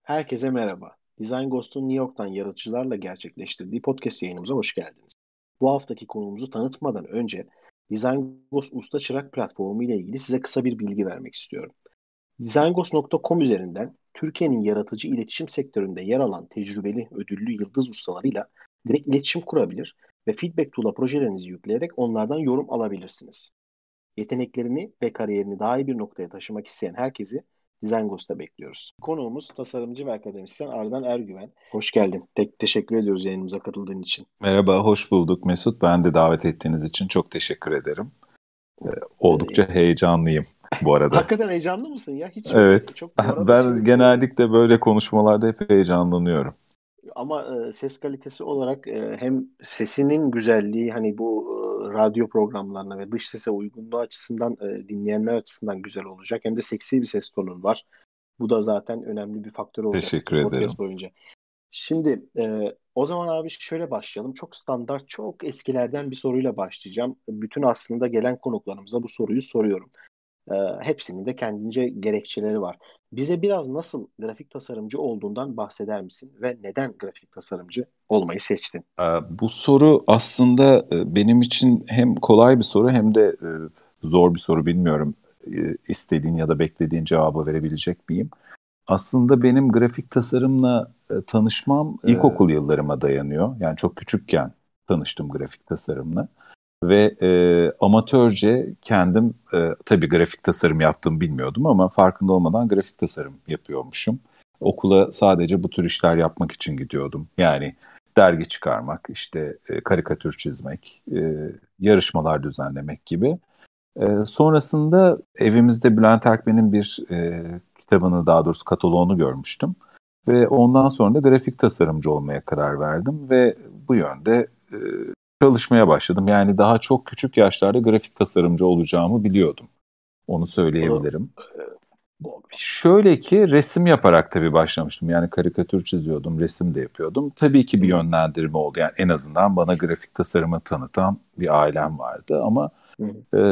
Herkese merhaba. Design Ghost'un New York'tan yaratıcılarla gerçekleştirdiği podcast yayınımıza hoş geldiniz. Bu haftaki konuğumuzu tanıtmadan önce Design Ghost Usta Çırak platformu ile ilgili size kısa bir bilgi vermek istiyorum. designghost.com üzerinden Türkiye'nin yaratıcı iletişim sektöründe yer alan tecrübeli, ödüllü yıldız ustalarıyla direkt iletişim kurabilir ve feedback tool'a projelerinizi yükleyerek onlardan yorum alabilirsiniz. Yeteneklerini ve kariyerini daha iyi bir noktaya taşımak isteyen herkesi Design Ghost'ta bekliyoruz. Konuğumuz tasarımcı ve akademisyen Ardan Ergüven. Hoş geldin. Teşekkür ediyoruz yayınımıza katıldığın için. Merhaba, hoş bulduk Mesut. Ben de davet ettiğiniz için çok teşekkür ederim. Ee, Oldukça heyecanlıyım bu arada. Hakikaten heyecanlı mısın ya? Hiç Evet, çok bu arada ben genellikle böyle konuşmalarda hep heyecanlanıyorum. ama ses kalitesi olarak hem sesinin güzelliği hani bu radyo programlarına ve dış sese uygunluğu açısından dinleyenler açısından güzel olacak. Hem de seksi bir ses tonun var. Bu da zaten önemli bir faktör olacaktır Teşekkür bu ederim. podcast boyunca. Şimdi o zaman abi şöyle başlayalım. Çok standart, çok eskilerden bir soruyla başlayacağım. Bütün aslında gelen konuklarımıza bu soruyu soruyorum. Hepsinin de kendince gerekçeleri var. Bize biraz nasıl grafik tasarımcı olduğundan bahseder misin ve neden grafik tasarımcı olmayı seçtin? Bu soru aslında benim için hem kolay bir soru hem de zor bir soru. Bilmiyorum istediğin ya da beklediğin cevabı verebilecek miyim? Aslında benim grafik tasarımla tanışmam ilkokul yıllarıma dayanıyor. Yani çok küçükken tanıştım grafik tasarımla. Ve amatörce kendim tabii grafik tasarım yaptığımı bilmiyordum ama farkında olmadan grafik tasarım yapıyormuşum. Okula sadece bu tür işler yapmak için gidiyordum. Yani dergi çıkarmak, işte karikatür çizmek, yarışmalar düzenlemek gibi. Sonrasında evimizde Bülent Erkmen'in bir kitabını, daha doğrusu kataloğunu görmüştüm. Ve ondan sonra da grafik tasarımcı olmaya karar verdim ve bu yönde çalışmaya başladım. Yani daha çok küçük yaşlarda grafik tasarımcı olacağımı biliyordum. Onu O, söyleyebilirim. o- Şöyle ki resim yaparak tabii başlamıştım. Yani karikatür çiziyordum, resim de yapıyordum. Tabii ki bir Hı, yönlendirme oldu. Yani en azından bana grafik tasarımı tanıtan bir ailem vardı. Ama hı, e,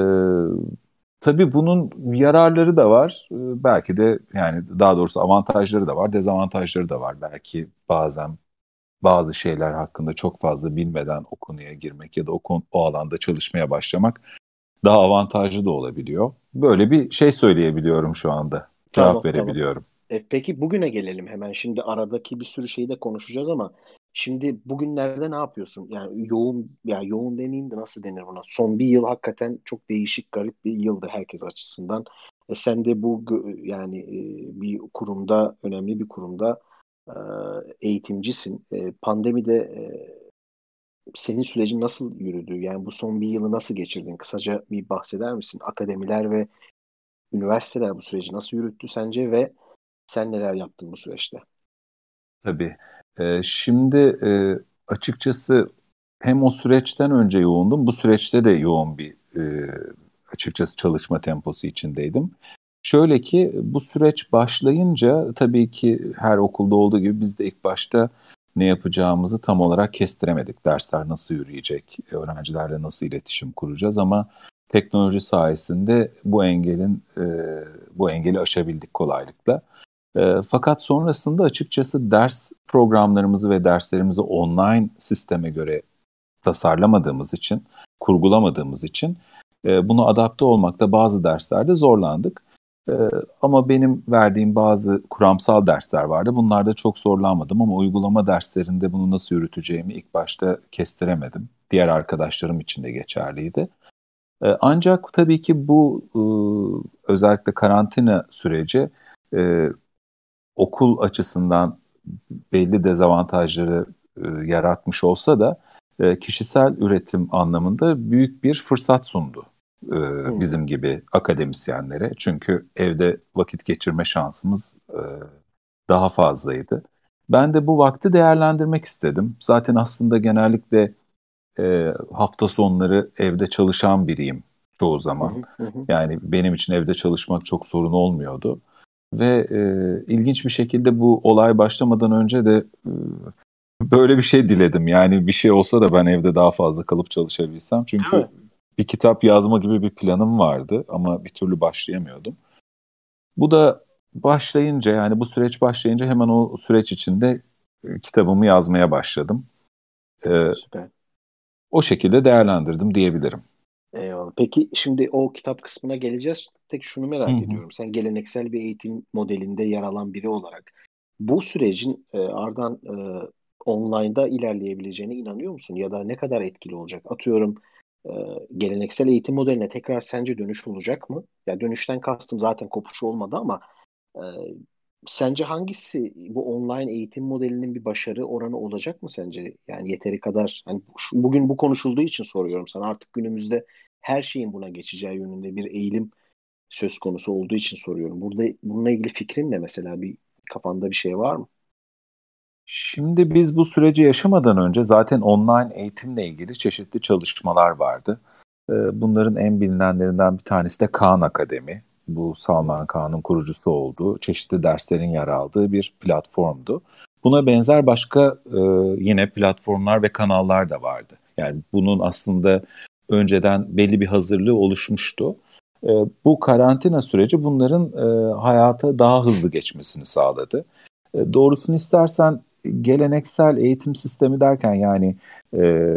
tabii bunun yararları da var. Belki de yani daha doğrusu avantajları da var, dezavantajları da var. Belki bazen bazı şeyler hakkında çok fazla bilmeden o konuya girmek ya da o alanda çalışmaya başlamak daha avantajlı da olabiliyor. Böyle bir şey söyleyebiliyorum şu anda. Cevap tamam tamam. verebiliyorum. Peki bugüne gelelim hemen. Şimdi aradaki bir sürü şeyi de konuşacağız ama şimdi bugünlerde ne yapıyorsun? Yani yoğun, ya yoğun demeyeyim de nasıl denir buna? Son bir yıl hakikaten çok değişik, garip bir yıldır herkes açısından. Sen de yani bir kurumda, önemli bir kurumda e, eğitimcisin. Pandemide senin sürecin nasıl yürüdü? Yani bu son bir yılı nasıl geçirdin? Kısaca bir bahseder misin? Akademiler ve üniversiteler bu süreci nasıl yürüttü sence ve sen neler yaptın bu süreçte? Tabii. Şimdi açıkçası hem o süreçten önce yoğundum, bu süreçte de yoğun bir açıkçası çalışma temposu içindeydim. Şöyle ki bu süreç başlayınca tabii ki her okulda olduğu gibi biz de ilk başta ne yapacağımızı tam olarak kestiremedik. Dersler nasıl yürüyecek, öğrencilerle nasıl iletişim kuracağız ama teknoloji sayesinde bu engeli aşabildik kolaylıkla. Fakat sonrasında açıkçası ders programlarımızı ve derslerimizi online sisteme göre tasarlamadığımız için, kurgulamadığımız için buna adapte olmakta bazı derslerde zorlandık. E, Ama benim verdiğim bazı kuramsal dersler vardı. Bunlarda çok zorlanmadım ama uygulama derslerinde bunu nasıl yürüteceğimi ilk başta kestiremedim. Diğer arkadaşlarım için de geçerliydi. Ancak tabii ki bu özellikle karantina süreci e, okul açısından belli dezavantajları yaratmış olsa da kişisel üretim anlamında büyük bir fırsat sundu e, Hmm. bizim gibi akademisyenlere. Çünkü evde vakit geçirme şansımız daha fazlaydı. Ben de bu vakti değerlendirmek istedim. Zaten aslında genellikle hafta sonları evde çalışan biriyim çoğu Hı zaman. hı, hı hı. Yani benim için evde çalışmak çok sorun olmuyordu. Ve ilginç bir şekilde bu olay başlamadan önce de böyle bir şey diledim. Yani bir şey olsa da ben evde daha fazla kalıp çalışabilsem. Değil Çünkü mi? bir kitap yazma gibi bir planım vardı ama bir türlü başlayamıyordum. Bu da başlayınca, yani bu süreç başlayınca hemen o süreç içinde kitabımı yazmaya başladım. E, Süper. O şekilde değerlendirdim diyebilirim. Eyvallah. Peki şimdi o kitap kısmına geleceğiz. Tek şunu Hı merak hı. ediyorum. Sen geleneksel bir eğitim modelinde yer alan biri olarak bu sürecin ardından online'da ilerleyebileceğine inanıyor musun? Ya da ne kadar etkili olacak? Atıyorum e, geleneksel eğitim modeline tekrar sence dönüş olacak mı? Ya dönüşten kastım zaten kopuş olmadı ama e, sence hangisi bu online eğitim modelinin bir başarı oranı olacak mı sence? Yani yeteri kadar hani bugün bu konuşulduğu için soruyorum sana. Artık günümüzde her şeyin buna geçeceği yönünde bir eğilim söz konusu olduğu için soruyorum. Burada bununla ilgili fikrin ne mesela? Bir kafanda bir şey var mı? Şimdi biz bu süreci yaşamadan önce zaten online eğitimle ilgili çeşitli çalışmalar vardı. Bunların en bilinenlerinden bir tanesi de Khan Akademi. Bu Hı hı. Salman Khan'ın kurucusu olduğu, çeşitli derslerin yer aldığı bir platformdu. Buna benzer başka yine platformlar ve kanallar da vardı. Yani bunun aslında önceden belli bir hazırlığı oluşmuştu. E, Bu karantina süreci bunların hayata daha hızlı geçmesini sağladı. Doğrusunu istersen geleneksel eğitim sistemi derken yani e,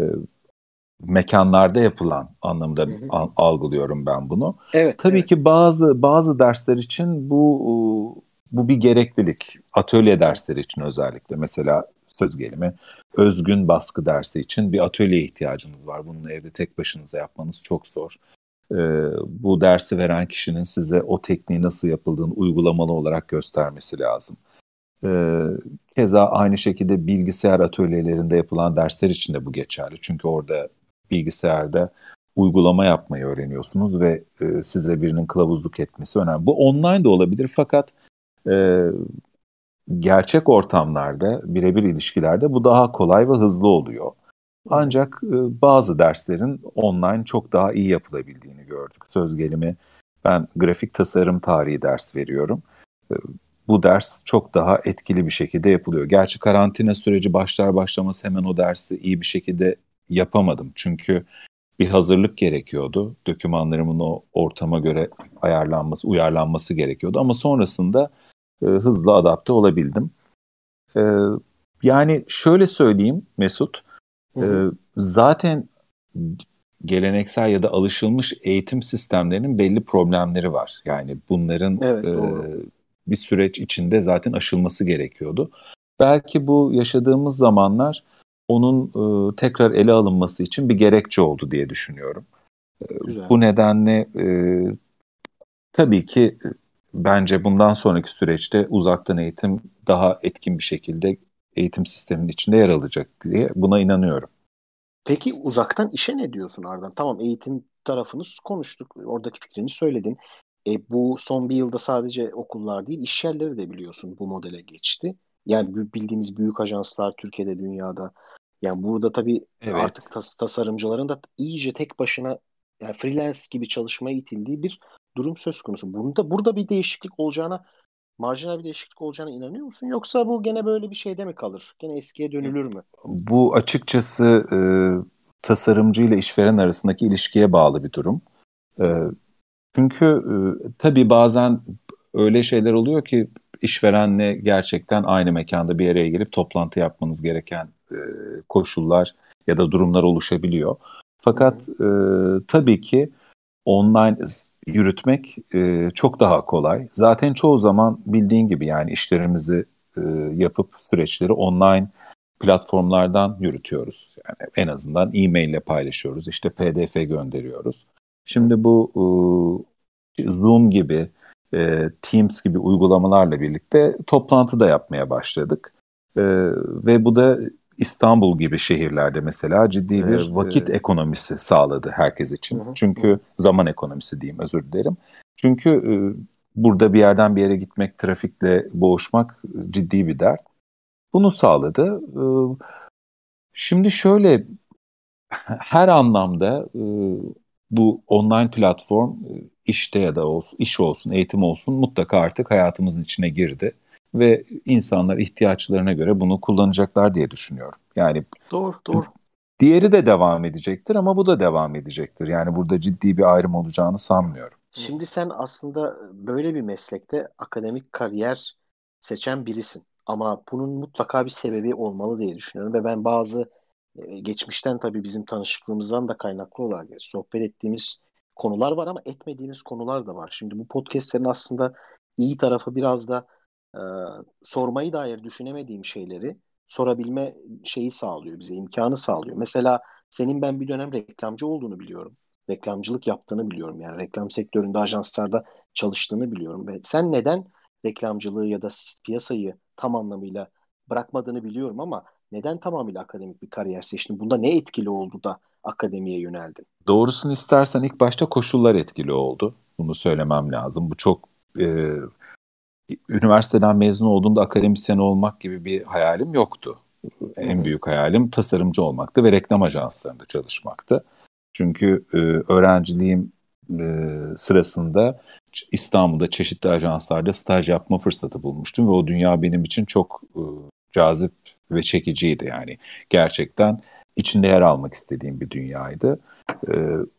mekanlarda yapılan anlamda Hı hı. algılıyorum ben bunu. Evet, Tabii evet. ki bazı dersler için bu bir gereklilik. Atölye Evet. dersleri için özellikle mesela söz gelimi özgün baskı dersi için bir atölyeye ihtiyacınız var. Bunu evde tek başınıza yapmanız çok zor. Ee, Bu dersi veren kişinin size o tekniği nasıl yapıldığını uygulamalı olarak göstermesi lazım. Ee, Keza aynı şekilde bilgisayar atölyelerinde yapılan dersler için de bu geçerli. Çünkü orada bilgisayarda uygulama yapmayı öğreniyorsunuz ve size birinin kılavuzluk etmesi önemli. Bu online de olabilir fakat e, gerçek ortamlarda, birebir ilişkilerde bu daha kolay ve hızlı oluyor. Hı hı. Ancak bazı derslerin online çok daha iyi yapılabildiğini gördük. Söz gelimi ben grafik tasarım tarihi ders veriyorum. E, Bu ders çok daha etkili bir şekilde yapılıyor. Gerçi karantina süreci başlar başlamaz hemen o dersi iyi bir şekilde yapamadım. Çünkü bir hazırlık gerekiyordu. Dokümanlarımın o ortama göre ayarlanması, uyarlanması gerekiyordu. Ama sonrasında hızlı adapte olabildim. E, Yani şöyle söyleyeyim Mesut, Hı ee, hı. zaten geleneksel ya da alışılmış eğitim sistemlerinin belli problemleri var. Yani bunların Evet, doğru. bir süreç içinde zaten aşılması gerekiyordu. Belki bu yaşadığımız zamanlar onun tekrar ele alınması için bir gerekçe oldu diye düşünüyorum. Güzel. Bu nedenle tabii ki bence bundan sonraki süreçte uzaktan eğitim daha etkin bir şekilde eğitim sisteminin içinde yer alacak diye buna inanıyorum. Peki uzaktan işe ne diyorsun Ardan? Tamam eğitim tarafını konuştuk. Oradaki fikrini söyledin. Bu son bir yılda sadece okullar değil, iş yerleri de biliyorsun bu modele geçti. Yani bildiğimiz büyük ajanslar Türkiye'de, dünyada. Yani burada tabii artık Evet. tasarımcıların da iyice tek başına yani freelance gibi çalışmaya itildiği bir durum söz konusu. Burada bir değişiklik olacağına, marjinal bir değişiklik olacağına inanıyor musun? Yoksa bu gene böyle bir şeyde mi kalır? Gene eskiye dönülür mü? Bu açıkçası tasarımcı ile işveren arasındaki ilişkiye bağlı bir durum. E, Çünkü tabii bazen öyle şeyler oluyor ki işverenle gerçekten aynı mekanda bir araya gelip toplantı yapmanız gereken koşullar ya da durumlar oluşabiliyor. Hı hı. Fakat tabii ki online yürütmek çok daha kolay. Zaten çoğu zaman bildiğin gibi yani işlerimizi e, yapıp süreçleri online platformlardan yürütüyoruz. Yani en azından e-mail ile paylaşıyoruz, işte PDF gönderiyoruz. Hı Şimdi hı. bu Zoom gibi, Teams gibi uygulamalarla birlikte toplantı da yapmaya başladık. E, Ve bu da İstanbul gibi şehirlerde mesela ciddi bir vakit Evet. ekonomisi sağladı herkes Hı için. hı, hı Çünkü hı. zaman ekonomisi diyeyim, özür dilerim. Çünkü burada bir yerden bir yere gitmek, trafikle boğuşmak ciddi bir dert. Bunu sağladı. Şimdi şöyle her anlamda bu online platform işte ya da olsun, iş olsun, eğitim olsun mutlaka artık hayatımızın içine girdi ve insanlar ihtiyaçlarına göre bunu kullanacaklar diye düşünüyorum. Yani Doğru, doğru. diğeri de devam edecektir ama bu da devam edecektir. Yani burada ciddi bir ayrım olacağını sanmıyorum. Şimdi sen aslında böyle bir meslekte akademik kariyer seçen birisin. Ama bunun mutlaka bir sebebi olmalı diye düşünüyorum. Ve ben bazı geçmişten tabii bizim tanışıklığımızdan da kaynaklı olarak sohbet ettiğimiz konular var ama etmediğimiz konular da var. Şimdi bu podcastlerin aslında iyi tarafı biraz da e, sormayı dair düşünemediğim şeyleri sorabilme şeyi sağlıyor bize, imkanı sağlıyor. Mesela senin ben bir dönem reklamcı olduğunu biliyorum, reklamcılık yaptığını biliyorum. Yani reklam sektöründe ajanslarda çalıştığını biliyorum. Ve sen neden reklamcılığı ya da piyasayı tam anlamıyla bırakmadığını biliyorum ama neden tamamıyla akademik bir kariyer seçtin? Bunda ne etkili oldu da akademiye yöneldin? Doğrusunu istersen ilk başta koşullar etkili oldu. Bunu söylemem lazım. Bu çok üniversiteden mezun olduğumda akademisyen olmak gibi bir hayalim yoktu. Hı En hı, büyük hayalim tasarımcı olmaktı ve reklam ajanslarında çalışmaktı. Çünkü öğrenciliğim sırasında İstanbul'da çeşitli ajanslarda staj yapma fırsatı bulmuştum ve o dünya benim için çok cazip ve çekiciydi. Yani gerçekten içinde yer almak istediğim bir dünyaydı. E,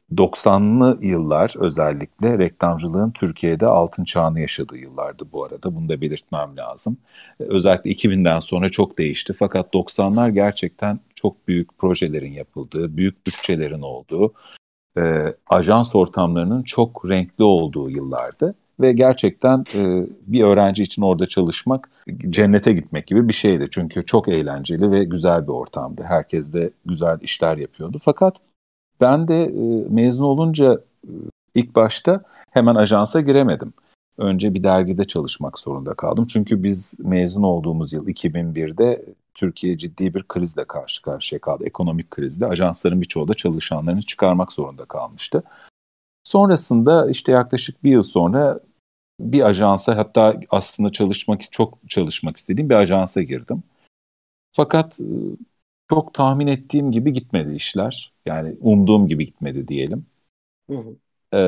90'lı yıllar özellikle reklamcılığın Türkiye'de altın çağını yaşadığı yıllardı bu arada. Bunu da belirtmem lazım. Özellikle 2000'den sonra çok değişti. Fakat 90'lar gerçekten çok büyük projelerin yapıldığı, büyük bütçelerin olduğu, ajans ortamlarının çok renkli olduğu yıllardı. Ve gerçekten bir öğrenci için orada çalışmak cennete gitmek gibi bir şeydi. Çünkü çok eğlenceli ve güzel bir ortamdı. Herkes de güzel işler yapıyordu. Fakat ben de mezun olunca ilk başta hemen ajansa giremedim. Önce bir dergide çalışmak zorunda kaldım. Çünkü biz mezun olduğumuz yıl 2001'de Türkiye ciddi bir krizle karşı karşıya kaldı. Ekonomik krizle. Ajansların birçoğu da çalışanlarını çıkarmak zorunda kalmıştı. Sonrasında işte yaklaşık bir yıl sonra bir ajansa, hatta aslında çok çalışmak istediğim bir ajansa girdim. Fakat çok tahmin ettiğim gibi gitmedi işler. Yani umduğum gibi gitmedi diyelim. hı hı,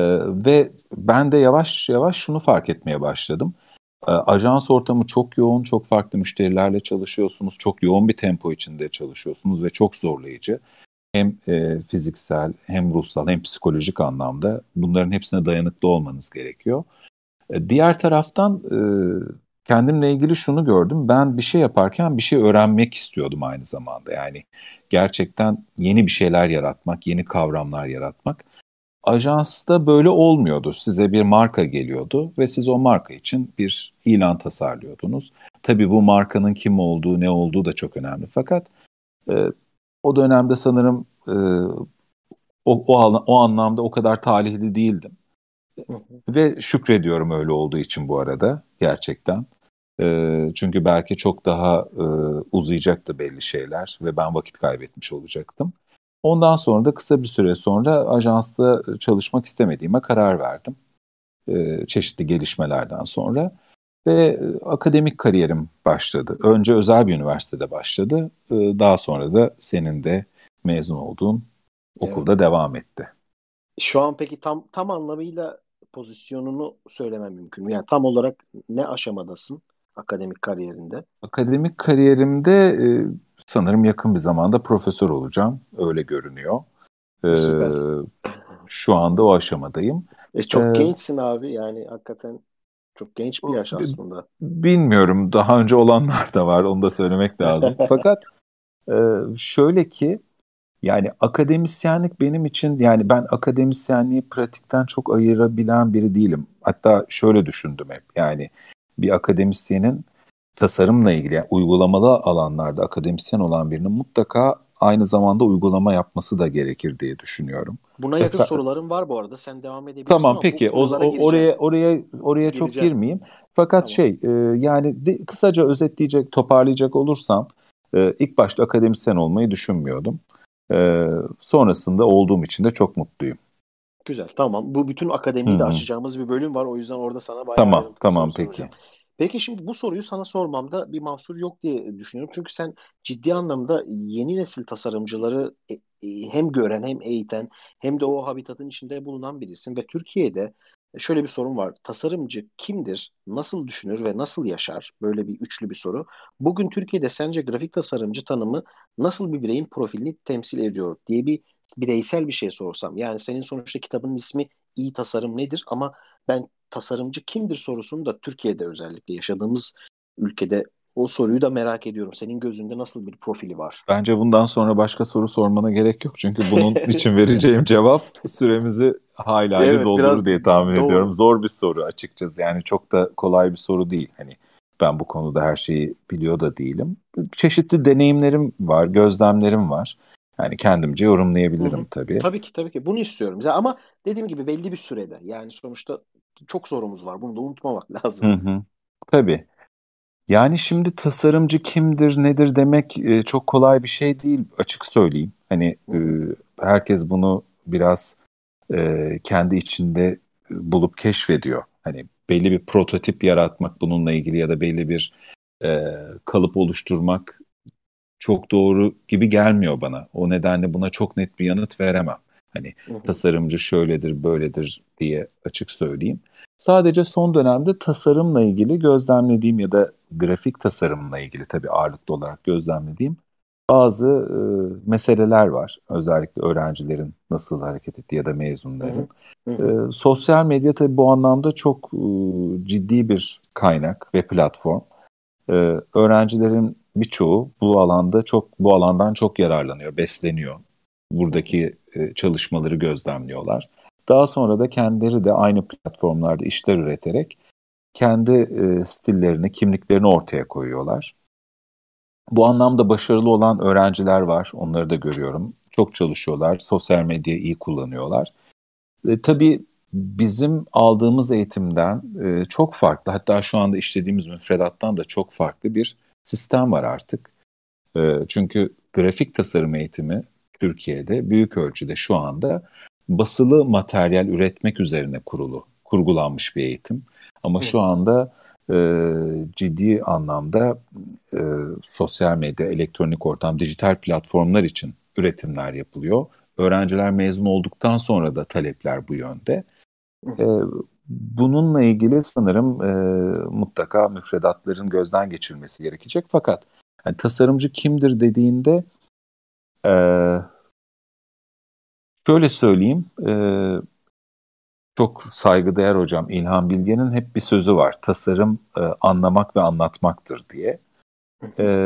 Ve ben de yavaş yavaş şunu fark etmeye başladım. Ajans ortamı çok yoğun, çok farklı müşterilerle çalışıyorsunuz, çok yoğun bir tempo içinde çalışıyorsunuz ve çok zorlayıcı. Hem fiziksel, hem ruhsal, hem psikolojik anlamda bunların hepsine dayanıklı olmanız gerekiyor. Diğer taraftan kendimle ilgili şunu gördüm. Ben bir şey yaparken bir şey öğrenmek istiyordum aynı zamanda. Yani gerçekten yeni bir şeyler yaratmak, yeni kavramlar yaratmak. Ajansta böyle olmuyordu. Size bir marka geliyordu ve siz o marka için bir ilan tasarlıyordunuz. Tabii bu markanın kim olduğu, ne olduğu da çok önemli. Fakat e, o dönemde sanırım o anlamda o kadar talihli değildim. hı hı. Ve şükrediyorum öyle olduğu için bu arada gerçekten. Çünkü belki çok daha uzayacaktı belli şeyler ve ben vakit kaybetmiş olacaktım. Ondan sonra da kısa bir süre sonra ajansta çalışmak istemediğime karar verdim. Çeşitli gelişmelerden sonra ve akademik kariyerim başladı. Önce özel bir üniversitede başladı. Daha sonra da senin de mezun olduğun Evet. okulda devam etti. Şu an peki tam anlamıyla pozisyonunu söylemem mümkün mü? Yani tam olarak ne aşamadasın akademik kariyerinde? Akademik kariyerimde sanırım yakın bir zamanda profesör olacağım. Öyle görünüyor. Süper. Şu anda o aşamadayım. Çok Ee, gençsin abi. Yani hakikaten çok genç bir yaş aslında. Bilmiyorum, daha önce olanlar da var, onu da söylemek lazım. Fakat e, şöyle ki, yani akademisyenlik benim için, yani ben akademisyenliği pratikten çok ayırabilen biri değilim. Hatta şöyle düşündüm hep, yani bir akademisyenin tasarımla ilgili, yani uygulamalı alanlarda akademisyen olan birinin mutlaka aynı zamanda uygulama yapması da gerekir diye düşünüyorum. Buna yakın sorularım var bu arada. Sen devam edebilirsin Tamam, ama bu peki konulara gireceğim. oraya çok Gireceğim. girmeyeyim. Fakat Tamam. yani kısaca toparlayacak olursam ilk başta akademisyen olmayı düşünmüyordum. Sonrasında olduğum için de çok mutluyum. Güzel. Tamam. Bu bütün Hı akademiyi de hı. açacağımız bir bölüm var. O yüzden orada sana bayağı Tamam, ayrıntılı soru tamam soracağım. peki. Peki şimdi bu soruyu sana sormamda bir mahsur yok diye düşünüyorum. Çünkü sen ciddi anlamda yeni nesil tasarımcıları hem gören hem eğiten hem de o habitatın içinde bulunan birisin. Ve Türkiye'de şöyle bir sorun var. Tasarımcı kimdir? Nasıl düşünür ve nasıl yaşar? Böyle bir üçlü bir soru. Bugün Türkiye'de sence grafik tasarımcı tanımı nasıl bir bireyin profilini temsil ediyor diye bir bireysel bir şey sorsam, yani senin sonuçta kitabının ismi İyi Tasarım Nedir, ama ben tasarımcı kimdir sorusunu da Türkiye'de, özellikle yaşadığımız ülkede, o soruyu da merak ediyorum. Senin gözünde nasıl bir profili var? Bence bundan sonra başka soru sormana gerek yok. Çünkü bunun için vereceğim cevap süremizi hayli hayli Evet, doldurur biraz diye tahmin ediyorum. doğru. Zor bir soru açıkçası. Yani çok da kolay bir soru değil. Hani ben bu konuda her şeyi biliyor da değilim. Çeşitli deneyimlerim var, gözlemlerim var. Yani kendimce Hı hı. yorumlayabilirim tabii. Tabii ki, tabii ki. Bunu istiyorum. Ya ama dediğim gibi belli bir sürede. Yani sonuçta çok sorumuz var. Bunu da unutmamak lazım. Hı hı. Tabii. Yani şimdi tasarımcı kimdir, nedir demek çok kolay bir şey değil, açık söyleyeyim. Hani Hı hı. herkes bunu biraz kendi içinde bulup keşfediyor. Hani belli bir prototip yaratmak bununla ilgili ya da belli bir kalıp oluşturmak çok doğru gibi gelmiyor bana. O nedenle buna çok net bir yanıt veremem. Hani Hı hı. tasarımcı şöyledir, böyledir diye açık söyleyeyim. Sadece son dönemde tasarımla ilgili gözlemlediğim ya da grafik tasarımla ilgili tabii ağırlıklı olarak gözlemlediğim bazı meseleler var. Özellikle öğrencilerin nasıl hareket ettiği ya da Hı hı. mezunların. Hı hı. Sosyal medya tabii bu anlamda çok ciddi bir kaynak ve platform. Öğrencilerin birçoğu bu alandan çok yararlanıyor, besleniyor. Hı hı. Buradaki çalışmaları gözlemliyorlar. Daha sonra da kendileri de aynı platformlarda işler üreterek kendi stillerini, kimliklerini ortaya koyuyorlar. Bu anlamda başarılı olan öğrenciler var, onları da görüyorum. Çok çalışıyorlar, sosyal medyayı iyi kullanıyorlar. Tabii bizim aldığımız eğitimden çok farklı, hatta şu anda işlediğimiz müfredattan da çok farklı bir sistem var artık. Çünkü grafik tasarım eğitimi Türkiye'de büyük ölçüde şu anda basılı materyal üretmek üzerine kurgulanmış bir eğitim. Ama Hı şu hı. anda e, ciddi anlamda e, sosyal medya, elektronik ortam, dijital platformlar için üretimler yapılıyor. Öğrenciler mezun olduktan sonra da talepler bu yönde. Hı E, hı. Bununla ilgili sanırım mutlaka müfredatların gözden geçirilmesi gerekecek. Fakat yani tasarımcı kimdir dediğinde e, şöyle söyleyeyim, çok saygıdeğer hocam İlhan Bilge'nin hep bir sözü var. Tasarım anlamak ve anlatmaktır diye. Hı E, hı.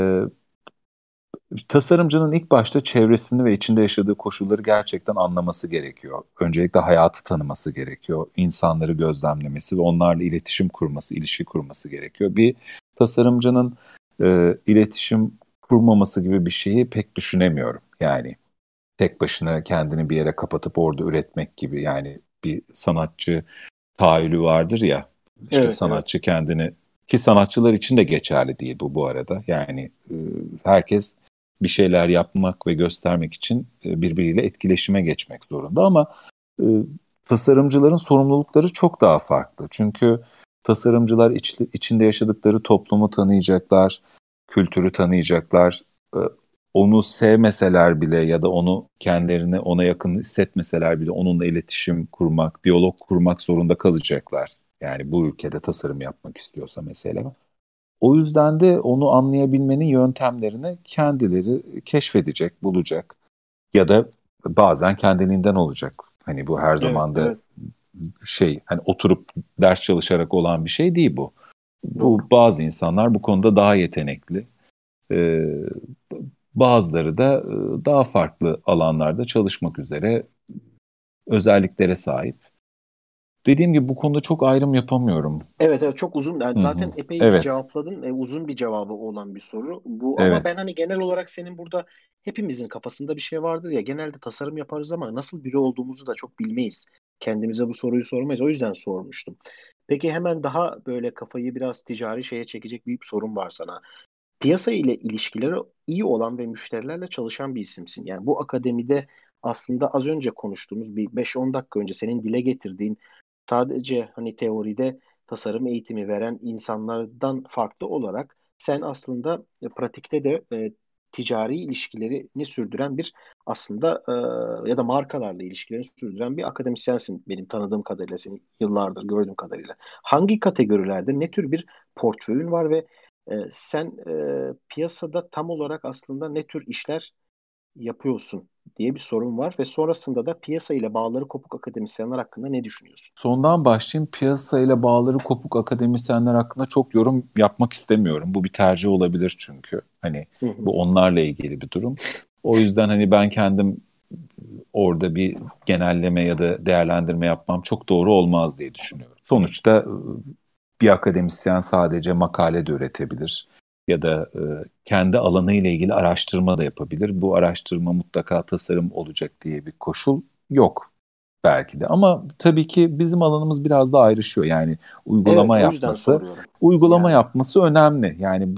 Tasarımcının ilk başta çevresini ve içinde yaşadığı koşulları gerçekten anlaması gerekiyor. Öncelikle hayatı tanıması gerekiyor. İnsanları gözlemlemesi ve onlarla iletişim kurması, ilişki kurması gerekiyor. Bir tasarımcının iletişim kurmaması gibi bir şeyi pek düşünemiyorum. Yani tek başına kendini bir yere kapatıp orada üretmek gibi, yani bir sanatçı tahayyülü vardır ya, işte Evet, evet. sanatçı kendini, ki sanatçılar için de geçerli değil bu arada. Yani herkes bir şeyler yapmak ve göstermek için birbiriyle etkileşime geçmek zorunda ama e, tasarımcıların sorumlulukları çok daha farklı. Çünkü tasarımcılar içinde yaşadıkları toplumu tanıyacaklar, kültürü tanıyacaklar. E, Onu sevmeseler bile ya da onu kendilerine ona yakın hissetmeseler bile onunla iletişim kurmak, diyalog kurmak zorunda kalacaklar. Yani bu ülkede tasarım yapmak istiyorsa mesela. O yüzden de onu anlayabilmenin yöntemlerini kendileri keşfedecek, bulacak ya da bazen kendiliğinden olacak. Hani bu her Evet, zaman da evet. hani oturup ders çalışarak olan bir şey değil bu. Doğru. Bu bazı insanlar bu konuda daha yetenekli. Ee, Bazıları da daha farklı alanlarda çalışmak üzere özelliklere sahip. Dediğim gibi bu konuda çok ayrım yapamıyorum. Evet, evet, çok uzun. Yani Hı hı. zaten epey Evet, cevapladın. Uzun bir cevabı olan bir soru bu, ama ben evet. hani genel olarak senin burada, hepimizin kafasında bir şey vardır ya, genelde tasarım yaparız ama nasıl biri olduğumuzu da çok bilmeyiz. Kendimize bu soruyu sormayız. O yüzden sormuştum. Peki, hemen daha böyle kafayı biraz ticari şeye çekecek bir sorum var sana. Piyasa ile ilişkileri iyi olan ve müşterilerle çalışan bir isimsin. Yani bu akademide aslında az önce konuştuğumuz, bir 5-10 dakika önce senin dile getirdiğin, sadece hani teoride tasarım eğitimi veren insanlardan farklı olarak, sen aslında pratikte de ticari ilişkilerini sürdüren bir, aslında ya da markalarla ilişkilerini sürdüren bir akademisyensin benim tanıdığım kadarıyla, seni yıllardır gördüğüm kadarıyla. Hangi kategorilerde ne tür bir portföyün var ve sen piyasada tam olarak aslında ne tür işler yapıyorsun? diye bir sorun var ve sonrasında da piyasa ile bağları kopuk akademisyenler hakkında ne düşünüyorsun? Sondan başlayayım. Piyasa ile bağları kopuk akademisyenler hakkında çok yorum yapmak istemiyorum. Bu bir tercih olabilir çünkü. Hani Hı hı. bu onlarla ilgili bir durum. O yüzden hani ben kendim orada bir genelleme ya da değerlendirme yapmam çok doğru olmaz diye düşünüyorum. Sonuçta bir akademisyen sadece makale de üretebilir ya da kendi alanı ile ilgili araştırma da yapabilir. Bu araştırma mutlaka tasarım olacak diye bir koşul yok belki de. Ama tabii ki bizim alanımız biraz daha ayrışıyor. Yani Evet, uygulama o yüzden yapması, soruyorum. uygulama Yani yapması önemli. Yani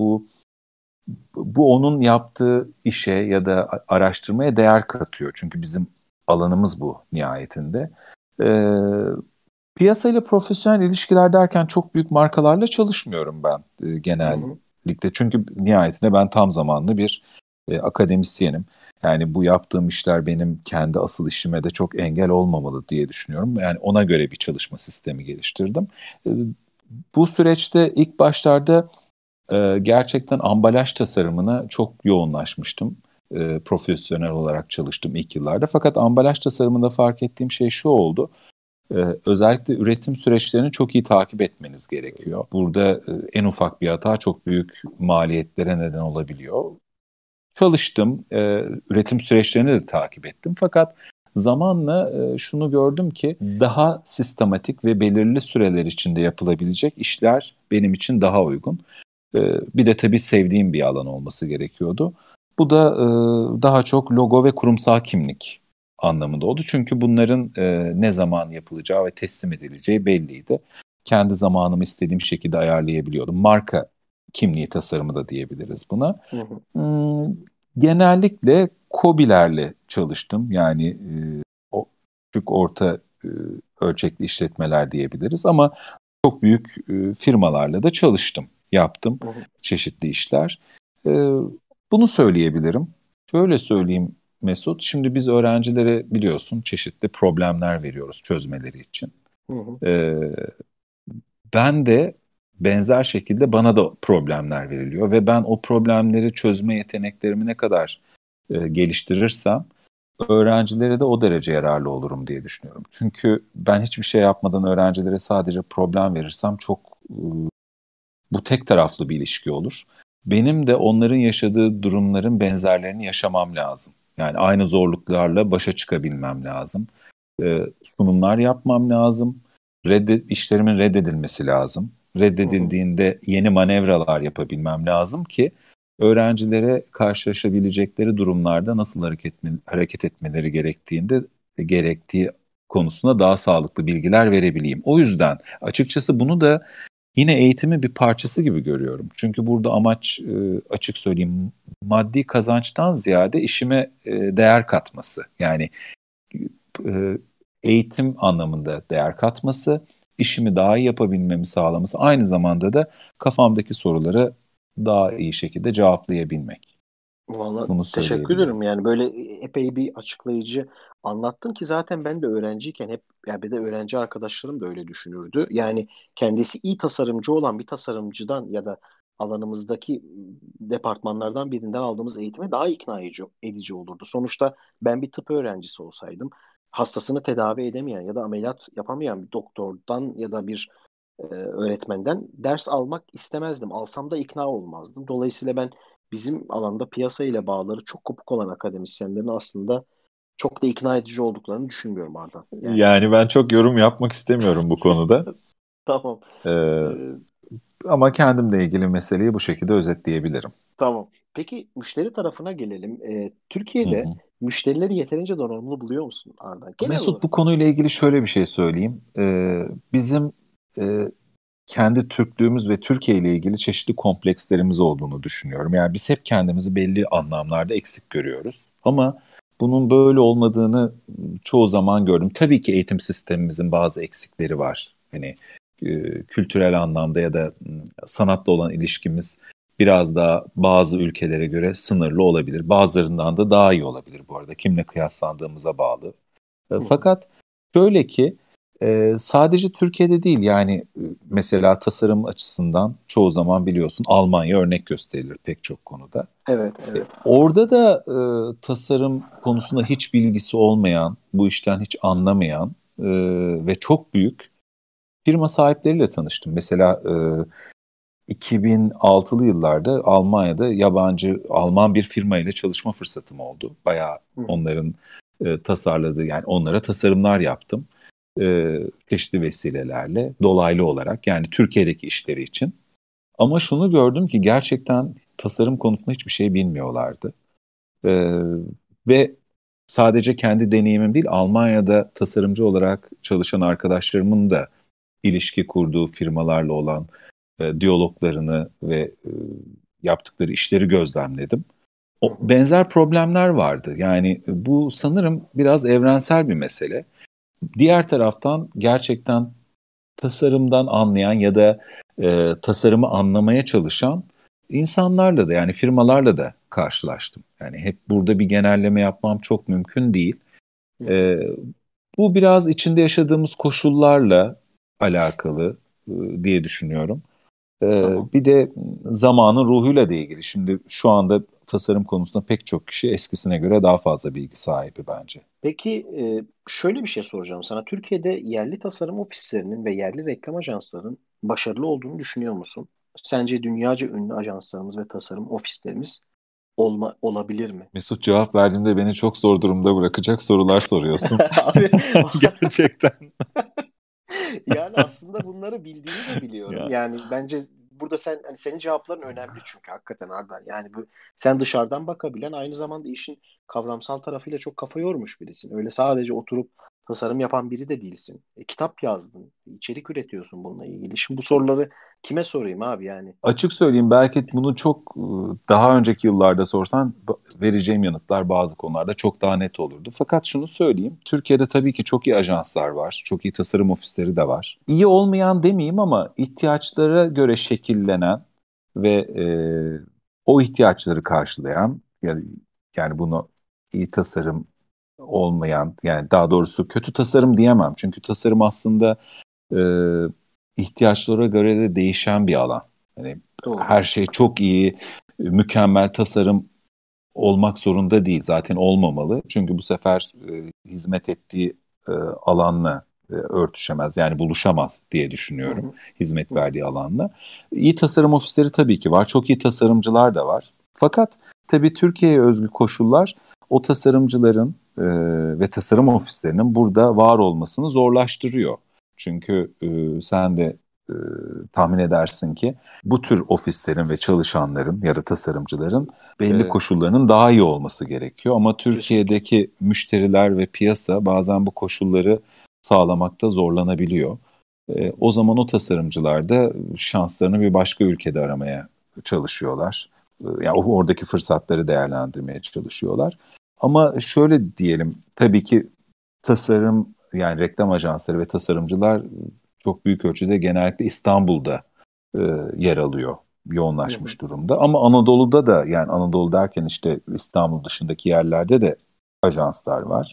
bu onun yaptığı işe ya da araştırmaya değer katıyor. Çünkü bizim alanımız bu nihayetinde. Ee, Piyasayla profesyonel ilişkiler derken çok büyük markalarla çalışmıyorum ben hı hı. genellikle. Çünkü nihayetinde ben tam zamanlı bir akademisyenim. Yani bu yaptığım işler benim kendi asıl işime de çok engel olmamalı diye düşünüyorum. Yani ona göre bir çalışma sistemi geliştirdim. E, Bu süreçte ilk başlarda gerçekten ambalaj tasarımına çok yoğunlaşmıştım. Profesyonel olarak çalıştım ilk yıllarda. Fakat ambalaj tasarımında fark ettiğim şey şu oldu. Özellikle üretim süreçlerini çok iyi takip etmeniz gerekiyor. Burada en ufak bir hata çok büyük maliyetlere neden olabiliyor. Çalıştım, üretim süreçlerini de takip ettim. Fakat zamanla şunu gördüm ki daha sistematik ve belirli süreler içinde yapılabilecek işler benim için daha uygun. Bir de tabii sevdiğim bir alan olması gerekiyordu. Bu da daha çok logo ve kurumsal kimlik anlamında oldu. Çünkü bunların ne zaman yapılacağı ve teslim edileceği belliydi. Kendi zamanımı istediğim şekilde ayarlayabiliyordum. Marka kimliği tasarımı da diyebiliriz buna. Hı hı. Hmm, Genellikle KOBİ'lerle çalıştım. Yani o küçük orta ölçekli işletmeler diyebiliriz ama çok büyük firmalarla da çalıştım, yaptım Hı hı. çeşitli işler. E, Bunu söyleyebilirim. Şöyle söyleyeyim Mesut, şimdi biz öğrencilere biliyorsun çeşitli problemler veriyoruz çözmeleri için. Hı hı. E, Ben de benzer şekilde bana da problemler veriliyor ve ben o problemleri çözme yeteneklerimi ne kadar geliştirirsem öğrencilere de o derece yararlı olurum diye düşünüyorum. Çünkü ben hiçbir şey yapmadan öğrencilere sadece problem verirsem çok bu tek taraflı bir ilişki olur. Benim de onların yaşadığı durumların benzerlerini yaşamam lazım. Yani aynı zorluklarla başa çıkabilmem lazım. Sunumlar yapmam lazım. İşlerimin reddedilmesi lazım. Hı hı. Reddedildiğinde yeni manevralar yapabilmem lazım ki öğrencilere karşılaşabilecekleri durumlarda nasıl hareket etmeleri gerektiği konusunda daha sağlıklı bilgiler verebileyim. O yüzden açıkçası bunu da yine eğitimin bir parçası gibi görüyorum. Çünkü burada amaç açık söyleyeyim maddi kazançtan ziyade işime değer katması. Yani e, eğitim anlamında değer katması, işimi daha iyi yapabilmemi sağlaması, aynı zamanda da kafamdaki soruları daha iyi şekilde cevaplayabilmek. Valla Bunu teşekkür söyleyebilirim. ederim. Yani böyle epey bir açıklayıcı anlattın ki zaten ben de öğrenciyken hep ya bir de öğrenci arkadaşlarım da öyle düşünürdü. Yani kendisi iyi tasarımcı olan bir tasarımcıdan ya da alanımızdaki departmanlardan birinden aldığımız eğitime daha ikna edici olurdu. Sonuçta ben bir tıp öğrencisi olsaydım hastasını tedavi edemeyen ya da ameliyat yapamayan bir doktordan ya da bir öğretmenden ders almak istemezdim. Alsam da ikna olmazdım. Dolayısıyla ben bizim alanda piyasa ile bağları çok kopuk olan akademisyenlerin aslında çok da ikna edici olduklarını düşünmüyorum Arda. Yani Yani ben çok yorum yapmak istemiyorum bu konuda. tamam. Ee, Ee, Ama kendimle ilgili meseleyi bu şekilde özetleyebilirim. tamam. Peki müşteri tarafına gelelim. Hı Türkiye'de hı. müşterileri yeterince donanımlı buluyor musun Arda? Genel Mesut, bu olarak. konuyla ilgili şöyle bir şey söyleyeyim. Bizim kendi Türklüğümüz ve Türkiye ile ilgili çeşitli komplekslerimiz olduğunu düşünüyorum. Yani biz hep kendimizi belli anlamlarda eksik görüyoruz. Ama bunun böyle olmadığını çoğu zaman gördüm. Tabii ki eğitim sistemimizin bazı eksikleri var. Hani kültürel anlamda ya da sanatla olan ilişkimiz biraz daha bazı ülkelere göre sınırlı olabilir. Bazılarından da daha iyi olabilir bu arada. Kimle kıyaslandığımıza bağlı. Hı hı. Fakat şöyle ki Sadece Türkiye'de değil yani mesela tasarım açısından çoğu zaman biliyorsun Almanya örnek gösterilir pek çok konuda. Evet, evet. Orada da tasarım konusunda hiç bilgisi olmayan, bu işten hiç anlamayan ve çok büyük firma sahipleriyle tanıştım. Mesela 2006'lı yıllarda Almanya'da yabancı Alman bir firma ile çalışma fırsatım oldu. Bayağı Hı hı, onların tasarladığı yani onlara tasarımlar yaptım. Çeşitli vesilelerle dolaylı olarak yani Türkiye'deki işleri için. Ama şunu gördüm ki gerçekten tasarım konusunda hiçbir şey bilmiyorlardı. Ee, ve sadece kendi deneyimim değil, Almanya'da tasarımcı olarak çalışan arkadaşlarımın da ilişki kurduğu firmalarla olan diyaloglarını ve yaptıkları işleri gözlemledim. hı O hı. benzer problemler vardı. Yani bu sanırım biraz evrensel bir mesele. Diğer taraftan gerçekten tasarımdan anlayan ya da tasarımı anlamaya çalışan insanlarla da yani firmalarla da karşılaştım. Yani hep burada bir genelleme yapmam çok mümkün değil. Hı hı. E, bu biraz içinde yaşadığımız koşullarla alakalı diye düşünüyorum. Tamam. Bir de zamanın ruhuyla da ilgili. Şimdi şu anda tasarım konusunda pek çok kişi eskisine göre daha fazla bilgi sahibi bence. Peki şöyle bir şey soracağım sana. Türkiye'de yerli tasarım ofislerinin ve yerli reklam ajanslarının başarılı olduğunu düşünüyor musun? Sence dünyaca ünlü ajanslarımız ve tasarım ofislerimiz olabilir mi? Mesut, cevap verdiğimde beni çok zor durumda bırakacak sorular soruyorsun. Abi Gerçekten. yani aslında bunları bildiğini de biliyorum. Ya. Yani bence burada hani senin cevapların önemli çünkü hakikaten Arda. Yani bu sen dışarıdan bakabilen aynı zamanda işin kavramsal tarafıyla çok kafa yormuş birisin. Öyle sadece oturup tasarım yapan biri de değilsin. Kitap yazdın, içerik üretiyorsun bununla ilgili. Şimdi bu soruları kime sorayım abi yani? Açık söyleyeyim belki bunu çok daha önceki yıllarda sorsan vereceğim yanıtlar bazı konularda çok daha net olurdu. Fakat şunu söyleyeyim, Türkiye'de tabii ki çok iyi ajanslar var, çok iyi tasarım ofisleri de var. İyi olmayan demeyeyim ama ihtiyaçlara göre şekillenen ve o ihtiyaçları karşılayan yani bunu iyi tasarım olmayan yani daha doğrusu kötü tasarım diyemem. Çünkü tasarım aslında e, ihtiyaçlara göre de değişen bir alan. Yani Doğru. her şey çok iyi, mükemmel tasarım olmak zorunda değil. Zaten olmamalı. Çünkü bu sefer hizmet ettiği alanla örtüşemez. Yani buluşamaz diye Hı düşünüyorum. hı, Hizmet hı hı, verdiği alanla. İyi tasarım ofisleri tabii ki var. Çok iyi tasarımcılar da var. Fakat tabii Türkiye'ye özgü koşullar o tasarımcıların ve tasarım ofislerinin burada var olmasını zorlaştırıyor. Çünkü sen de e, tahmin edersin ki bu tür ofislerin ve çalışanların ya da tasarımcıların belli koşullarının daha iyi olması gerekiyor. Ama kesinlikle. Türkiye'deki müşteriler ve piyasa bazen bu koşulları sağlamakta zorlanabiliyor. O zaman o tasarımcılar da şanslarını bir başka ülkede aramaya çalışıyorlar. Yani oradaki fırsatları değerlendirmeye çalışıyorlar. Ama şöyle diyelim, tabii ki tasarım yani reklam ajansları ve tasarımcılar çok büyük ölçüde genellikle İstanbul'da e, yer alıyor, Hı hı. yoğunlaşmış durumda. Ama Anadolu'da da yani Anadolu derken işte İstanbul dışındaki yerlerde de ajanslar var.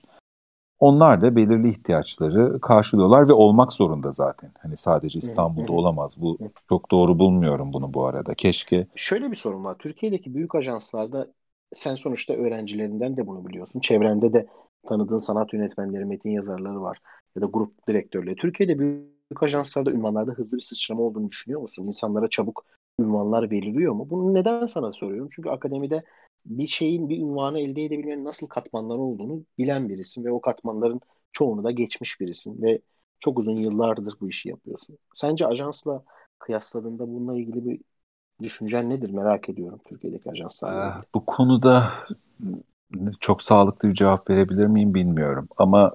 Onlar da belirli ihtiyaçları karşılıyorlar ve olmak zorunda zaten. Hani sadece Hı hı, hı İstanbul'da hı, olamaz. Bu hı. çok doğru bulmuyorum bunu bu arada. Keşke. Şöyle bir sorun var. Türkiye'deki büyük ajanslarda sen sonuçta öğrencilerinden de bunu biliyorsun. Çevrende de tanıdığın sanat yönetmenleri, metin yazarları var ya da grup direktörleri. Türkiye'de büyük ajanslarda ünvanlarda hızlı bir sıçrama olduğunu düşünüyor musun? İnsanlara çabuk ünvanlar veriliyor mu? Bunu neden sana soruyorum? Çünkü akademide bir şeyin, bir ünvanı elde edebilmenin nasıl katmanları olduğunu bilen birisin ve o katmanların çoğunu da geçmiş birisin ve çok uzun yıllardır bu işi yapıyorsun. Sence ajansla kıyasladığında bununla ilgili bir düşüncen nedir merak ediyorum Türkiye'deki ajanslarla ilgili. Bu konuda çok sağlıklı bir cevap verebilir miyim bilmiyorum. Ama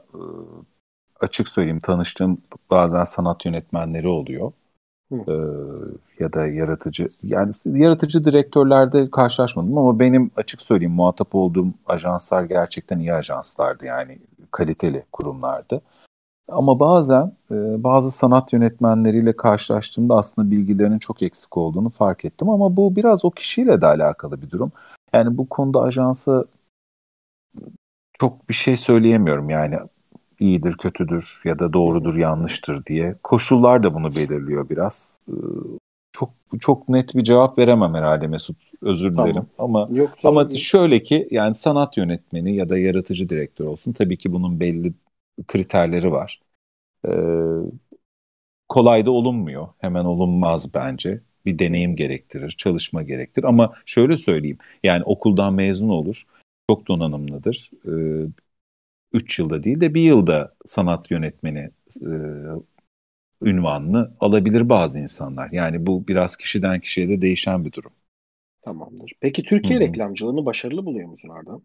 açık söyleyeyim, tanıştığım bazen sanat yönetmenleri oluyor. Hı Ee, ya da yaratıcı yani yaratıcı direktörlerde karşılaşmadım ama benim açık söyleyeyim muhatap olduğum ajanslar gerçekten iyi ajanslardı, yani kaliteli kurumlardı. Ama bazen bazı sanat yönetmenleriyle karşılaştığımda aslında bilgilerinin çok eksik olduğunu fark ettim ama bu biraz o kişiyle de alakalı bir durum. Yani bu konuda ajansa çok bir şey söyleyemiyorum yani. iyidir, kötüdür ya da Hı hı. doğrudur, yanlıştır diye. Koşullar da bunu belirliyor biraz. Çok çok net bir cevap veremem herhalde Mesut. Özür dilerim. Tamam. Ama Yok, sorun ama değil. şöyle ki yani sanat yönetmeni ya da yaratıcı direktör olsun. Tabii ki bunun belli kriterleri var. Ee, Kolay da olunmuyor. Hemen olunmaz bence. Bir Hı deneyim hı. gerektirir, çalışma gerektirir. Ama şöyle söyleyeyim. Yani okuldan mezun olur. Çok donanımlıdır. 3 yılda değil de bir yılda sanat yönetmeni e, ünvanını alabilir bazı insanlar. Yani bu biraz kişiden kişiye de değişen bir durum. Tamamdır. Peki Hı Türkiye hı. reklamcılığını başarılı buluyor musun Arda?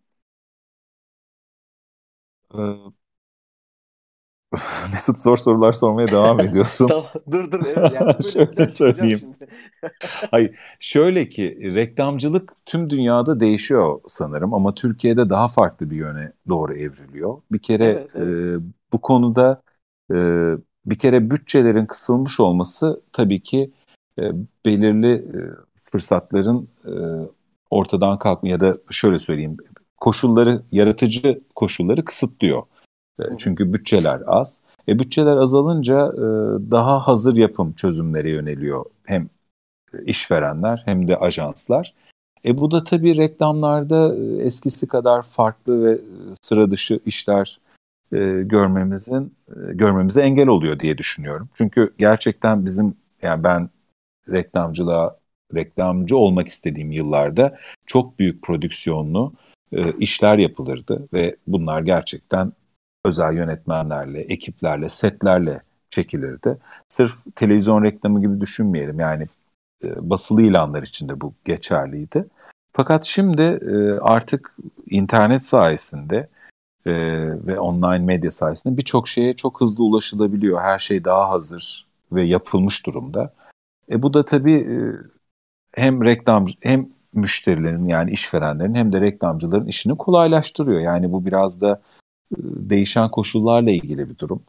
Ee, Mesut, zor sorular sormaya devam ediyorsun. Tamam. Dur dur, evet, yani böyle Şöyle birden çıkacağım söyleyeyim. şimdi. Hayır, şöyle ki reklamcılık tüm dünyada değişiyor sanırım ama Türkiye'de daha farklı bir yöne doğru evriliyor. Bir kere Evet, evet. bu konuda e, bir kere bütçelerin kısılmış olması tabii ki e, belirli fırsatların ortadan kalkma ya da şöyle söyleyeyim, koşulları, yaratıcı koşulları kısıtlıyor. Hı hı. Çünkü bütçeler az. Bütçeler azalınca daha hazır yapım çözümlere yöneliyor hem işverenler hem de ajanslar. Bu da tabii reklamlarda eskisi kadar farklı ve sıra dışı işler görmemize engel oluyor diye düşünüyorum. Çünkü gerçekten yani ben reklamcılığa reklamcı olmak istediğim yıllarda çok büyük prodüksiyonlu işler yapılırdı ve bunlar gerçekten özel yönetmenlerle, ekiplerle, setlerle çekilirdi. Sırf televizyon reklamı gibi düşünmeyelim. Yani basılı ilanlar için de bu geçerliydi. Fakat şimdi artık internet sayesinde e, ve online medya sayesinde birçok şeye çok hızlı ulaşılabiliyor. Her şey daha hazır ve yapılmış durumda. Bu da tabii hem reklam hem müşterilerin yani işverenlerin hem de reklamcıların işini kolaylaştırıyor. Yani bu biraz da değişen koşullarla ilgili bir durum.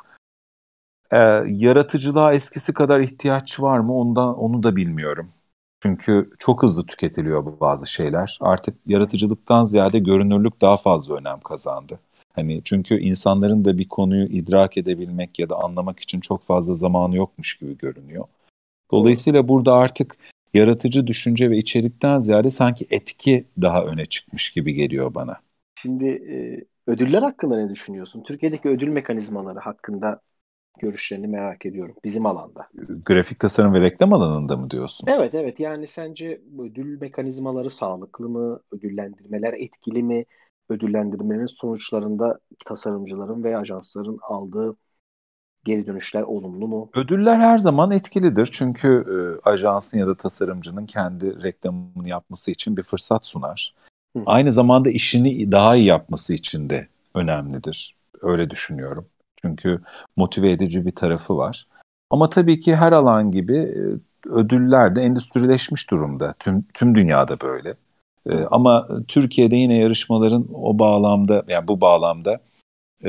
E, Yaratıcılığa eskisi kadar ihtiyaç var mı onu da bilmiyorum. Çünkü çok hızlı tüketiliyor bazı şeyler. Artık Hı hı. yaratıcılıktan ziyade görünürlük daha fazla önem kazandı. Hani çünkü insanların da bir konuyu idrak edebilmek ya da anlamak için çok fazla zamanı yokmuş gibi görünüyor. Doğru. Dolayısıyla burada artık yaratıcı düşünce ve içerikten ziyade sanki etki daha öne çıkmış gibi geliyor bana. Şimdi ödüller hakkında ne düşünüyorsun? Türkiye'deki ödül mekanizmaları hakkında görüşlerini merak ediyorum bizim alanda. Grafik tasarım ve reklam alanında mı diyorsun? Evet, evet, yani sence bu ödül mekanizmaları sağlıklı mı? Ödüllendirmeler etkili mi? Ödüllendirmenin sonuçlarında tasarımcıların ve ajansların aldığı geri dönüşler olumlu mu? Ödüller her zaman etkilidir çünkü ajansın ya da tasarımcının kendi reklamını yapması için bir fırsat sunar. Hı hı. Aynı zamanda işini daha iyi yapması için de önemlidir. Öyle düşünüyorum. Çünkü motive edici bir tarafı var. Ama tabii ki her alan gibi ödüller de endüstrileşmiş durumda. Tüm dünyada böyle. Hı hı. Ama Türkiye'de yine yarışmaların o bağlamda yani bu bağlamda e,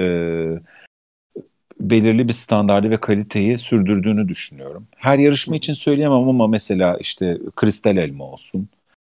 belirli bir standardı ve kaliteyi sürdürdüğünü düşünüyorum. Her Hı yarışma hı. için söyleyemem ama mesela işte Kristal Elma olsun,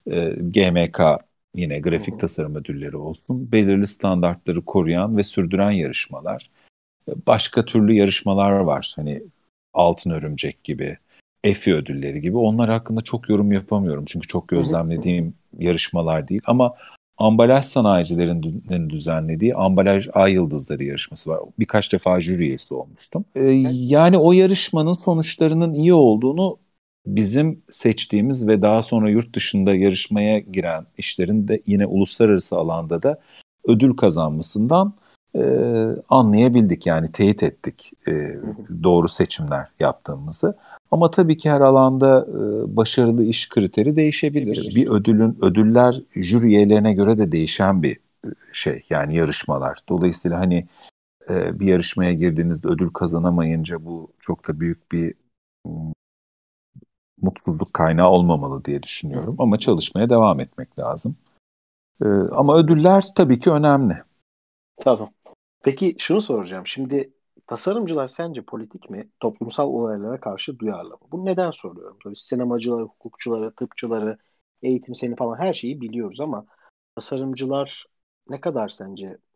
GMK yine Hı grafik hı. tasarım ödülleri olsun, belirli standartları koruyan ve sürdüren yarışmalar. Başka türlü yarışmalar var. Hani Altın Örümcek gibi, Effi ödülleri gibi. Onlar hakkında çok yorum yapamıyorum. Çünkü çok Hı hı. Hı hı. gözlemlediğim yarışmalar değil. Ama ambalaj sanayicilerinin düzenlediği Ambalaj Ay Yıldızları yarışması var. Birkaç defa jüri üyesi olmuştum. Yani, Yani o yarışmanın sonuçlarının iyi olduğunu bizim seçtiğimiz ve daha sonra yurt dışında yarışmaya giren işlerin de yine uluslararası alanda da ödül kazanmasından e, anlayabildik. Yani teyit ettik hı hı. doğru seçimler yaptığımızı. Ama tabii ki her alanda başarılı iş kriteri değişebilir. Bir Diyebilir. ödüller jüri üyelerine göre de değişen bir şey yani yarışmalar. Dolayısıyla hani bir yarışmaya girdiğinizde ödül kazanamayınca bu çok da büyük bir mm, mutsuzluk kaynağı olmamalı diye Hı hı. düşünüyorum. Ama Hı hı. çalışmaya devam etmek lazım. Ama Tamamdır. ödüller tabii ki önemli. Tamam. Peki şunu soracağım. Şimdi tasarımcılar sence politik mi, toplumsal olaylara karşı duyarlı mı? Bunu neden soruyorum? Tabii sinemacıları, hukukçuları, tıpçıları, eğitim seni falan her şeyi biliyoruz ama tasarımcılar ne kadar sence?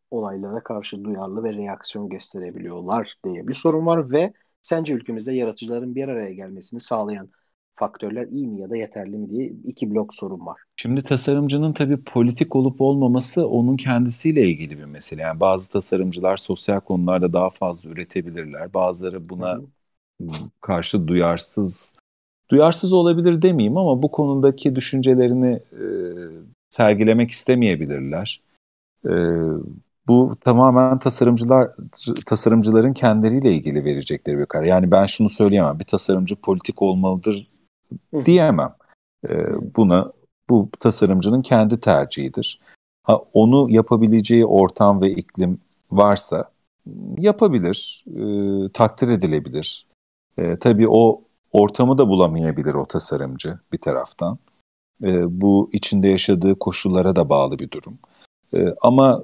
olaylara karşı duyarlı ve reaksiyon gösterebiliyorlar diye bir sorun var ve sence ülkemizde yaratıcıların bir araya gelmesini sağlayan faktörler iyi mi ya da yeterli mi diye iki blok sorun var. Şimdi tasarımcının tabii politik olup olmaması onun kendisiyle ilgili bir mesele. Yani bazı tasarımcılar sosyal konularda daha fazla üretebilirler. Bazıları Hı buna hı, karşı duyarsız olabilir demeyeyim ama bu konudaki düşüncelerini sergilemek istemeyebilirler. E, Bu tamamen tasarımcıların kendileriyle ilgili verecekleri bir karar. Yani ben şunu söyleyemem. Bir tasarımcı politik olmalıdır hı diyemem. hı, Buna bu tasarımcının kendi tercihidir. Ha, onu yapabileceği ortam ve iklim varsa yapabilir, takdir edilebilir. Tabii o ortamı da bulamayabilir o tasarımcı bir taraftan. Bu içinde yaşadığı koşullara da bağlı bir durum. Ama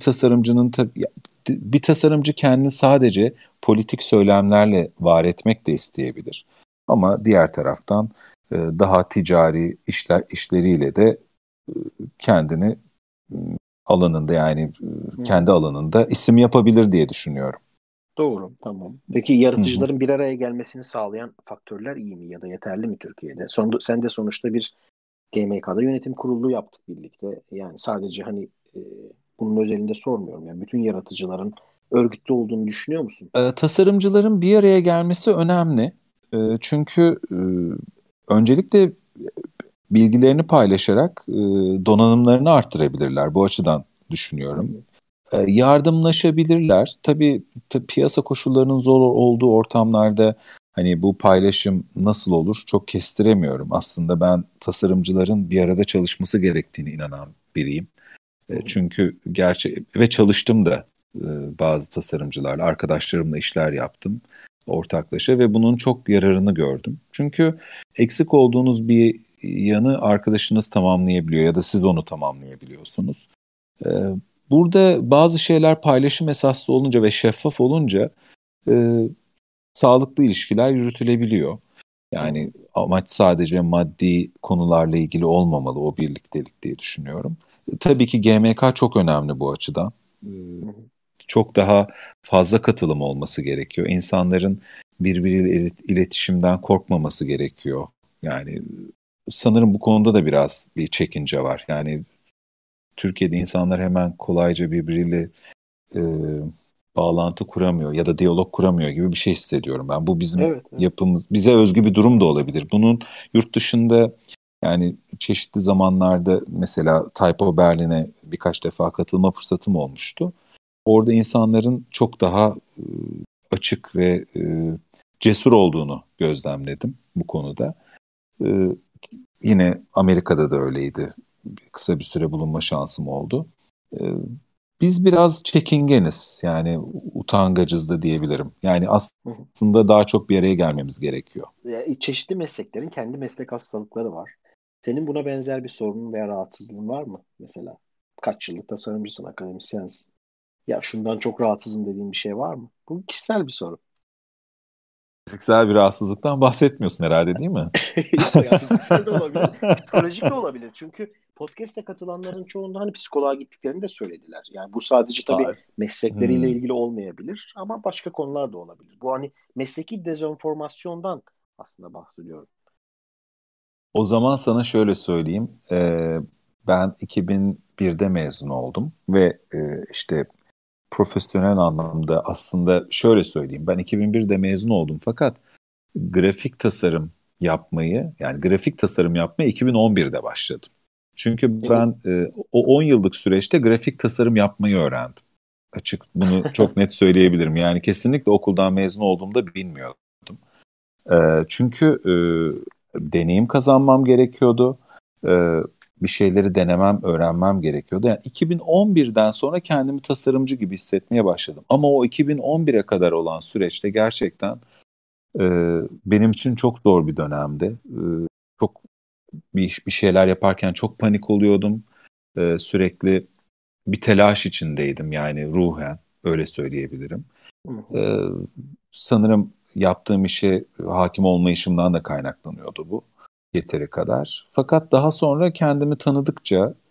bir tasarımcı kendini sadece politik söylemlerle var etmek de isteyebilir. Ama diğer taraftan daha ticari işleriyle de e, kendini e, alanında yani hı hı. kendi alanında isim yapabilir diye düşünüyorum. Doğru, tamam. Peki Hı hı. yaratıcıların bir araya gelmesini sağlayan faktörler iyi mi ya da yeterli mi Türkiye'de? Sen de sonuçta bir GMK'da yönetim kurulu yaptık birlikte. Yani sadece hani bunun özelinde sormuyorum. Yani bütün yaratıcıların örgütlü olduğunu düşünüyor musun? Tasarımcıların bir araya gelmesi önemli. Çünkü öncelikle bilgilerini paylaşarak donanımlarını arttırabilirler. Bu açıdan Hı düşünüyorum. hı, Yardımlaşabilirler. Tabii piyasa koşullarının zor olduğu ortamlarda hani bu paylaşım nasıl olur çok kestiremiyorum. Aslında ben tasarımcıların bir arada çalışması gerektiğini inanan biriyim. hı hı, Çünkü ve çalıştım da bazı tasarımcılarla, arkadaşlarımla işler yaptım ortaklaşa ve bunun çok yararını gördüm. Çünkü eksik olduğunuz bir yanı arkadaşınız tamamlayabiliyor ya da siz onu tamamlayabiliyorsunuz. E, Burada bazı şeyler paylaşım esaslı olunca ve şeffaf olunca e, sağlıklı ilişkiler yürütülebiliyor. hı hı, Yani amaç sadece maddi konularla ilgili olmamalı o birliktelik diye düşünüyorum. Tabii ki GMK çok önemli bu açıdan. E, hı hı. Çok daha fazla katılım olması gerekiyor. İnsanların birbiriyle iletişimden korkmaması gerekiyor. Yani sanırım bu konuda da biraz bir çekince var. Yani Türkiye'de insanlar hemen kolayca birbiriyle e, bağlantı kuramıyor ya da diyalog kuramıyor gibi bir şey hissediyorum ben. Bu bizim Evet, evet. yapımız, bize özgü bir durum da olabilir. Bunun yurt dışında yani çeşitli zamanlarda mesela Typo Berlin'e birkaç defa katılma fırsatım olmuştu. Orada insanların çok daha açık ve cesur olduğunu gözlemledim bu konuda. E, Yine Amerika'da da öyleydi. Kısa bir süre bulunma şansım oldu. E, Biz biraz çekingeniz yani utangacız da diyebilirim. Yani Hı hı. aslında daha çok bir araya gelmemiz gerekiyor. Çeşitli mesleklerin kendi meslek hastalıkları var. Senin buna benzer bir sorunun veya rahatsızlığın var mı? Mesela kaç yıllık tasarımcısın, akademisyensin. Ya şundan çok rahatsızım dediğin bir şey var mı? Bu kişisel bir soru. Fiziksel bir rahatsızlıktan bahsetmiyorsun herhalde değil mi? Yok ya, fiziksel de olabilir, psikolojik de olabilir. Çünkü podcast'e katılanların çoğunda hani psikoloğa gittiklerini de söylediler. Yani bu sadece tabii Hayır. meslekleriyle Hmm. ilgili olmayabilir ama başka konular da olabilir. Bu hani mesleki dezenformasyondan aslında bahsediyorum. O zaman sana şöyle söyleyeyim. Ben 2001'de mezun oldum ve işte profesyonel anlamda aslında şöyle söyleyeyim. Ben 2001'de mezun oldum fakat grafik tasarım yani grafik tasarım yapmaya 2011'de başladım. Çünkü Yani ben o 10 yıllık süreçte grafik tasarım yapmayı öğrendim. Açık bunu çok net söyleyebilirim. Yani kesinlikle okuldan mezun olduğumda bilmiyordum. Çünkü deneyim kazanmam gerekiyordu. Bir şeyleri denemem, öğrenmem gerekiyordu. Yani 2011'den sonra kendimi tasarımcı gibi hissetmeye başladım. Ama o 2011'e kadar olan süreçte gerçekten e, benim için çok zor bir dönemdi. Çok bir şeyler yaparken çok panik oluyordum. Sürekli bir telaş içindeydim yani ruhen öyle söyleyebilirim. hı hı, Ee, Sanırım yaptığım işe hakim olmayışımdan da kaynaklanıyordu bu yeteri kadar. Fakat daha sonra kendimi tanıdıkça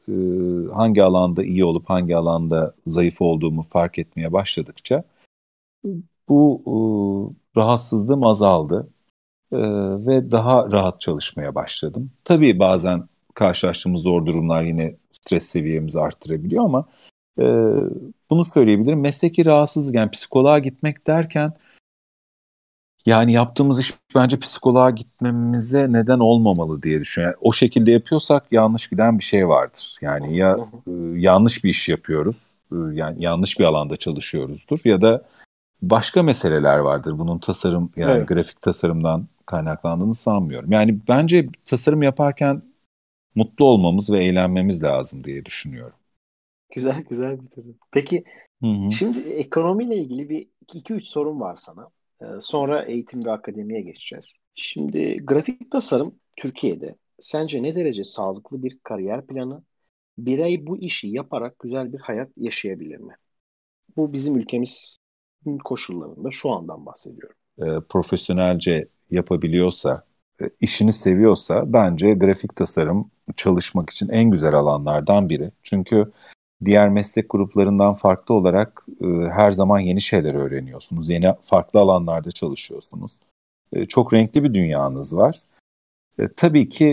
hangi alanda iyi olup hangi alanda zayıf olduğumu fark etmeye başladıkça bu rahatsızlığım azaldı. Ee, ve daha rahat çalışmaya başladım. Tabii bazen karşılaştığımız zor durumlar yine stres seviyemizi arttırabiliyor ama e, bunu söyleyebilirim. Mesleki rahatsızlık, yani psikoloğa gitmek derken, yani yaptığımız iş bence psikoloğa gitmemize neden olmamalı diye düşünüyorum. Yani o şekilde yapıyorsak yanlış giden bir şey vardır. Yani ya yanlış bir iş yapıyoruz, yani yanlış bir alanda çalışıyoruzdur ya da başka meseleler vardır. Bunun tasarım, yani Evet. grafik tasarımdan kaynaklandığını sanmıyorum. Yani bence tasarım yaparken mutlu olmamız ve eğlenmemiz lazım diye düşünüyorum. Güzel güzel bitirdin. Peki Hı hı. şimdi ekonomiyle ilgili bir iki üç sorum var sana. Sonra eğitim ve akademiye geçeceğiz. Şimdi grafik tasarım Türkiye'de sence ne derece sağlıklı bir kariyer planı? Birey bu işi yaparak güzel bir hayat yaşayabilir mi? Bu bizim ülkemizin koşullarında şu andan bahsediyorum. Profesyonelce yapabiliyorsa, işini seviyorsa bence grafik tasarım çalışmak için en güzel alanlardan biri. Çünkü diğer meslek gruplarından farklı olarak her zaman yeni şeyler öğreniyorsunuz. Yeni farklı alanlarda çalışıyorsunuz. Çok renkli bir dünyanız var. Tabii ki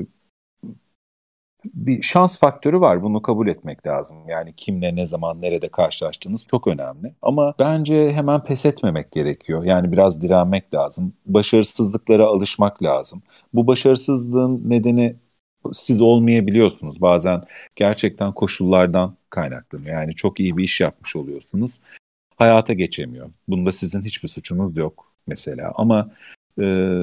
bir şans faktörü var. Bunu kabul etmek lazım. Yani kimle, ne zaman, nerede karşılaştığınız çok önemli. Ama bence hemen pes etmemek gerekiyor. Yani biraz direnmek lazım. Başarısızlıklara alışmak lazım. Bu başarısızlığın nedeni siz olmayabiliyorsunuz. Bazen gerçekten koşullardan kaynaklanıyor. Yani çok iyi bir iş yapmış oluyorsunuz. Hayata geçemiyor. Bunda sizin hiçbir suçunuz yok mesela. Ama e,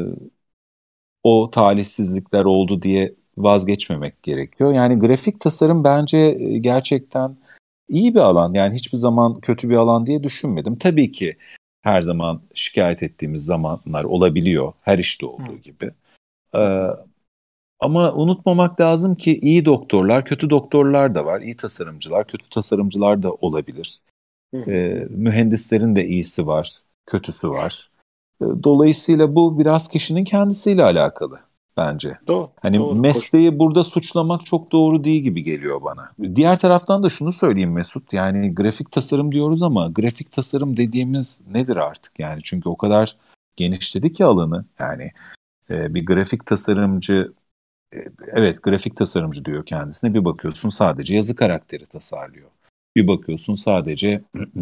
o talihsizlikler oldu diye vazgeçmemek gerekiyor. Yani grafik tasarım bence gerçekten iyi bir alan. Yani hiçbir zaman kötü bir alan diye düşünmedim. Tabii ki her zaman şikayet ettiğimiz zamanlar olabiliyor. Her işte Hı olduğu gibi. hı. Ee, ama unutmamak lazım ki iyi doktorlar, kötü doktorlar da var. İyi tasarımcılar, kötü tasarımcılar da olabilir. Hı hı. Mühendislerin de iyisi var, kötüsü var. Dolayısıyla bu biraz kişinin kendisiyle alakalı bence. Doğru, Hani doğru. mesleği burada suçlamak çok doğru değil gibi geliyor bana. Diğer taraftan da şunu söyleyeyim Mesut, yani grafik tasarım diyoruz ama grafik tasarım dediğimiz nedir artık? Yani çünkü o kadar genişledi ki alanı. Yani bir grafik tasarımcı, evet grafik tasarımcı diyor kendisine, bir bakıyorsun sadece yazı karakteri tasarlıyor. Bir bakıyorsun sadece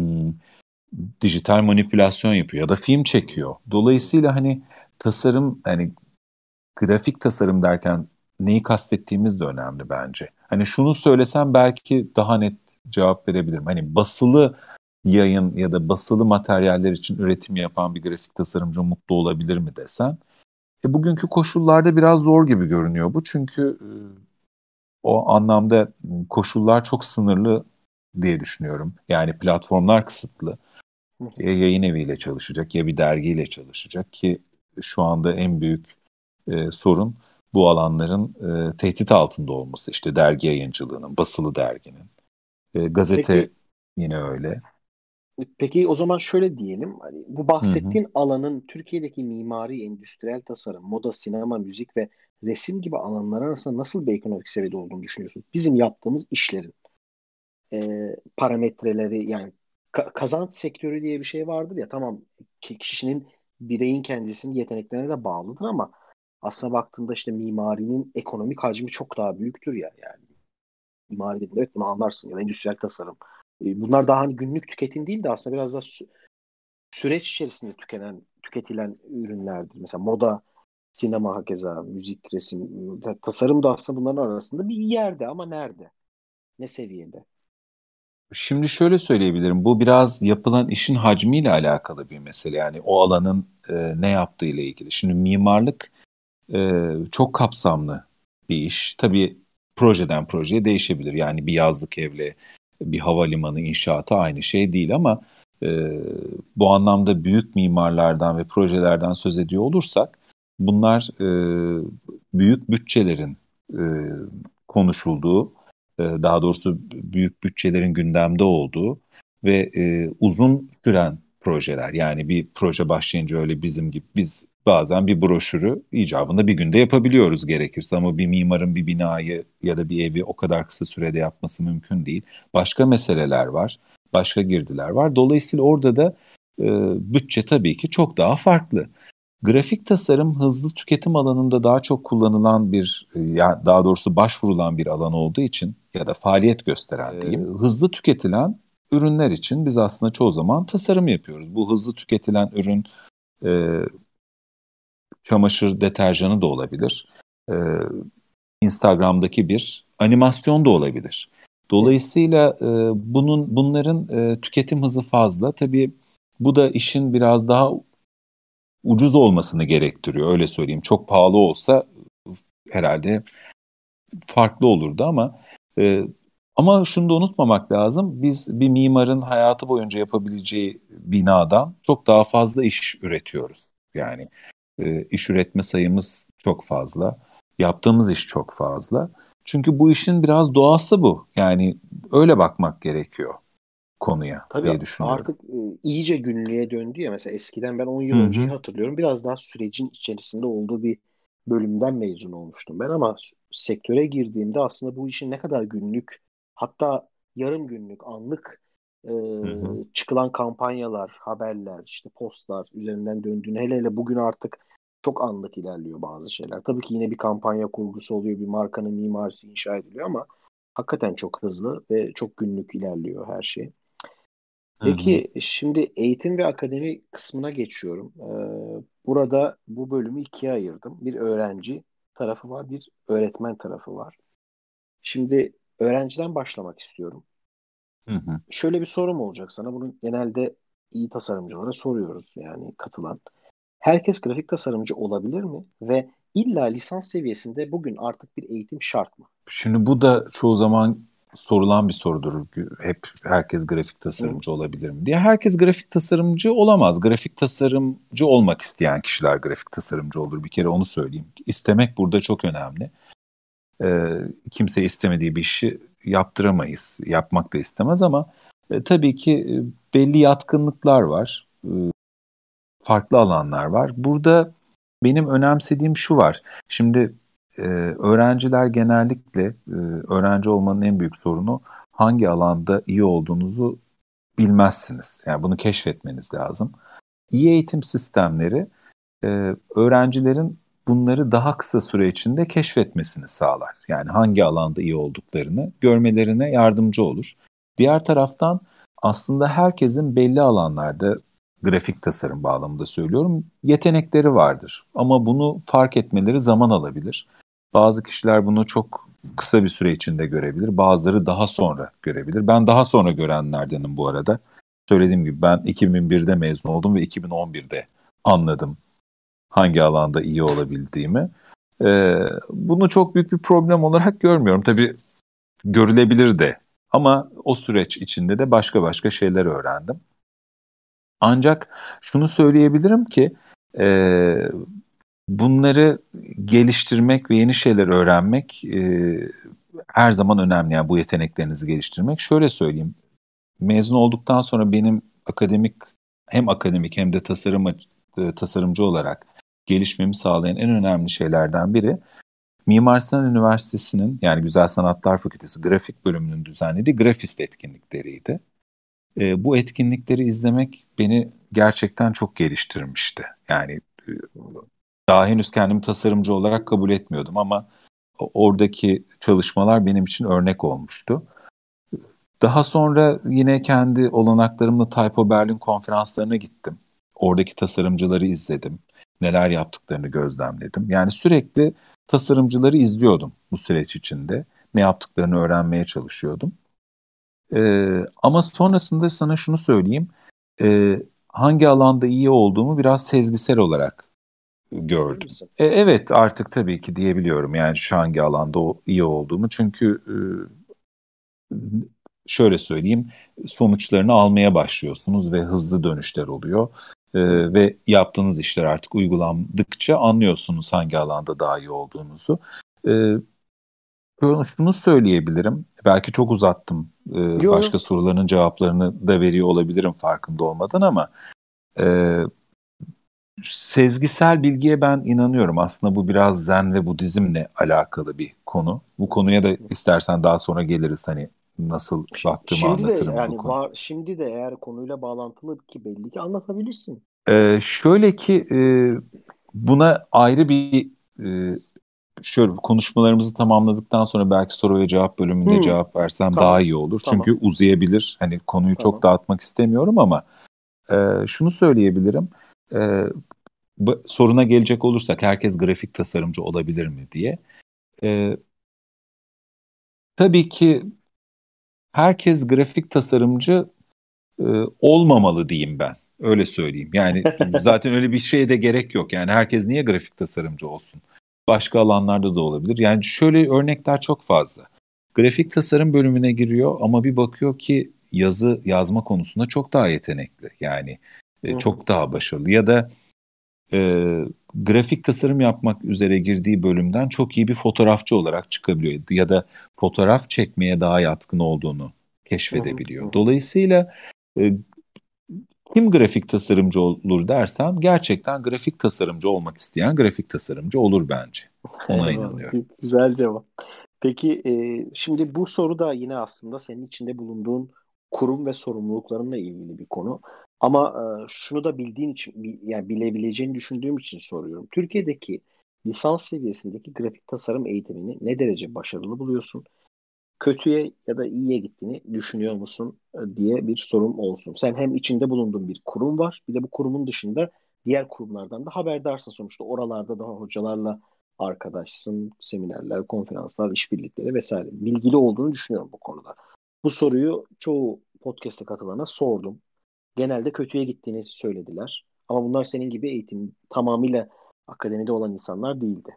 dijital manipülasyon yapıyor ya da film çekiyor. Dolayısıyla hani tasarım, hani grafik tasarım derken neyi kastettiğimiz de önemli bence. Hani şunu söylesem belki daha net cevap verebilirim. Hani basılı yayın ya da basılı materyaller için üretim yapan bir grafik tasarımcı mutlu olabilir mi desen? Bugünkü koşullarda biraz zor gibi görünüyor bu. Çünkü o anlamda koşullar çok sınırlı diye düşünüyorum. Yani platformlar kısıtlı. Hı hı. Ya yayın eviyle çalışacak ya bir dergiyle çalışacak ki şu anda en büyük sorun bu alanların tehdit altında olması. İşte dergi yayıncılığının, basılı derginin, gazete Peki yine öyle. Peki o zaman şöyle diyelim, hani bu Hı hı. bahsettiğin alanın Türkiye'deki mimari, endüstriyel tasarım, moda, sinema, müzik ve resim gibi alanlar arasında nasıl bir ekonomik seviyede olduğunu düşünüyorsun? Bizim yaptığımız işlerin parametreleri yani kazanç sektörü diye bir şey vardır ya, tamam, kişinin, bireyin kendisinin yeteneklerine de bağlıdır ama aslına baktığında işte mimarinin ekonomik hacmi çok daha büyüktür ya, yani mimari dediğinde evet bunu anlarsın, ya da endüstriyel tasarım. Bunlar daha hani günlük tüketim değil de aslında biraz da süreç içerisinde tüketilen ürünlerdir. Mesela moda, sinema hakeza, müzik, resim, tasarım da aslında bunların arasında bir yerde ama nerede? Ne seviyede? Şimdi şöyle söyleyebilirim. Bu biraz yapılan işin hacmiyle alakalı bir mesele. Yani o alanın ne yaptığı ile ilgili. Şimdi mimarlık çok kapsamlı bir iş. Tabii projeden projeye değişebilir. Yani bir yazlık evle bir havalimanı inşaatı aynı şey değil ama e, bu anlamda büyük mimarlardan ve projelerden söz ediyor olursak bunlar büyük bütçelerin e, konuşulduğu, daha doğrusu büyük bütçelerin gündemde olduğu ve uzun süren projeler. Yani bir proje başlayınca öyle bizim gibi biz bazen bir broşürü icabında bir günde yapabiliyoruz gerekirse, ama bir mimarın bir binayı ya da bir evi o kadar kısa sürede yapması mümkün değil. Başka meseleler var, başka girdiler var. Dolayısıyla orada da bütçe tabii ki çok daha farklı. Grafik tasarım hızlı tüketim alanında daha çok kullanılan bir, ya daha doğrusu başvurulan bir alan olduğu için ya da faaliyet gösteren diyeyim, hızlı tüketilen ürünler için biz aslında çoğu zaman tasarım yapıyoruz. Bu hızlı tüketilen ürün e, çamaşır deterjanı da olabilir. E, Instagram'daki bir animasyon da olabilir. Dolayısıyla bunların tüketim hızı fazla. Tabii bu da işin biraz daha ucuz olmasını gerektiriyor, öyle söyleyeyim. Çok pahalı olsa herhalde farklı olurdu e, ama şunu da unutmamak lazım. Biz bir mimarın hayatı boyunca yapabileceği binadan çok daha fazla iş üretiyoruz. Yani iş üretme sayımız çok fazla. Yaptığımız iş çok fazla. Çünkü bu işin biraz doğası bu. Yani öyle bakmak gerekiyor konuya Tabii diye düşünüyorum. artık iyice günlüğe döndü ya. Mesela eskiden ben 10 Hı yıl önceyi hı. hatırlıyorum. Biraz daha sürecin içerisinde olduğu bir bölümden mezun olmuştum ben, ama sektöre girdiğimde aslında bu işin ne kadar günlük, hatta yarım günlük, anlık e, Hı hı. çıkılan kampanyalar, haberler, işte postlar üzerinden döndüğünü, hele hele bugün artık çok anlık ilerliyor bazı şeyler. Tabii ki yine bir kampanya kurgusu oluyor, bir markanın mimarisi inşa ediliyor, ama hakikaten çok hızlı ve çok günlük ilerliyor her şey. Hı hı. Peki şimdi eğitim ve akademi kısmına geçiyorum. Burada bu bölümü ikiye ayırdım. Bir öğrenci tarafı var, bir öğretmen tarafı var. Şimdi öğrenciden başlamak istiyorum. Hı hı. Şöyle bir sorum olacak sana. Bunu genelde iyi tasarımcılara soruyoruz, yani katılan. Herkes grafik tasarımcı olabilir mi? Ve illa lisans seviyesinde bugün artık bir eğitim şart mı? Şimdi bu da çoğu zaman sorulan bir sorudur. Hep herkes grafik Hı? tasarımcı olabilir mi diye. Herkes grafik tasarımcı olamaz. Grafik tasarımcı olmak isteyen kişiler grafik tasarımcı olur. Bir kere onu söyleyeyim. İstemek burada çok önemli. Kimse istemediği bir işi yaptıramayız. Yapmak da istemez ama tabii ki belli yatkınlıklar var. Farklı alanlar var. Burada benim önemsediğim şu var. Şimdi öğrenciler genellikle öğrenci olmanın en büyük sorunu hangi alanda iyi olduğunuzu bilmezsiniz. Yani bunu keşfetmeniz lazım. İyi eğitim sistemleri öğrencilerin bunları daha kısa süre içinde keşfetmesini sağlar. Yani hangi alanda iyi olduklarını görmelerine yardımcı olur. Diğer taraftan aslında herkesin belli alanlarda, grafik tasarım bağlamında söylüyorum, yetenekleri vardır. Ama bunu fark etmeleri zaman alabilir. Bazı kişiler bunu çok kısa bir süre içinde görebilir. Bazıları daha sonra görebilir. Ben daha sonra görenlerdenim bu arada. Söylediğim gibi ben 2001'de mezun oldum ve 2011'de anladım hangi alanda iyi olabildiğimi. Bunu çok büyük bir problem olarak görmüyorum. Tabii görülebilir de, ama o süreç içinde de başka şeyler öğrendim. Ancak şunu söyleyebilirim ki e, bunları geliştirmek ve yeni şeyler öğrenmek her zaman önemli. Yani bu yeteneklerinizi geliştirmek. Şöyle söyleyeyim, mezun olduktan sonra benim akademik hem de tasarımcı olarak gelişmemi sağlayan en önemli şeylerden biri, Mimar Sinan Üniversitesi'nin, yani Güzel Sanatlar Fakültesi grafik bölümünün düzenlediği Grafist etkinlikleriydi. Bu etkinlikleri izlemek beni gerçekten çok geliştirmişti. Yani e, daha henüz kendimi tasarımcı olarak kabul etmiyordum ama oradaki çalışmalar benim için örnek olmuştu. Daha sonra yine kendi olanaklarımla Typo Berlin konferanslarına gittim. Oradaki tasarımcıları izledim. Neler yaptıklarını gözlemledim. Yani sürekli tasarımcıları izliyordum bu süreç içinde. Ne yaptıklarını öğrenmeye çalışıyordum. Ama sonrasında sana şunu söyleyeyim. Hangi alanda iyi olduğumu biraz sezgisel olarak Emin gördüm. misin? Evet, artık tabii ki diyebiliyorum yani şu hangi alanda iyi olduğumu. Çünkü şöyle söyleyeyim, sonuçlarını almaya başlıyorsunuz ve hızlı dönüşler oluyor. Hı hı. Ve yaptığınız işler artık uygulandıkça anlıyorsunuz hangi alanda daha iyi olduğunuzu. Ee, Şunu söyleyebilirim, belki çok uzattım, Yo, yo. başka soruların cevaplarını da veriyor olabilirim farkında olmadan, ama e, Sezgisel bilgiye ben inanıyorum. Aslında bu biraz Zen ve Budizmle alakalı bir konu. Bu konuya da istersen daha sonra geliriz. Hani nasıl baktığımı Şimdi de anlatırım bu yani konu. şimdi de eğer konuyla bağlantılı ki belli ki anlatabilirsin. Şöyle ki buna ayrı bir e, şöyle konuşmalarımızı tamamladıktan sonra belki soru ve cevap bölümünde Hmm, cevap versem daha tamam, iyi olur. tamam, Çünkü uzayabilir. Hani konuyu çok tamam. dağıtmak istemiyorum ama şunu söyleyebilirim. E, Soruna gelecek olursak herkes grafik tasarımcı olabilir mi diye. E, tabii ki herkes grafik tasarımcı e, olmamalı diyeyim ben. Öyle söyleyeyim. Yani zaten öyle bir şeye de gerek yok. Yani herkes niye grafik tasarımcı olsun? Başka alanlarda da olabilir. Yani şöyle örnekler çok fazla. Grafik tasarım bölümüne giriyor ama bir bakıyor ki yazı yazma konusunda çok daha yetenekli. Yani Hı hı. çok daha başarılı. Ya da e, grafik tasarım yapmak üzere girdiği bölümden çok iyi bir fotoğrafçı olarak çıkabiliyor. Ya da fotoğraf çekmeye daha yatkın olduğunu Hı hı. Hı keşfedebiliyor. hı. Dolayısıyla e, kim grafik tasarımcı olur dersen gerçekten grafik tasarımcı olmak isteyen grafik tasarımcı olur bence. Ona Eyvallah. inanıyorum. Güzel cevap. Peki şimdi bu soru da yine aslında senin içinde bulunduğun kurum ve sorumluluklarınla ilgili bir konu. Ama şunu da bildiğin için, yani bilebileceğini düşündüğüm için soruyorum. Türkiye'deki lisans seviyesindeki grafik tasarım eğitimini ne derece başarılı buluyorsun? Kötüye ya da iyiye gittiğini düşünüyor musun diye bir sorum olsun. Sen hem içinde bulunduğun bir kurum var, bir de bu kurumun dışında diğer kurumlardan da haberdarsın sonuçta. Oralarda daha hocalarla arkadaşsın, seminerler, konferanslar, işbirlikleri vesaire. Bilgili olduğunu düşünüyorum bu konuda. Bu soruyu çoğu podcast'e katılana sordum. Genelde kötüye gittiğini söylediler. Ama bunlar senin gibi eğitim tamamıyla akademide olan insanlar değildi.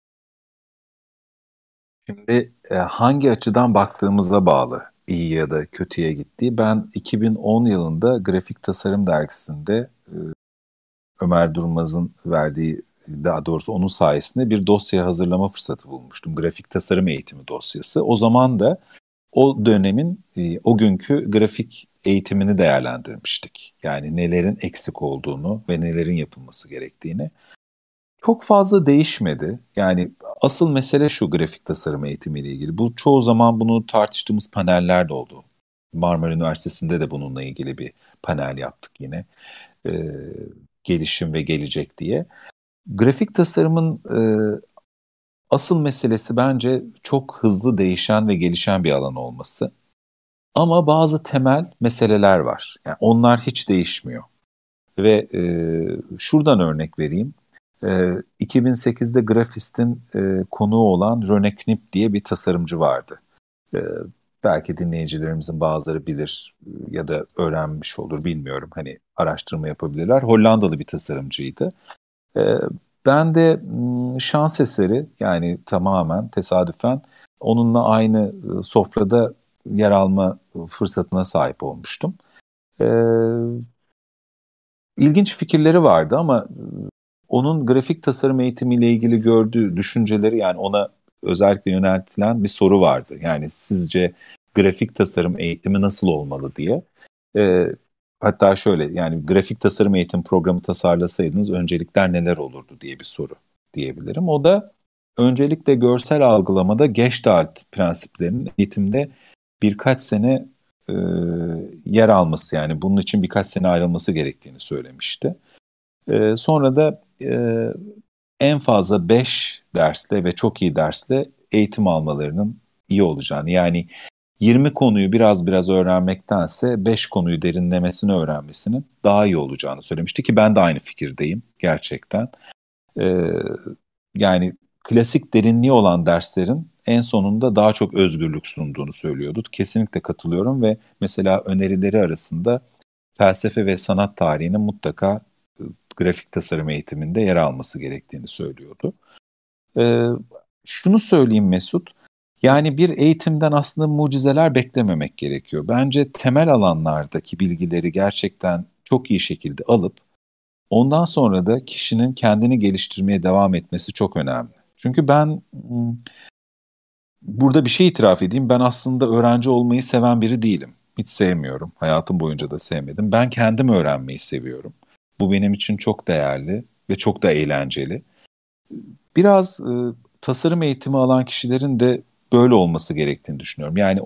Şimdi hangi açıdan baktığımıza bağlı iyi ya da kötüye gittiği. Ben 2010 yılında Grafik Tasarım Dergisi'nde Ömer Durmaz'ın verdiği, daha doğrusu onun sayesinde bir dosya hazırlama fırsatı bulmuştum. Grafik tasarım eğitimi dosyası. O zaman da o dönemin o günkü grafik eğitimini değerlendirmiştik. Yani nelerin eksik olduğunu ve nelerin yapılması gerektiğini. Çok fazla değişmedi. Yani asıl mesele şu grafik tasarım eğitimiyle ilgili. Bu çoğu zaman bunu tartıştığımız paneller de oldu. Marmara Üniversitesi'nde de bununla ilgili bir panel yaptık yine. Ee, Gelişim ve gelecek diye. Grafik tasarımın asıl meselesi bence çok hızlı değişen ve gelişen bir alan olması. Ama bazı temel meseleler var. Yani onlar hiç değişmiyor. Ve şuradan örnek vereyim. 2008'de Grafist'in konuğu olan Rene Knip diye bir tasarımcı vardı. E, Belki dinleyicilerimizin bazıları bilir ya da öğrenmiş olur bilmiyorum. Hani araştırma yapabilirler. Hollandalı bir tasarımcıydı. E, Ben de şans eseri yani tamamen tesadüfen onunla aynı sofrada yer alma fırsatına sahip olmuştum. E, İlginç fikirleri vardı ama onun grafik tasarım eğitimiyle ilgili gördüğü düşünceleri yani ona özellikle yöneltilen bir soru vardı. Yani sizce grafik tasarım eğitimi nasıl olmalı diye. Ee, Hatta şöyle yani grafik tasarım eğitim programı tasarlasaydınız öncelikler neler olurdu diye bir soru diyebilirim. O da öncelikle görsel algılamada Gestalt prensiplerinin eğitimde birkaç sene e, yer alması yani bunun için birkaç sene ayrılması gerektiğini söylemişti. Sonra da en fazla 5 dersle ve çok iyi dersle eğitim almalarının iyi olacağını yani 20 konuyu biraz öğrenmektense 5 konuyu derinlemesine öğrenmesinin daha iyi olacağını söylemişti ki ben de aynı fikirdeyim gerçekten. Ee, Yani klasik derinliği olan derslerin en sonunda daha çok özgürlük sunduğunu söylüyordu. Kesinlikle katılıyorum ve mesela önerileri arasında felsefe ve sanat tarihinin mutlaka grafik tasarım eğitiminde yer alması gerektiğini söylüyordu. Ee, Şunu söyleyeyim Mesut, yani bir eğitimden aslında mucizeler beklememek gerekiyor. Bence temel alanlardaki bilgileri gerçekten çok iyi şekilde alıp ondan sonra da kişinin kendini geliştirmeye devam etmesi çok önemli. Çünkü ben burada bir şey itiraf edeyim. Ben aslında öğrenci olmayı seven biri değilim. Hiç sevmiyorum. Hayatım boyunca da sevmedim. Ben kendim öğrenmeyi seviyorum. Bu benim için çok değerli. ve çok da eğlenceli. Biraz tasarım eğitimi alan kişilerin de böyle olması gerektiğini düşünüyorum. Yani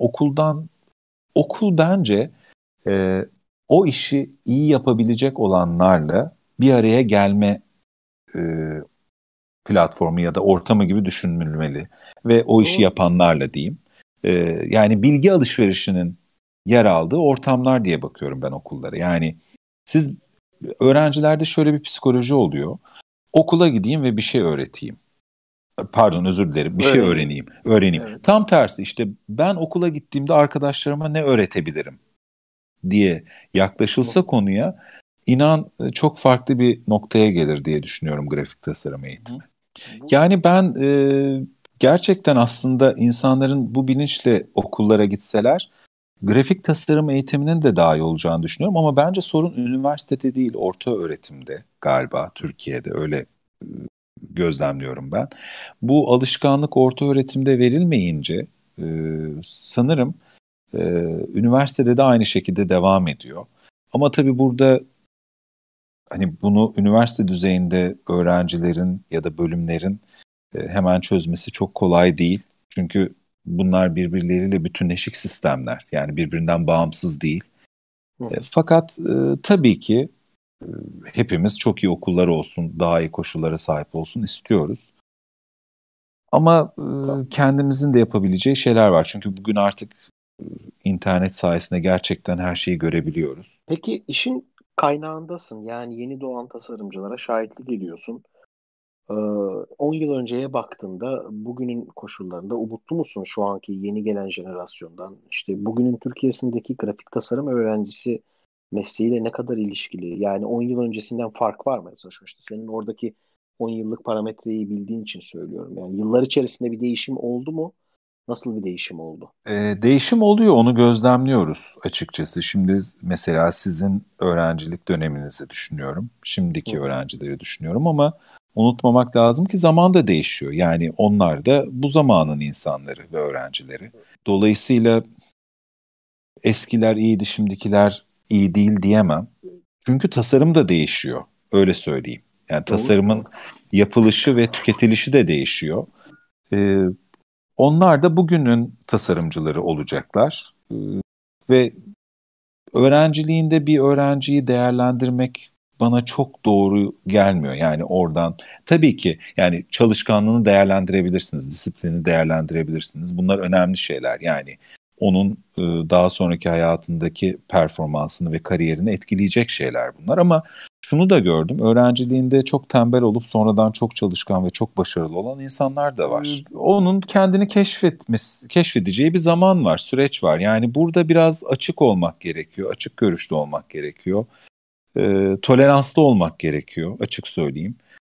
okul bence e, o işi iyi yapabilecek olanlarla bir araya gelme e, platformu ya da ortamı gibi düşünülmeli ve o işi Doğru. yapanlarla diyeyim. E, Yani bilgi alışverişinin yer aldığı ortamlar diye bakıyorum ben okullara. Yani siz öğrencilerde şöyle bir psikoloji oluyor. Okula gideyim ve bir şey öğreteyim. Pardon, özür dilerim. Bir şey Öğreneyim. öğreneyim. Evet. Tam tersi, işte ben okula gittiğimde arkadaşlarıma ne öğretebilirim diye Hı yaklaşılsa hı. konuya, inan çok farklı bir noktaya gelir diye düşünüyorum grafik tasarım Hı hı. eğitimi. Bu Yani ben gerçekten aslında insanların bu bilinçle okullara gitseler grafik tasarım eğitiminin de daha iyi olacağını düşünüyorum, ama bence sorun üniversitede değil, orta öğretimde galiba, Türkiye'de öyle gözlemliyorum ben. Bu alışkanlık orta öğretimde verilmeyince e, sanırım e, üniversitede de aynı şekilde devam ediyor. Ama tabii burada hani bunu üniversite düzeyinde öğrencilerin ya da bölümlerin hemen çözmesi çok kolay değil. Çünkü bunlar birbirleriyle bütünleşik sistemler. Yani birbirinden bağımsız değil. Hı hı. Fakat tabii ki e, hepimiz çok iyi okullar olsun, daha iyi koşullara sahip olsun istiyoruz. Ama Tamam. kendimizin de yapabileceği şeyler var. Çünkü bugün artık e, internet sayesinde gerçekten her şeyi görebiliyoruz. Peki işin kaynağındasın. Yani yeni doğan tasarımcılara şahitlik ediyorsun. Ee, 10 yıl önceye baktığında bugünün koşullarında umutlu musun şu anki yeni gelen jenerasyondan? İşte bugünün Türkiye'sindeki grafik tasarım öğrencisi mesleğiyle ne kadar ilişkili? Yani 10 yıl öncesinden fark var mı? Mesela sonuçta senin oradaki 10 yıllık parametreyi bildiğin için söylüyorum. Yani yıllar içerisinde bir değişim oldu mu? Nasıl bir değişim oldu? Değişim oluyor, onu gözlemliyoruz açıkçası. Şimdi mesela sizin öğrencilik döneminizi düşünüyorum, Hı şimdiki hı. öğrencileri düşünüyorum, ama unutmamak lazım ki zaman da değişiyor. Yani onlar da bu zamanın insanları ve öğrencileri. Dolayısıyla eskiler iyiydi, şimdikiler iyi değil diyemem. Çünkü tasarım da değişiyor, öyle söyleyeyim. Yani Doğru, tasarımın doğru. yapılışı ve tüketilişi de değişiyor. Ee, Onlar da bugünün tasarımcıları olacaklar. Ve öğrenciliğinde bir öğrenciyi değerlendirmek bana çok doğru gelmiyor. Yani oradan tabii ki yani çalışkanlığını değerlendirebilirsiniz, disiplini değerlendirebilirsiniz. Bunlar önemli şeyler. Yani onun daha sonraki hayatındaki performansını ve kariyerini etkileyecek şeyler bunlar. Ama şunu da gördüm, öğrenciliğinde çok tembel olup sonradan çok çalışkan ve çok başarılı olan insanlar da var. Onun kendini keşfedeceği bir zaman var, süreç var. Yani burada biraz açık olmak gerekiyor, açık görüşlü olmak gerekiyor. Toleranslı olmak gerekiyor, açık söyleyeyim.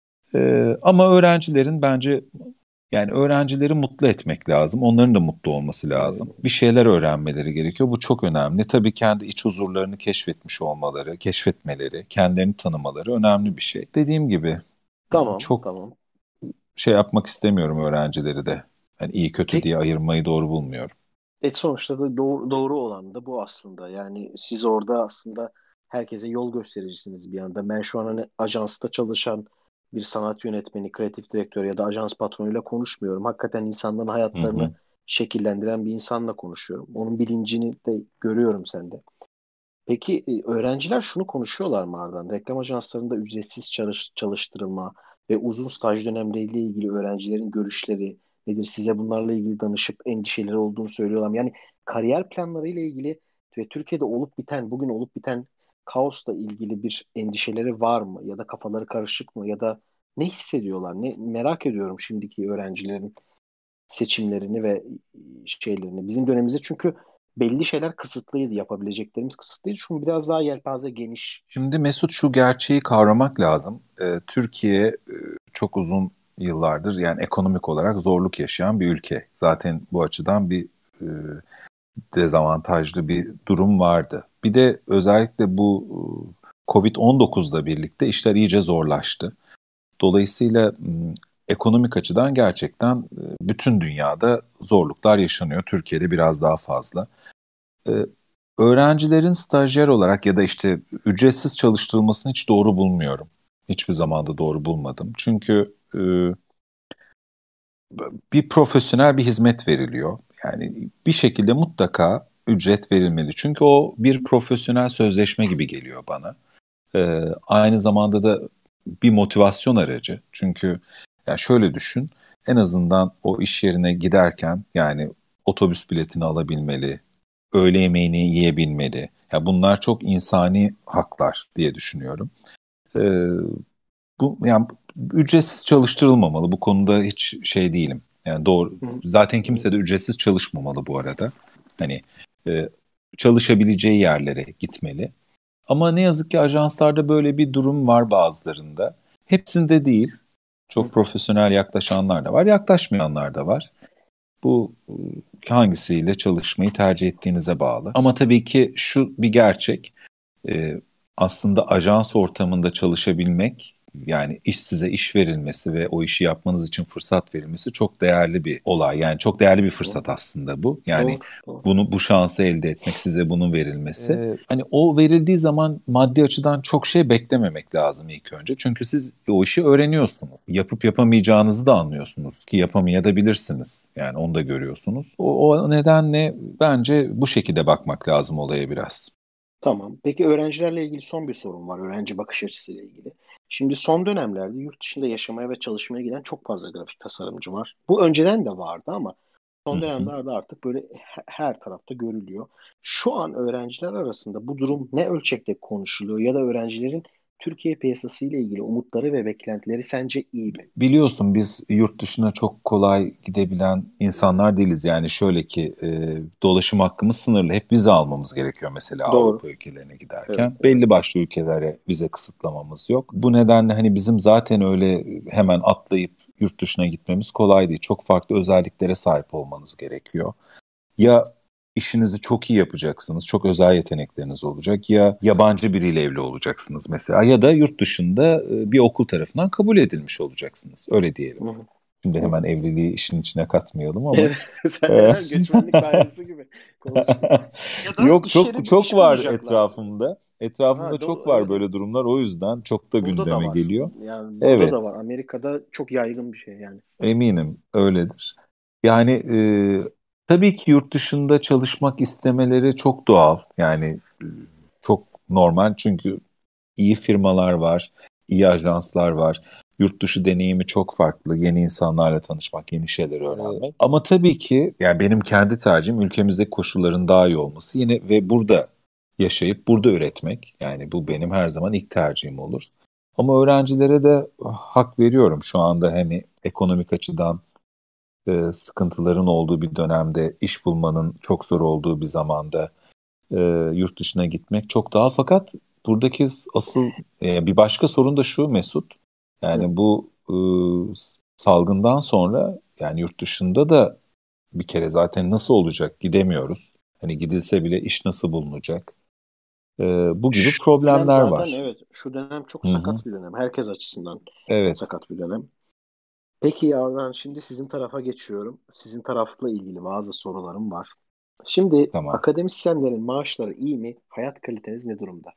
Ama öğrencilerin bence, yani öğrencileri mutlu etmek lazım. Onların da mutlu olması lazım. Bir şeyler öğrenmeleri gerekiyor. Bu çok önemli. Tabii kendi iç huzurlarını keşfetmiş olmaları, keşfetmeleri, kendilerini tanımaları önemli bir şey. Dediğim gibi Tamam, çok tamam. şey yapmak istemiyorum öğrencileri de. Yani iyi kötü Peki diye ayırmayı doğru bulmuyorum. sonuçta da doğru olan da bu aslında. Yani siz orada aslında herkese yol göstericisiniz bir anda. Ben şu an hani ajansta çalışan bir sanat yönetmeni, kreatif direktör ya da ajans patronuyla konuşmuyorum. Hakikaten insanların Hı hayatlarını hı. şekillendiren bir insanla konuşuyorum. Onun bilincini de görüyorum sende. Peki öğrenciler şunu konuşuyorlar mı Ardan? Reklam ajanslarında ücretsiz çalıştırılma ve uzun staj dönemleriyle ilgili öğrencilerin görüşleri nedir? Size bunlarla ilgili danışıp endişeleri olduğunu söylüyorlar mı? Yani kariyer planlarıyla ilgili ve Türkiye'de olup biten, bugün olup biten kaosla ilgili bir endişeleri var mı? Ya da kafaları karışık mı? Ya da ne hissediyorlar? Ne merak ediyorum şimdiki öğrencilerin seçimlerini ve şeylerini. Bizim dönemimizde çünkü belli şeyler kısıtlıydı, yapabileceklerimiz kısıtlıydı. Şu biraz daha yelpaze geniş. Şimdi Mesut, şu gerçeği kavramak lazım. Türkiye çok uzun yıllardır yani ekonomik olarak zorluk yaşayan bir ülke. Zaten bu açıdan bir e, dezavantajlı bir durum vardı. Bir de özellikle bu Covid-19'la birlikte işler iyice zorlaştı. Dolayısıyla ekonomik açıdan gerçekten bütün dünyada zorluklar yaşanıyor. Türkiye'de biraz daha fazla. E, Öğrencilerin stajyer olarak ya da işte ücretsiz çalıştırılmasını hiç doğru bulmuyorum. Hiçbir zaman da doğru bulmadım. Çünkü bir profesyonel bir hizmet veriliyor. Yani bir şekilde mutlaka ücret verilmeli. Çünkü o bir profesyonel sözleşme gibi geliyor bana. Aynı zamanda da bir motivasyon aracı. Çünkü ya şöyle düşün, en azından o iş yerine giderken yani otobüs biletini alabilmeli, öğle yemeğini yiyebilmeli. Ya bunlar çok insani haklar diye düşünüyorum. Ee, Bu yani ücretsiz çalıştırılmamalı. Bu konuda hiç şey değilim. Yani doğru. Hı hı. Zaten Hı hı. kimse de ücretsiz çalışmamalı bu arada. Hani e, çalışabileceği yerlere gitmeli. Ama ne yazık ki ajanslarda böyle bir durum var bazılarında. Hepsinde değil. Çok profesyonel yaklaşanlar da var, yaklaşmayanlar da var. Bu hangisiyle çalışmayı tercih ettiğinize bağlı. Ama tabii ki şu bir gerçek. e, Aslında ajans ortamında çalışabilmek, yani size iş verilmesi ve o işi yapmanız için fırsat verilmesi çok değerli bir olay. Yani çok değerli bir Doğru. fırsat aslında bu. Yani Doğru. Doğru. bu şansı elde etmek, size bunun verilmesi. Hani o verildiği zaman maddi açıdan çok şey beklememek lazım ilk önce. Çünkü siz o işi öğreniyorsunuz. Yapıp yapamayacağınızı da anlıyorsunuz ki yapamayabilirsiniz. Yani onu da görüyorsunuz. O nedenle bence bu şekilde bakmak lazım olaya biraz. Tamam. Peki öğrencilerle ilgili son bir sorun var. Öğrenci bakış açısıyla ilgili. Şimdi son dönemlerde yurt dışında yaşamaya ve çalışmaya giden çok fazla grafik tasarımcı var. Bu önceden de vardı ama Hı son hı. dönemlerde artık böyle her tarafta görülüyor. Şu an öğrenciler arasında bu durum ne ölçekte konuşuluyor ya da öğrencilerin Türkiye piyasası ile ilgili umutları ve beklentileri sence iyi mi? Biliyorsun biz yurt dışına çok kolay gidebilen insanlar değiliz. Yani şöyle ki dolaşım hakkımız sınırlı. Hep vize almamız gerekiyor mesela Doğru. Avrupa ülkelerine Evet, giderken. evet. Belli başlı ülkelere vize kısıtlamamız yok. Bu nedenle hani bizim zaten öyle hemen atlayıp yurt dışına gitmemiz kolay değil. Çok farklı özelliklere sahip olmanız gerekiyor. Ya işinizi çok iyi yapacaksınız, çok özel yetenekleriniz olacak ya yabancı biriyle evli olacaksınız mesela ya da yurt dışında bir okul tarafından kabul edilmiş olacaksınız. Öyle diyelim. Hı hı, Şimdi hı hemen hı. evliliği işin içine katmayalım ama Evet, sen e, hemen göçmenlik dairesi gibi konuştun. Ya da yok iş çok yeri çok iş var bulacaklar. etrafımda. Etrafımda Ha, çok var evet, evet. böyle durumlar. O yüzden çok da Burada da gündeme var. geliyor. Yani burada da Evet. var. Amerika'da çok yaygın bir şey yani. Eminim öyledir. Yani tabii ki yurt dışında çalışmak istemeleri çok doğal. Yani çok normal çünkü iyi firmalar var, iyi ajanslar var. Yurt dışı deneyimi çok farklı. Yeni insanlarla tanışmak, yeni şeyler öğrenmek. Ama tabii ki yani benim kendi tercihim ülkemizdeki koşulların daha iyi olması. Yine ve burada yaşayıp burada üretmek. Yani bu Hı benim hı. her zaman ilk tercihim olur. Ama öğrencilere de hak veriyorum şu anda hani ekonomik açıdan sıkıntıların olduğu bir dönemde, iş bulmanın çok zor olduğu bir zamanda e, yurt dışına gitmek çok daha. Fakat buradaki asıl bir başka sorun da şu Mesut. Hı. Yani bu salgından sonra yani yurt dışında da bir kere zaten nasıl olacak gidemiyoruz. Hani gidilse bile iş nasıl bulunacak? E, Bu gibi Şu dönem problemler zaten var. evet. Şu dönem çok Hı hı. sakat bir dönem. Herkes açısından Evet, sakat bir dönem. Peki Yardan şimdi sizin tarafa geçiyorum. Sizin tarafla ilgili bazı sorularım var. Şimdi tamam. akademisyenlerin maaşları iyi mi? Hayat kaliteniz ne durumda?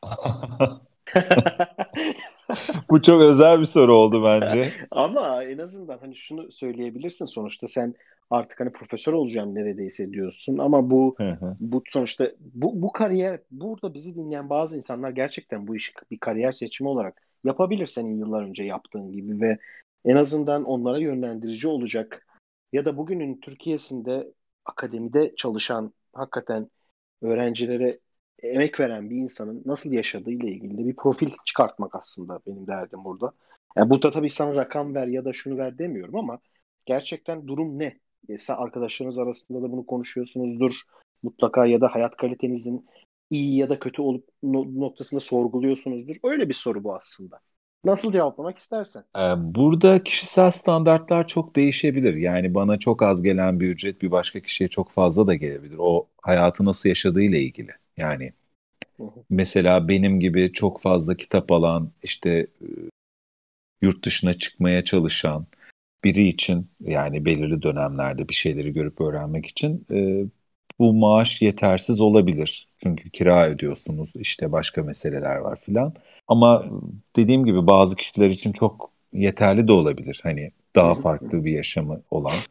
Bu çok özel bir soru oldu bence. Ama en azından hani şunu söyleyebilirsin, sonuçta sen artık hani profesör olacaksın neredeyse diyorsun ama Hı hı. bu sonuçta bu kariyer, burada bizi dinleyen bazı insanlar gerçekten bu işi bir kariyer seçimi olarak yapabilir senin yıllar önce yaptığın gibi ve en azından onlara yönlendirici olacak ya da bugünün Türkiye'sinde akademide çalışan, hakikaten öğrencilere emek veren bir insanın nasıl yaşadığı ile ilgili de bir profil çıkartmak aslında benim derdim burada. Yani burada tabii sana rakam ver ya da şunu ver demiyorum ama gerçekten durum ne? Sen arkadaşlarınız arasında da bunu konuşuyorsunuzdur mutlaka ya da hayat kalitenizin iyi ya da kötü olup noktasında sorguluyorsunuzdur. Öyle bir soru bu aslında. Nasıl cevaplamak istersen. Burada kişisel standartlar çok değişebilir. Yani bana çok az gelen bir ücret bir başka kişiye çok fazla da gelebilir. O hayatı nasıl yaşadığıyla ilgili. Yani Hı hı, mesela benim gibi çok fazla kitap alan, işte yurt dışına çıkmaya çalışan biri için yani belirli dönemlerde bir şeyleri görüp öğrenmek için bu maaş yetersiz olabilir. Çünkü kira ödüyorsunuz, işte başka meseleler var filan. Ama dediğim gibi bazı kişiler için çok yeterli de olabilir. Hani Hı daha hı, hı hı. farklı bir yaşamı olan.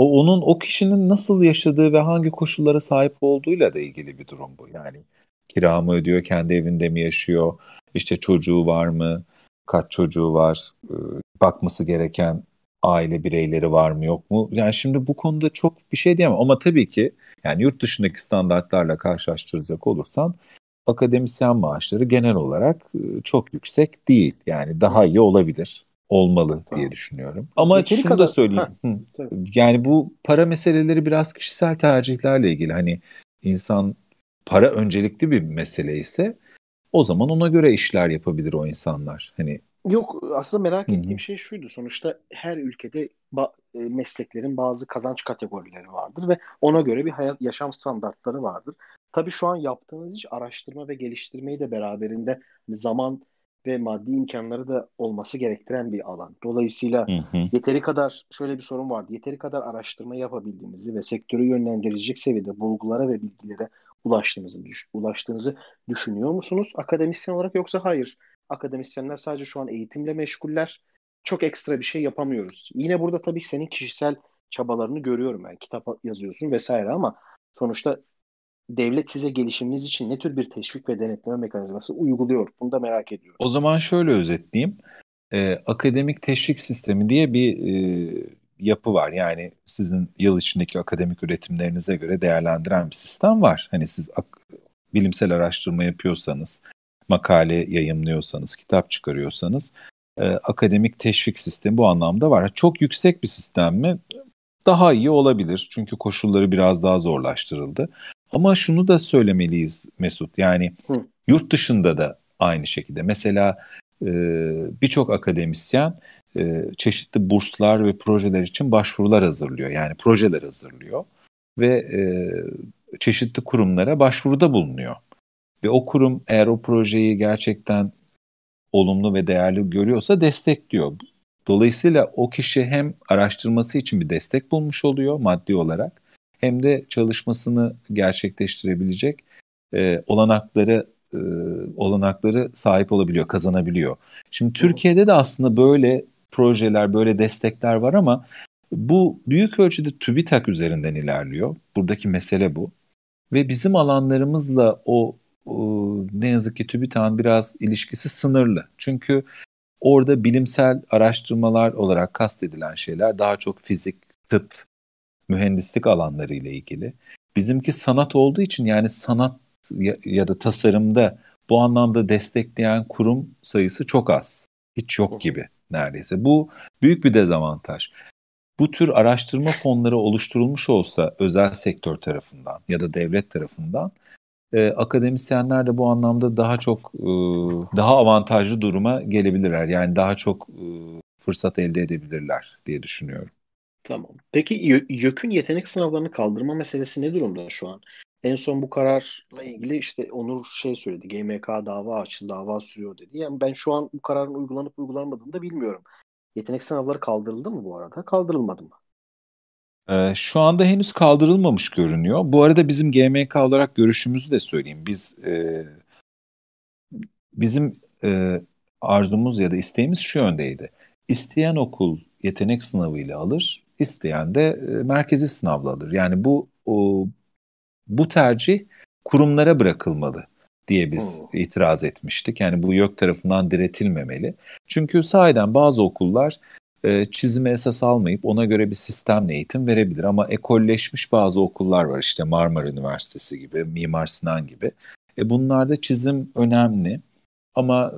O kişinin nasıl yaşadığı ve hangi koşullara sahip olduğuyla da ilgili bir durum bu. Yani kira mı ödüyor, kendi evinde mi yaşıyor, işte çocuğu var mı, kaç çocuğu var, bakması gereken aile bireyleri var mı yok mu? Yani şimdi bu konuda çok bir şey diyemem ama tabii ki yani yurt dışındaki standartlarla karşılaştıracak olursan akademisyen maaşları genel olarak çok yüksek değil. Yani Hı daha hı. iyi olabilir, olmalı diye Tamam. düşünüyorum. Ama Yeteri şunu da kadar. Ha, söyleyeyim. tabii. Yani bu para meseleleri biraz kişisel tercihlerle ilgili. Hani insan para öncelikli bir mesele ise o zaman ona göre işler yapabilir o insanlar. Hani Yok, aslında hı merak ettiğim hı, şey şuydu. Sonuçta her ülkede mesleklerin bazı kazanç kategorileri vardır ve ona göre bir yaşam standartları vardır. Tabii şu an yaptığınız iş araştırma ve geliştirmeyi de beraberinde hani zaman ve maddi imkanları da olması gerektiren bir alan. Dolayısıyla hı hı. yeteri kadar şöyle bir sorun vardı. Yeteri kadar araştırma yapabildiğinizi ve sektörü yönlendirecek seviyede bulgulara ve bilgilere ulaştığınızı düşünüyor musunuz akademisyen olarak, yoksa hayır? Akademisyenler sadece şu an eğitimle meşguller. Çok ekstra bir şey yapamıyoruz. Yine burada tabii senin kişisel çabalarını görüyorum ben. Kitap yazıyorsun vesaire ama sonuçta devlet size gelişiminiz için ne tür bir teşvik ve denetleme mekanizması uyguluyor? Bunu da merak ediyorum. O zaman şöyle özetleyeyim. Akademik teşvik sistemi diye bir yapı var. Yani sizin yıl içindeki akademik üretimlerinize göre değerlendiren bir sistem var. Hani siz bilimsel araştırma yapıyorsanız, makale yayımlıyorsanız, kitap çıkarıyorsanız akademik teşvik sistemi bu anlamda var. Çok yüksek bir sistem mi? Daha iyi olabilir. Çünkü koşulları biraz daha zorlaştırıldı. Ama şunu da söylemeliyiz Mesut. Yani Hı, yurt dışında da aynı şekilde. Mesela e, birçok akademisyen çeşitli burslar ve projeler için başvurular hazırlıyor. Yani projeler hazırlıyor ve çeşitli kurumlara başvuruda bulunuyor. Ve o kurum eğer o projeyi gerçekten olumlu ve değerli görüyorsa destekliyor. Dolayısıyla o kişi hem araştırması için bir destek bulmuş oluyor maddi olarak hem de çalışmasını gerçekleştirebilecek olanakları olanakları sahip olabiliyor, kazanabiliyor. Şimdi hı, Türkiye'de de aslında böyle projeler, böyle destekler var ama bu büyük ölçüde TÜBİTAK üzerinden ilerliyor. Buradaki mesele bu. Ve bizim alanlarımızla ne yazık ki TÜBİTAK'ın biraz ilişkisi sınırlı. Çünkü orada bilimsel araştırmalar olarak kastedilen şeyler daha çok fizik, tıp, mühendislik alanları ile ilgili. Bizimki sanat olduğu için yani sanat ya da tasarımda bu anlamda destekleyen kurum sayısı çok az. Hiç hı yok hı. gibi neredeyse. Bu büyük bir dezavantaj. Bu tür araştırma fonları oluşturulmuş olsa özel sektör tarafından ya da devlet tarafından akademisyenler de bu anlamda daha çok daha avantajlı duruma gelebilirler. Yani daha çok fırsat elde edebilirler diye düşünüyorum. Tamam. Peki YÖK'ün yetenek sınavlarını kaldırma meselesi ne durumda şu an? En son bu kararla ilgili işte Onur şey söyledi. GMK dava açtı, dava sürüyor dedi. Yani ben şu an bu kararın uygulanıp uygulanmadığını da bilmiyorum. Yetenek sınavları kaldırıldı mı bu arada? Kaldırılmadı mı? Şu anda henüz kaldırılmamış görünüyor. Bu arada bizim GMK olarak görüşümüzü de söyleyeyim. Bizim arzumuz ya da isteğimiz şu yöndeydi. İsteyen okul yetenek sınavıyla alır, isteyen de merkezi sınavla alır. Yani bu tercih kurumlara bırakılmalı diye biz Hmm. itiraz etmiştik. Yani bu YÖK tarafından diretilmemeli. Çünkü sahiden bazı okullar çizime esas almayıp ona göre bir sistemle eğitim verebilir. Ama ekolleşmiş bazı okullar var işte Marmara Üniversitesi gibi, Mimar Sinan gibi. Bunlarda çizim önemli ama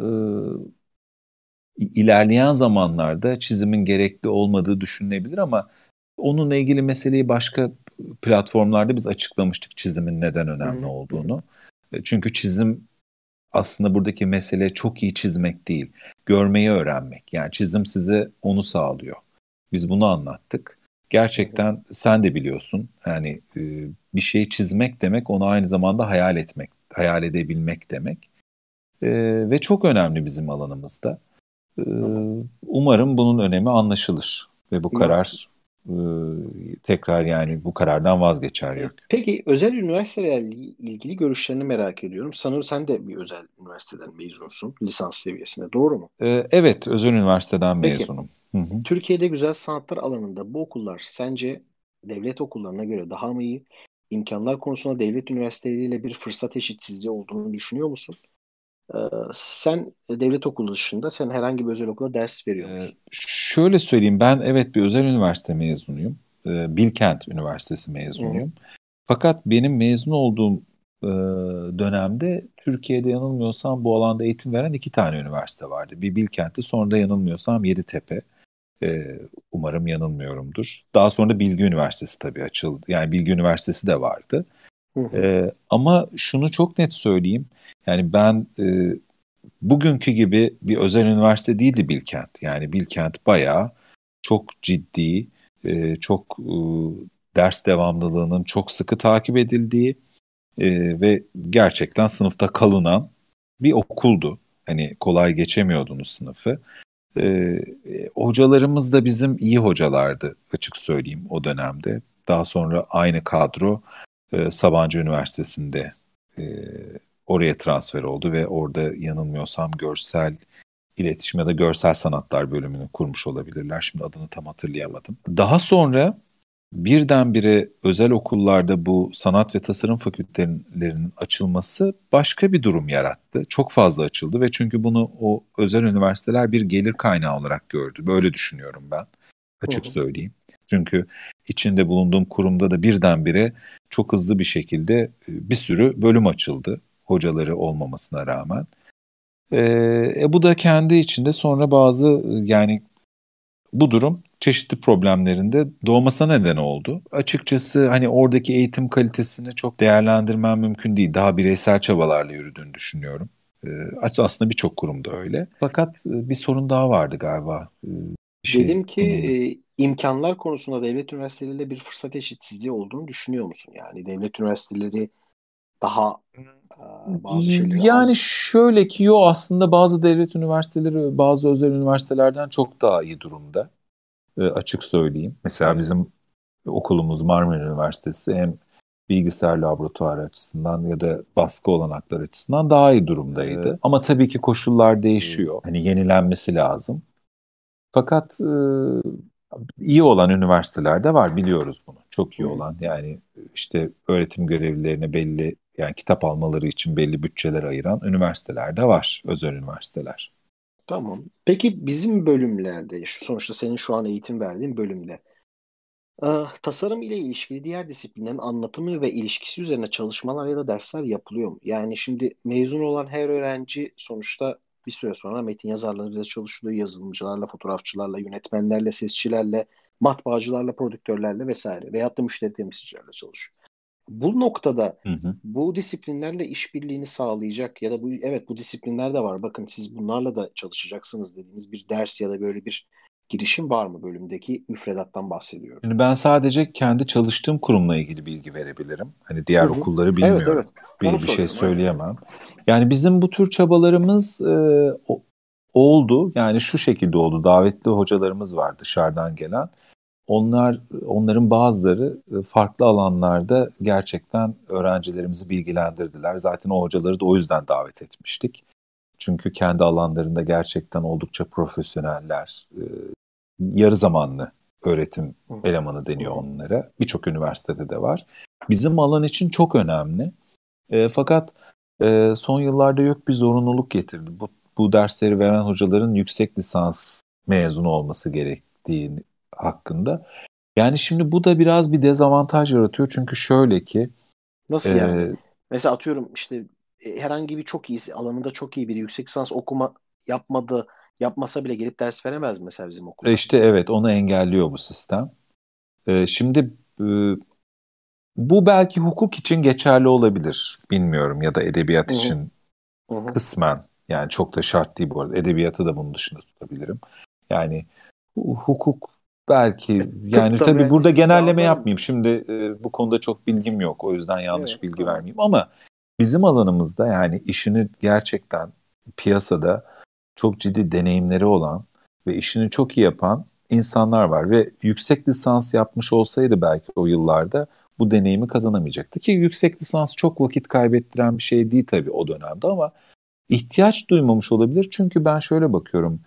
ilerleyen zamanlarda çizimin gerekli olmadığı düşünülebilir ama onunla ilgili meseleyi başka platformlarda biz açıklamıştık çizimin neden Hı önemli hı, hı hı, olduğunu. Çünkü çizim aslında buradaki mesele çok iyi çizmek değil, görmeyi öğrenmek. Yani çizim size onu sağlıyor. Biz bunu anlattık. hı hı. Gerçekten sen de biliyorsun. Yani bir şeyi çizmek demek onu aynı zamanda hayal etmek, hayal edebilmek demek. Ve çok önemli bizim alanımızda. Ee, Tamam. Umarım bunun önemi anlaşılır ve bu Ma karar tekrar yani bu karardan vazgeçer yok. Peki özel üniversitelerle ilgili görüşlerini merak ediyorum. Sanırım sen de bir özel üniversiteden mezunsun lisans seviyesinde, doğru mu? Evet, özel üniversiteden Peki mezunum. Hı hı. Türkiye'de güzel sanatlar alanında bu okullar sence devlet okullarına göre daha mı iyi? İmkanlar konusunda devlet üniversiteleriyle bir fırsat eşitsizliği olduğunu düşünüyor musun? Ee, Sen devlet okulu dışında sen herhangi bir özel okula ders veriyor musun? Şöyle söyleyeyim, ben evet bir özel üniversite mezunuyum. Bilkent Üniversitesi Hı hı, mezunuyum. Fakat benim mezun olduğum e, dönemde Türkiye'de yanılmıyorsam bu alanda eğitim veren 2 tane üniversite vardı. Bir Bilkent'ti, sonra da yanılmıyorsam Yeditepe. Umarım yanılmıyorumdur. Daha sonra da Bilgi Üniversitesi tabii açıldı. Yani Bilgi Üniversitesi de vardı. hı hı, Ama şunu çok net söyleyeyim. Yani ben bugünkü gibi bir özel üniversite değildi Bilkent. Yani Bilkent bayağı çok ciddi, çok ders devamlılığının çok sıkı takip edildiği ve gerçekten sınıfta kalınan bir okuldu. Hani kolay geçemiyordunuz sınıfı. Hocalarımız da bizim iyi hocalardı açık söyleyeyim o dönemde. Daha sonra aynı kadro Sabancı Üniversitesi'nde e, oraya transfer oldu ve orada yanılmıyorsam görsel iletişim ya da görsel sanatlar bölümünü kurmuş olabilirler. Şimdi adını tam hatırlayamadım. Daha sonra birdenbire özel okullarda bu sanat ve tasarım fakültelerinin açılması başka bir durum yarattı. Çok fazla açıldı ve çünkü bunu o özel üniversiteler bir gelir kaynağı olarak gördü. Böyle düşünüyorum ben, hı açık hı. söyleyeyim. Çünkü içinde bulunduğum kurumda da birdenbire çok hızlı bir şekilde bir sürü bölüm açıldı hocaları olmamasına rağmen. Bu da kendi içinde sonra bazı yani bu durum çeşitli problemlerinde doğmasına neden oldu. Açıkçası hani oradaki eğitim kalitesini çok değerlendirmem mümkün değil. Daha bireysel çabalarla yürüdüğünü düşünüyorum. Aslında birçok kurumda öyle. Fakat bir sorun daha vardı galiba. Bir şey Dedim ki bununla. imkanlar konusunda devlet üniversiteleriyle bir fırsat eşitsizliği olduğunu düşünüyor musun? Yani devlet üniversiteleri daha e, bazı şeyleri Yani az. şöyle ki aslında bazı devlet üniversiteleri bazı özel üniversitelerden çok daha iyi durumda. Açık söyleyeyim. Mesela Evet. bizim okulumuz Marmara Üniversitesi hem bilgisayar laboratuvarı açısından ya da baskı olanakları açısından daha iyi durumdaydı. Ama tabii ki koşullar Hmm, değişiyor. Hani yenilenmesi lazım. Fakat iyi olan üniversiteler de var, biliyoruz bunu. Çok hı iyi hı. olan yani işte öğretim görevlilerine belli yani kitap almaları için belli bütçeler ayıran üniversiteler de var, özel üniversiteler. Tamam. Peki bizim bölümlerde, sonuçta senin şu an eğitim verdiğin bölümde tasarım ile ilişkili diğer disiplinlerin anlatımı ve ilişkisi üzerine çalışmalar ya da dersler yapılıyor mu? Yani şimdi mezun olan her öğrenci sonuçta bir süre sonra metin yazarlarıyla çalışıyor, yazılımcılarla, fotoğrafçılarla, yönetmenlerle, sesçilerle, matbaacılarla, prodüktörlerle vesaire veyahut da müşteri temsilcilerle çalışıyor. Bu noktada Hı hı. bu disiplinlerle işbirliğini sağlayacak ya da bu evet bu disiplinler de var. Bakın siz bunlarla da çalışacaksınız dediğiniz bir ders ya da böyle bir girişim var mı bölümdeki müfredattan bahsediyorum. Şimdi ben sadece kendi çalıştığım kurumla ilgili bilgi verebilirim. Hani Hı diğer hı. okulları Evet, evet. bilmiyorum. Onu Bir şey soruyorum. Aynen. söyleyemem. Yani bizim bu tür çabalarımız oldu. Yani şu şekilde oldu. Davetli hocalarımız var dışarıdan gelen. Onların bazıları farklı alanlarda gerçekten öğrencilerimizi bilgilendirdiler. Zaten o hocaları da o yüzden davet etmiştik. Çünkü kendi alanlarında gerçekten oldukça profesyoneller. Yarı zamanlı öğretim Hı hı. elemanı Hı deniyor hı. onlara. Birçok üniversitede de var. Bizim alan için çok önemli. Fakat son yıllarda yok bir zorunluluk getirdi. Bu dersleri veren hocaların yüksek lisans mezunu olması gerektiğini hakkında. Yani şimdi bu da biraz bir dezavantaj yaratıyor. Çünkü şöyle ki Nasıl yani? e, Mesela atıyorum işte herhangi bir çok iyi alanında çok iyi bir yüksek lisans okuma yapmadı, yapmasa bile gelip ders veremez mi mesela bizim okulda? işte evet onu engelliyor bu sistem. Şimdi bu belki hukuk için geçerli olabilir. Bilmiyorum ya da edebiyat Hı hı. için Hı hı. kısmen. Yani çok da şart değil bu arada. Edebiyatı da bunun dışında tutabilirim. Yani hukuk belki yani Tıpta tabii burada mühendislikte genelleme almaz mı yapmayayım. diyorsun? Şimdi bu konuda çok bilgim yok. O yüzden yanlış Evet, bilgi tamam. vermeyeyim ama bizim alanımızda yani işini gerçekten piyasada çok ciddi deneyimleri olan ve işini çok iyi yapan insanlar var ve yüksek lisans yapmış olsaydı belki o yıllarda bu deneyimi kazanamayacaktı. Ki yüksek lisans çok vakit kaybettiren bir şey değil tabii o dönemde ama ihtiyaç duymamış olabilir. Çünkü ben şöyle bakıyorum.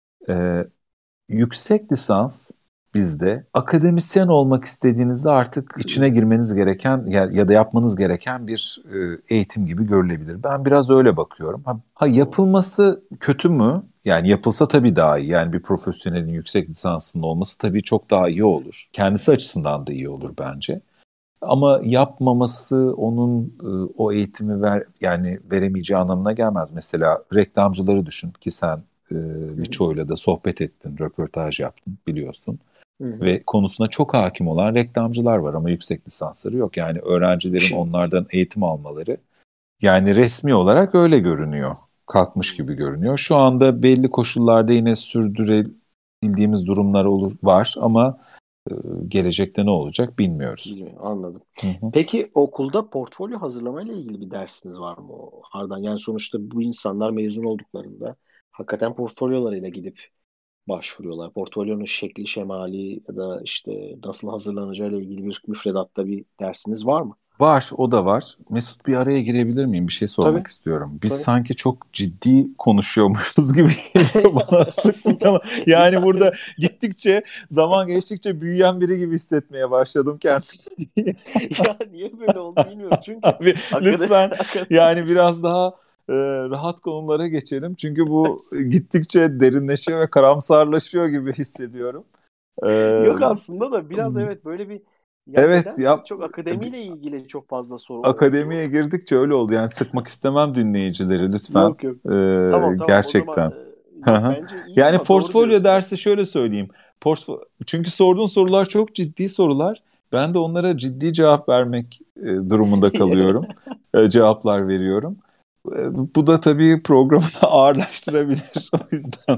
E, Yüksek lisans bizde akademisyen olmak istediğinizde artık içine girmeniz gereken ya da yapmanız gereken bir eğitim gibi görülebilir. Ben biraz öyle bakıyorum. Ha yapılması kötü mü? Yani yapılsa tabii daha iyi. Yani bir profesyonelin yüksek lisansının olması tabii çok daha iyi olur. Kendisi açısından da iyi olur bence. Ama yapmaması onun o eğitimi yani veremeyeceği anlamına gelmez. Mesela reklamcıları düşün ki sen birçoğuyla da sohbet ettin, röportaj yaptın biliyorsun. Hı hı. Ve konusuna çok hakim olan reklamcılar var ama yüksek lisansları yok. Yani öğrencilerin onlardan eğitim almaları yani resmi olarak öyle görünüyor. Kalkmış gibi görünüyor. Şu anda belli koşullarda yine sürdürebildiğimiz durumlar var ama gelecekte ne olacak bilmiyoruz. Anladım. Hı hı. Peki okulda portfolyo hazırlamayla ilgili bir dersiniz var mı Ardan? Yani sonuçta bu insanlar mezun olduklarında hakikaten portfolyolarıyla gidip başvuruyorlar. Portfolyonun şekli, şemali ya da işte nasıl hazırlanacağı ile ilgili bir müfredatta bir dersiniz var mı? Var, o da var. Mesut bir araya girebilir miyim? Bir şey Tabii, sormak istiyorum. Biz tabii. sanki çok ciddi konuşuyormuşuz gibi geliyor bana Aslında sıkmayalım. Yani yani burada gittikçe, zaman geçtikçe büyüyen biri gibi hissetmeye başladım kendimi. ya niye böyle oldu bilmiyorum. Çünkü Abi lütfen akademi yani biraz daha rahat konulara geçelim. Çünkü bu gittikçe derinleşiyor ve karamsarlaşıyor gibi hissediyorum. E, yok aslında da biraz evet böyle bir ya evet nedense ya, çok akademiyle ilgili çok fazla soru oldu. akademiye girdikçe öyle oldu. Yani sıkmak istemem dinleyicileri lütfen. Yok yok. Tamam tamam o zaman Gerçekten. Hı yok hı. bence iyi Yani ama doğru portfolyo diyorsun da. dersi şöyle söyleyeyim. Çünkü sorduğun sorular çok ciddi sorular. Ben de onlara ciddi cevap vermek durumunda kalıyorum. Cevaplar veriyorum. Bu da tabii programı ağırlaştırabilir. O yüzden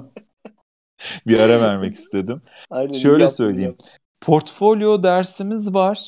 bir ara vermek istedim. Aynen iyi Şöyle yaptın iyi söyleyeyim. yaptın. Portfolyo dersimiz var.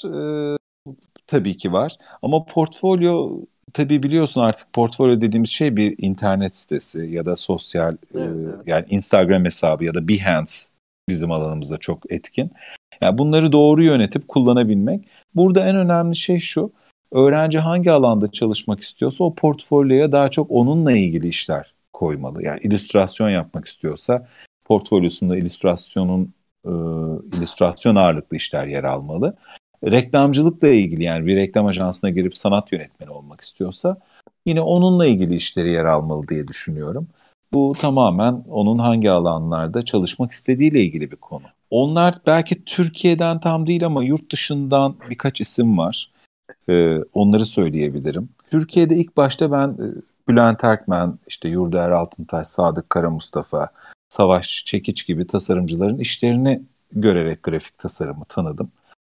Tabii ki var. Ama portfolyo tabii biliyorsun artık portfolyo dediğimiz şey bir internet sitesi ya da sosyal Evet evet. yani Instagram hesabı ya da Behance bizim alanımızda çok etkin. Yani bunları doğru yönetip kullanabilmek. Burada en önemli şey şu. Öğrenci hangi alanda çalışmak istiyorsa o portfolyoya daha çok onunla ilgili işler koymalı. Yani illüstrasyon yapmak istiyorsa portfolyosunda e, illüstrasyon ağırlıklı işler yer almalı. Reklamcılıkla ilgili yani bir reklam ajansına girip sanat yönetmeni olmak istiyorsa yine onunla ilgili işleri yer almalı diye düşünüyorum. Bu tamamen onun hangi alanlarda çalışmak istediğiyle ilgili bir konu. Onlar belki Türkiye'den tam değil ama yurt dışından birkaç isim var. Onları söyleyebilirim. Türkiye'de ilk başta ben Bülent Erkmen, işte Yurdaer Altıntaş, Sadık Kara Mustafa, Savaş Çekiç gibi tasarımcıların işlerini görerek grafik tasarımı tanıdım.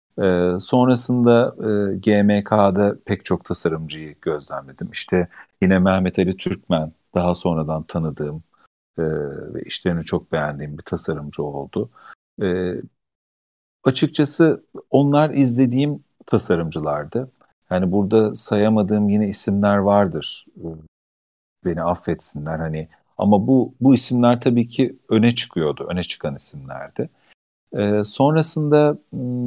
Sonrasında GMK'da pek çok tasarımcıyı gözlemledim. İşte yine Mehmet Ali Türkmen daha sonradan tanıdığım e, ve işlerini çok beğendiğim bir tasarımcı oldu. E, Açıkçası onlar izlediğim tasarımcılardı. Yani burada sayamadığım yine isimler vardır. Beni affetsinler hani ama bu isimler tabii ki öne çıkıyordu, öne çıkan isimlerdi. Sonrasında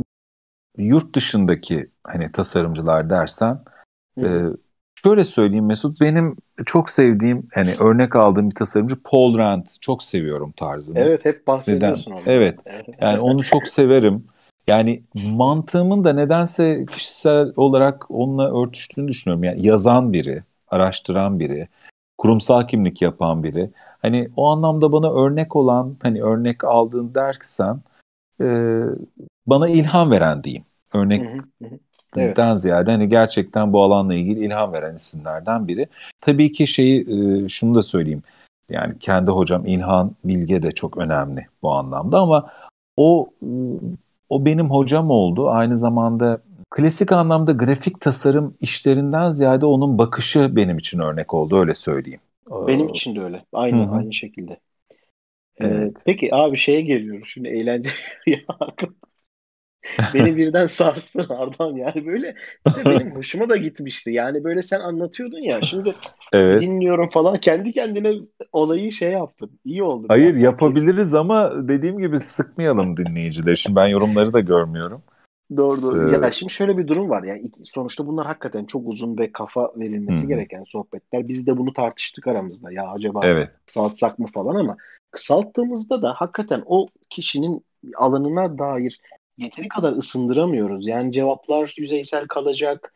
yurt dışındaki hani tasarımcılar dersen Hı e, hı. şöyle söyleyeyim Mesut, benim çok sevdiğim hani örnek aldığım bir tasarımcı Paul Rand, çok seviyorum tarzını. Evet hep Neden? bahsediyorsun ondan. Evet, yani onu çok severim. Yani mantığımın da nedense kişisel olarak onunla örtüştüğünü düşünüyorum. Yani yazan biri, araştıran biri, kurumsal kimlik yapan biri. Hani o anlamda bana örnek olan, hani örnek aldığın dersen e, bana ilham veren diyeyim. Hı hı, hı hı. Evet. Örnekten ziyade hani gerçekten bu alanla ilgili ilham veren isimlerden biri. Tabii ki şunu da söyleyeyim. Yani kendi hocam İlhan Bilge de çok önemli bu anlamda ama o e, o benim hocam oldu. Aynı zamanda klasik anlamda grafik tasarım işlerinden ziyade onun bakışı benim için örnek oldu, öyle söyleyeyim. Benim için de öyle. Hı Aynı hı, aynı şekilde. evet. Peki abi şeye geliyorum. Şimdi eğlence ya, Beni birden sarstı Ardahan, yani böyle bir de benim hoşuma da gitmişti. Yani böyle sen anlatıyordun ya, şimdi bir Evet. dinliyorum falan, kendi kendine olayı şey yaptım. İyi oldu Hayır, ya, fark ettim. yapabiliriz ama dediğim gibi sıkmayalım dinleyicileri. Şimdi ben yorumları da görmüyorum. Doğru doğru. Ya Ee, şimdi şöyle bir durum var. Yani sonuçta bunlar hakikaten çok uzun ve kafa hı verilmesi hı. gereken sohbetler. Biz de bunu tartıştık aramızda. Ya acaba Evet. kısaltsak mı falan, ama kısalttığımızda da hakikaten o kişinin alanına dair yeteri kadar ısındıramıyoruz. Yani cevaplar yüzeysel kalacak.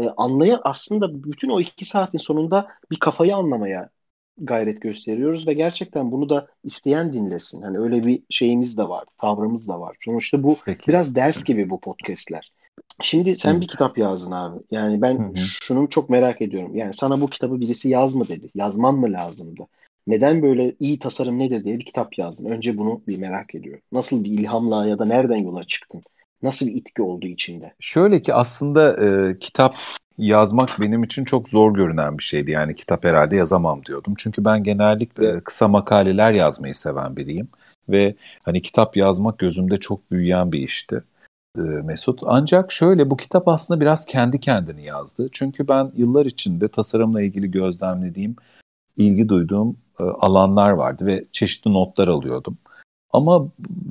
Aslında bütün o 2 saatin sonunda bir kafayı anlamaya gayret gösteriyoruz ve gerçekten bunu da isteyen dinlesin. Hani öyle bir şeyimiz de var, tavrımız da var. Sonuçta bu Peki. biraz ders gibi bu podcastler. Şimdi sen Hı bir kitap yazdın abi. Yani ben hı. şunu çok merak ediyorum. Yani sana bu kitabı birisi yaz mı dedi? Yazman mı lazımdı? Neden böyle iyi tasarım nedir diye bir kitap yazdın? Önce bunu bir merak ediyorum. Nasıl bir ilhamla ya da nereden yola çıktın? Nasıl bir itki olduğu içinde? Şöyle ki aslında kitap yazmak benim için çok zor görünen bir şeydi. Yani kitap herhalde yazamam diyordum. Çünkü ben genellikle kısa makaleler yazmayı seven biriyim. Ve hani kitap yazmak gözümde çok büyüyen bir işti, Mesut. Ancak şöyle, bu kitap aslında biraz kendi kendini yazdı. Çünkü ben yıllar içinde tasarımla ilgili gözlemlediğim, ilgi duyduğum alanlar vardı ve çeşitli notlar alıyordum. Ama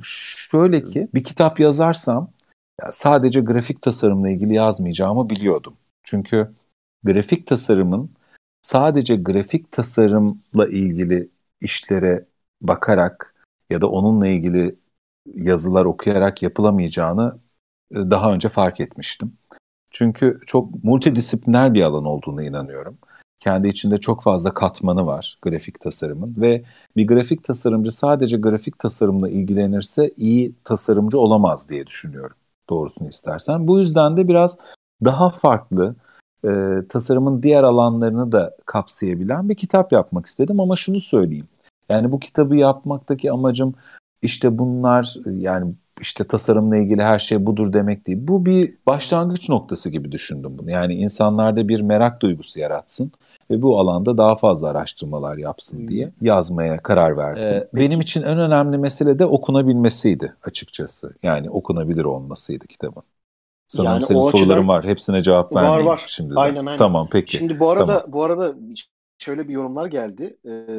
şöyle ki bir kitap yazarsam ya sadece grafik tasarımla ilgili yazmayacağımı biliyordum. Çünkü grafik tasarımın sadece grafik tasarımla ilgili işlere bakarak ya da onunla ilgili yazılar okuyarak yapılamayacağını daha önce fark etmiştim. Çünkü çok multidisipliner bir alan olduğuna inanıyorum. Kendi içinde çok fazla katmanı var grafik tasarımın ve bir grafik tasarımcı sadece grafik tasarımla ilgilenirse iyi tasarımcı olamaz diye düşünüyorum, doğrusunu istersen. Bu yüzden de biraz daha farklı, tasarımın diğer alanlarını da kapsayabilen bir kitap yapmak istedim, ama şunu söyleyeyim. Yani bu kitabı yapmaktaki amacım işte bunlar, yani işte tasarımla ilgili her şey budur demek değil. Bu bir başlangıç noktası gibi düşündüm bunu. Yani insanlarda bir merak duygusu yaratsın ve bu alanda daha fazla araştırmalar yapsın diye yazmaya karar verdim. Benim Peki, için en önemli mesele de okunabilmesiydi açıkçası. Yani okunabilir olmasıydı kitabın. Sanırım yani senin o soruların açıdan var. Hepsine cevap var vermeyeyim var. şimdiden. Aynen aynen. Tamam, peki. Şimdi bu Tamam. arada şöyle bir yorumlar geldi.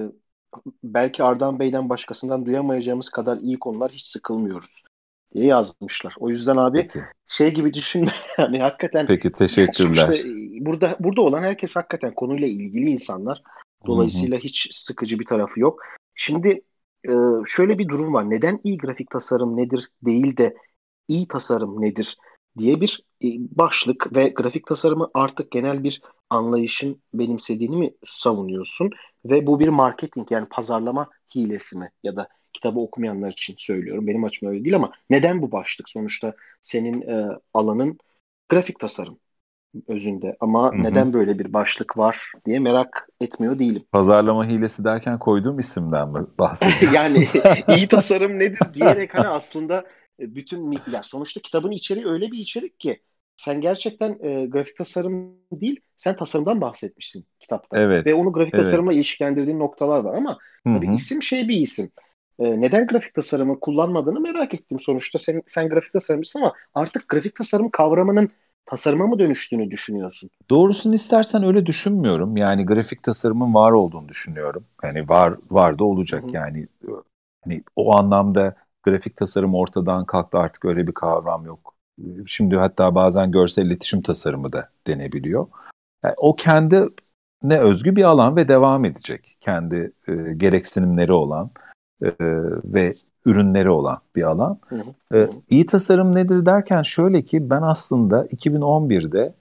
Belki Ardahan Bey'den başkasından duyamayacağımız kadar iyi konular, hiç sıkılmıyoruz diye yazmışlar. O yüzden abi Peki. şey gibi düşünme, yani hakikaten Peki, sonuçta teşekkürler. burada olan herkes hakikaten konuyla ilgili insanlar. Hı hı. Dolayısıyla hiç sıkıcı bir tarafı yok. Şimdi e, şöyle bir durum var. Neden iyi grafik tasarım nedir değil de iyi tasarım nedir diye bir başlık ve grafik tasarımı artık genel bir anlayışın benimsediğini mi savunuyorsun? Ve bu bir marketing, yani pazarlama hilesi mi? Ya da kitabı okumayanlar için söylüyorum. Benim açımdan öyle değil, ama neden bu başlık? Sonuçta senin alanın grafik tasarım özünde, ama Hı hı. neden böyle bir başlık var diye merak etmiyor değilim. Pazarlama hilesi derken koyduğum isimden mi Yani bahsediyorsun? iyi tasarım nedir diyerek, hani aslında ya sonuçta kitabın içeriği öyle bir içerik ki sen gerçekten grafik tasarım değil, sen tasarımdan bahsetmişsin kitapta ve Evet, onu grafik evet. tasarımla ilişkilendirdiğin noktalar var, ama Hı tabii hı. isim şey bir isim. Neden grafik tasarımı kullanmadığını merak ettim. Sonuçta sen grafik tasarımcısın, ama artık grafik tasarım kavramının tasarıma mı dönüştüğünü düşünüyorsun? Doğrusunu istersen öyle düşünmüyorum. Yani grafik tasarımın var olduğunu düşünüyorum. Yani var da Hı olacak. hı. Yani hani o anlamda grafik tasarım ortadan kalktı, artık öyle bir kavram yok. Şimdi hatta bazen görsel iletişim tasarımı da denebiliyor. Yani o kendine özgü bir alan ve devam edecek. Kendi gereksinimleri olan ve ürünleri olan bir alan. Hı hı. Hı hı. İyi tasarım nedir derken şöyle ki, ben aslında 2011'de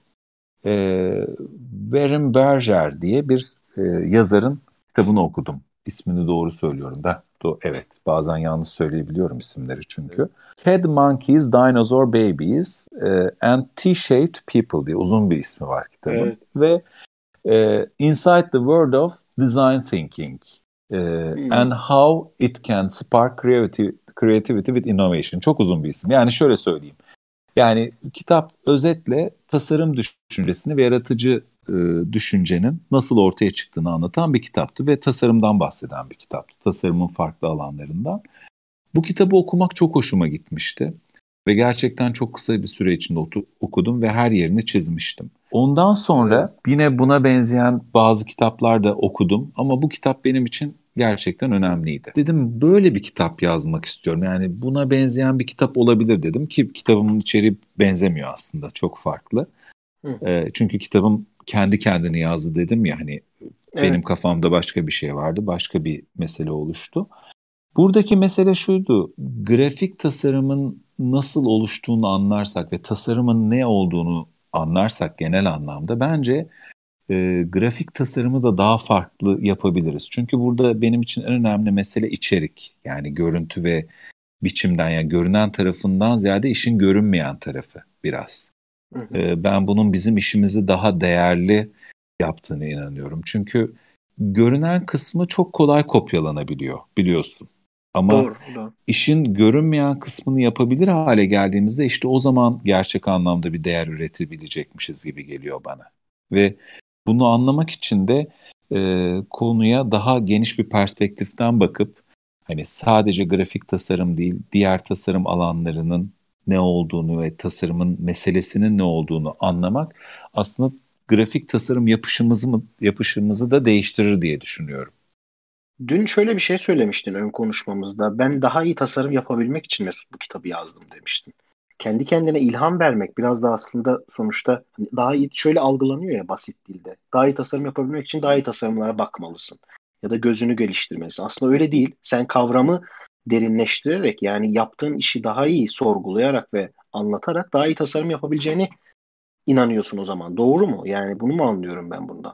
Warren Berger diye bir yazarın kitabını okudum. İsmini doğru söylüyorum da. Evet, bazen yanlış söyleyebiliyorum isimleri çünkü. Cat Monkeys, Dinosaur Babies and T-Shaped People diye uzun bir ismi var kitabın. Evet. Ve Inside the World of Design Thinking Hı hı. and How It Can Spark Creativity with Innovation. Çok uzun bir isim. Yani şöyle söyleyeyim. Yani kitap özetle tasarım düşüncesini ve yaratıcı düşüncenin nasıl ortaya çıktığını anlatan bir kitaptı ve tasarımdan bahseden bir kitaptı. Tasarımın farklı alanlarından. Bu kitabı okumak çok hoşuma gitmişti. Ve gerçekten çok kısa bir süre içinde okudum ve her yerini çizmiştim. Ondan sonra yine buna benzeyen bazı kitaplar da okudum ama bu kitap benim için gerçekten önemliydi. Dedim böyle bir kitap yazmak istiyorum. Yani buna benzeyen bir kitap olabilir dedim ki kitabımın içeriği benzemiyor aslında, çok farklı. Çünkü kitabım kendi kendini yazdı dedim ya, hani benim Evet. kafamda başka bir şey vardı, başka bir mesele oluştu. Buradaki mesele şuydu: grafik tasarımın nasıl oluştuğunu anlarsak ve tasarımın ne olduğunu anlarsak genel anlamda bence grafik tasarımı da daha farklı yapabiliriz. Çünkü burada benim için en önemli mesele içerik. Yani görüntü ve biçimden, yani görünen tarafından ziyade işin görünmeyen tarafı biraz. Ben bunun bizim işimizi daha değerli yaptığını inanıyorum. Çünkü görünen kısmı çok kolay kopyalanabiliyor, biliyorsun. Ama Doğru, doğru. işin görünmeyen kısmını yapabilir hale geldiğimizde işte o zaman gerçek anlamda bir değer üretebilecekmişiz gibi geliyor bana. Ve bunu anlamak için de konuya daha geniş bir perspektiften bakıp, hani sadece grafik tasarım değil, diğer tasarım alanlarının ne olduğunu ve tasarımın meselesinin ne olduğunu anlamak aslında grafik tasarım yapışımızı da değiştirir diye düşünüyorum. Dün şöyle bir şey söylemiştin ön konuşmamızda. Ben daha iyi tasarım yapabilmek için Mesut bu kitabı yazdım demiştin. Kendi kendine ilham vermek biraz da aslında sonuçta hani daha iyi şöyle algılanıyor ya basit dilde. Daha iyi tasarım yapabilmek için daha iyi tasarımlara bakmalısın. Ya da gözünü geliştirmelisin. Aslında öyle değil. Sen kavramı derinleştirerek yani yaptığın işi daha iyi sorgulayarak ve anlatarak daha iyi tasarım yapabileceğini inanıyorsun o zaman. Doğru mu? Yani bunu mu anlıyorum ben bundan?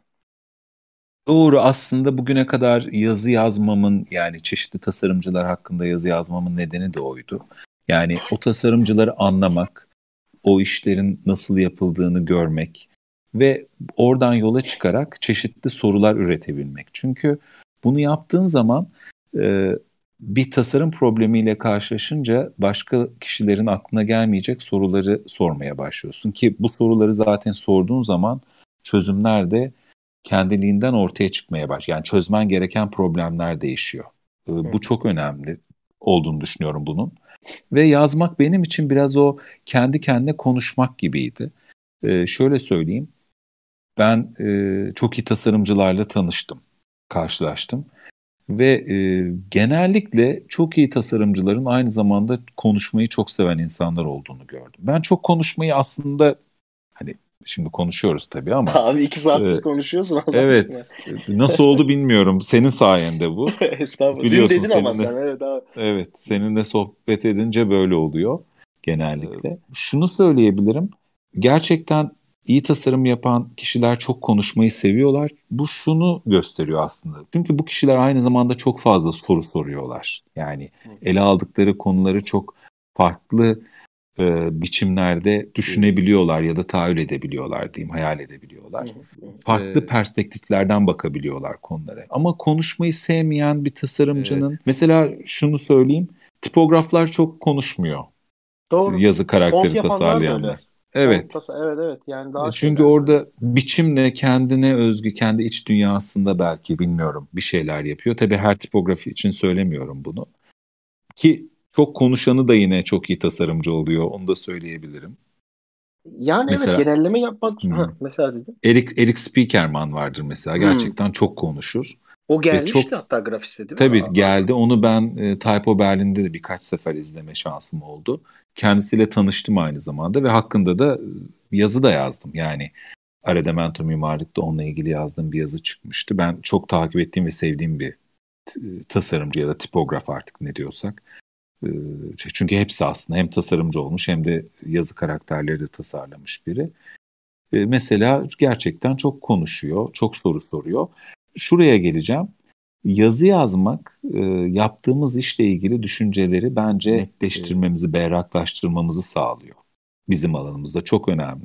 Doğru, aslında bugüne kadar yazı yazmamın, yani çeşitli tasarımcılar hakkında yazı yazmamın nedeni de oydu. Yani o tasarımcıları anlamak, o işlerin nasıl yapıldığını görmek ve oradan yola çıkarak çeşitli sorular üretebilmek. Çünkü bunu yaptığın zaman e, bir tasarım problemiyle karşılaşınca başka kişilerin aklına gelmeyecek soruları sormaya başlıyorsun ki bu soruları zaten sorduğun zaman çözümler de kendiliğinden ortaya çıkmaya başlıyor. Yani çözmen gereken problemler değişiyor. Bu çok önemli olduğunu düşünüyorum bunun. Ve yazmak benim için biraz o kendi kendine konuşmak gibiydi. Şöyle söyleyeyim, ben çok iyi tasarımcılarla tanıştım, karşılaştım. Ve genellikle çok iyi tasarımcıların aynı zamanda konuşmayı çok seven insanlar olduğunu gördüm. Ben çok konuşmayı aslında, hani şimdi konuşuyoruz tabii ama Abi 2 saattir e, konuşuyorsun Allah aşkına. evet, nasıl oldu bilmiyorum. Senin sayende bu. Estağfurullah. Dün Biliyorsun dedin ama seninle. sen evet abi. Evet, seninle sohbet edince böyle oluyor Ee, genellikle. Şunu söyleyebilirim: gerçekten iyi tasarım yapan kişiler çok konuşmayı seviyorlar. Bu şunu gösteriyor aslında. Çünkü bu kişiler aynı zamanda çok fazla soru soruyorlar. Yani ele aldıkları konuları çok farklı biçimlerde düşünebiliyorlar ya da tahayyül edebiliyorlar diyeyim, hayal edebiliyorlar. Farklı perspektiflerden bakabiliyorlar konulara. Ama konuşmayı sevmeyen bir tasarımcının, mesela şunu söyleyeyim, tipograflar çok konuşmuyor. Doğru. Yazı Font karakteri yapanlar da öyle. tasarlayanlar. Evet. Evet, evet, yani daha Çünkü şeyler böyle. orada biçimle kendine özgü, kendi iç dünyasında belki, bilmiyorum, bir şeyler yapıyor. Tabii her tipografi için söylemiyorum bunu. Ki çok konuşanı da yine çok iyi tasarımcı oluyor. Onu da söyleyebilirim. Yani evet, Mesela genelleme yapmak hmm, mesela dedim. Eric Spiekerman vardır mesela. Hmm. Gerçekten çok konuşur. O Ve çok, gelmişti hatta grafiste değil mi tabii abi? geldi. Onu ben Typo Berlin'de de birkaç sefer izleme şansım oldu. Kendisiyle tanıştım aynı zamanda ve hakkında da yazı da yazdım. Yani Arredamento Mimarlık'ta onunla ilgili yazdığım bir yazı çıkmıştı. Ben çok takip ettiğim ve sevdiğim bir tasarımcı ya da tipograf, artık ne diyorsak. E, Çünkü hepsi aslında hem tasarımcı olmuş hem de yazı karakterleri de tasarlamış biri. Mesela gerçekten çok konuşuyor, çok soru soruyor. Şuraya geleceğim. Yazı yazmak, yaptığımız işle ilgili düşünceleri bence netleştirmemizi, berraklaştırmamızı sağlıyor. Bizim alanımızda çok önemli.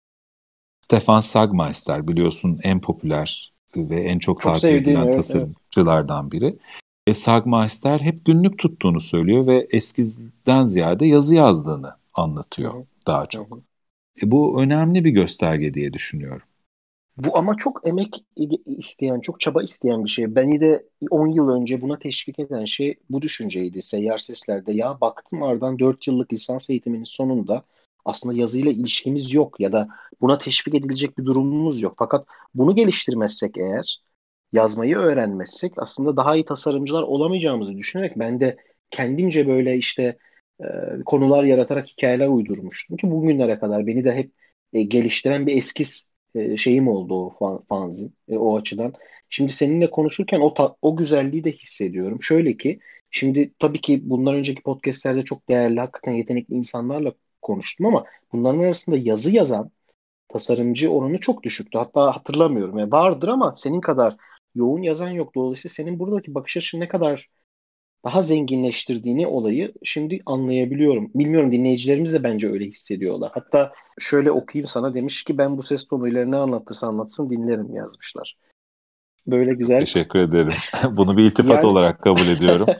Stefan Sagmeister, biliyorsun, en popüler ve en çok Çok takip sevdiğim, edilen evet, evet. tasarımcılardan biri. Sagmeister hep günlük tuttuğunu söylüyor ve eskizden ziyade yazı yazdığını Hı anlatıyor hı, daha hı çok. hı. Bu önemli bir gösterge diye düşünüyorum. Bu ama çok emek isteyen, çok çaba isteyen bir şey. Beni de 10 yıl önce buna teşvik eden şey bu düşünceydi. Seyyar Sesler'de ya baktım aradan 4 yıllık lisans eğitiminin sonunda aslında yazıyla ilişkimiz yok ya da buna teşvik edilecek bir durumumuz yok. Fakat bunu geliştirmezsek eğer, yazmayı öğrenmezsek aslında daha iyi tasarımcılar olamayacağımızı düşünerek ben de kendimce böyle işte e, konular yaratarak hikayeler uydurmuştum ki bugünlere kadar beni de hep geliştiren bir eskiz şeyim oldu o fanzin o açıdan. Şimdi seninle konuşurken o güzelliği de hissediyorum. Şöyle ki şimdi tabii ki bundan önceki podcastlerde çok değerli, hakikaten yetenekli insanlarla konuştum ama bunların arasında yazı yazan tasarımcı oranı çok düşüktü. Hatta hatırlamıyorum. Yani vardır ama senin kadar yoğun yazan yok. Dolayısıyla senin buradaki bakış açın ne kadar daha zenginleştirdiğini olayı şimdi anlayabiliyorum. Bilmiyorum, dinleyicilerimiz de bence öyle hissediyorlar. Hatta şöyle okuyayım sana, demiş ki ben bu ses tonuyla ne anlatırsa anlatsın dinlerim yazmışlar. Böyle Çok güzel. teşekkür ederim. Bunu bir iltifat Yani olarak kabul ediyorum.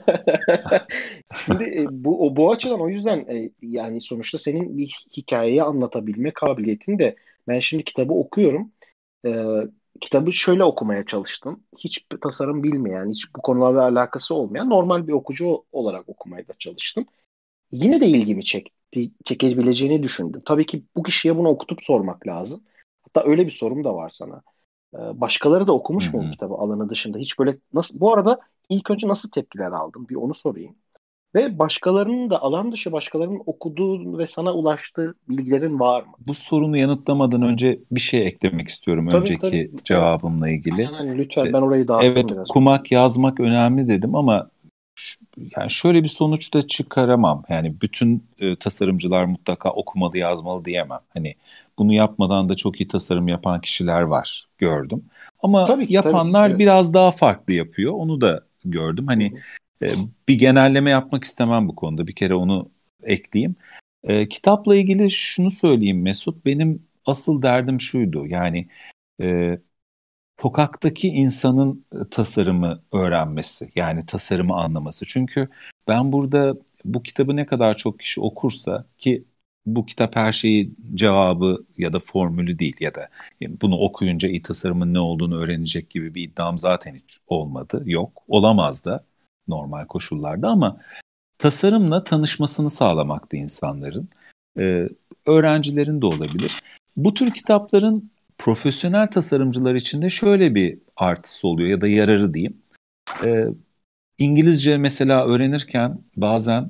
şimdi bu açıdan o yüzden yani sonuçta senin bir hikayeyi anlatabilme kabiliyetin de, ben şimdi kitabı okuyorum. Ee, Kitabı şöyle okumaya çalıştım. Hiç tasarım bilmeyen, hiç bu konularla alakası olmayan normal bir okucu olarak okumaya da çalıştım. Yine de ilgimi çekebileceğini düşündüm. Tabii ki bu kişiye bunu okutup sormak lazım. Hatta öyle bir sorum da var sana. Başkaları da Hı okumuş mu bu hı. kitabı alanı dışında? Hiç böyle nasıl, bu arada ilk önce nasıl tepkiler aldın? Bir onu sorayım. Ve başkalarının da, alan dışı başkalarının okuduğu ve sana ulaştığı bilgilerin var mı? Bu sorunu yanıtlamadan önce bir şey eklemek istiyorum Tabii tabii. önceki Evet. cevabımla ilgili. Aynen, E, lütfen, ben orayı Evet, dağıttım biraz. okumak, yazmak önemli dedim ama yani şöyle bir sonuç da çıkaramam. Yani bütün tasarımcılar mutlaka okumalı, yazmalı diyemem. Hani bunu yapmadan da çok iyi tasarım yapan kişiler var, gördüm. Ama Tabii ki tabii ki. yapanlar Evet. biraz daha farklı yapıyor. Onu da gördüm. Hı Hani hı. bir genelleme yapmak istemem bu konuda. Bir kere onu ekleyeyim. Kitapla ilgili şunu söyleyeyim Mesut. Benim asıl derdim şuydu. Yani e, sokaktaki insanın tasarımı öğrenmesi, yani tasarımı anlaması. Çünkü ben burada bu kitabı ne kadar çok kişi okursa, ki bu kitap her şeyi cevabı ya da formülü değil ya da bunu okuyunca iyi tasarımın ne olduğunu öğrenecek gibi bir iddiam zaten hiç olmadı. Yok, olamaz da normal koşullarda ama tasarımla tanışmasını sağlamaktı insanların. Ee, Öğrencilerin de olabilir. Bu tür kitapların profesyonel tasarımcılar için de şöyle bir artısı oluyor ya da yararı diyeyim. Ee, İngilizce mesela öğrenirken bazen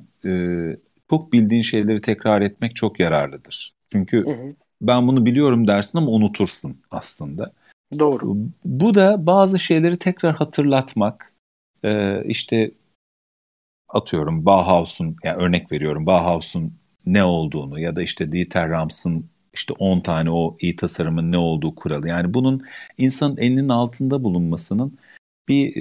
çok bildiğin şeyleri tekrar etmek çok yararlıdır. Çünkü Hı hı. ben bunu biliyorum dersin ama unutursun aslında. Doğru. Bu da bazı şeyleri tekrar hatırlatmak, işte atıyorum Bauhaus'un, yani örnek veriyorum, Bauhaus'un ne olduğunu ya da işte Dieter Rams'ın işte 10 tane o iyi tasarımın ne olduğu kuralı. Yani bunun insanın elinin altında bulunmasının bir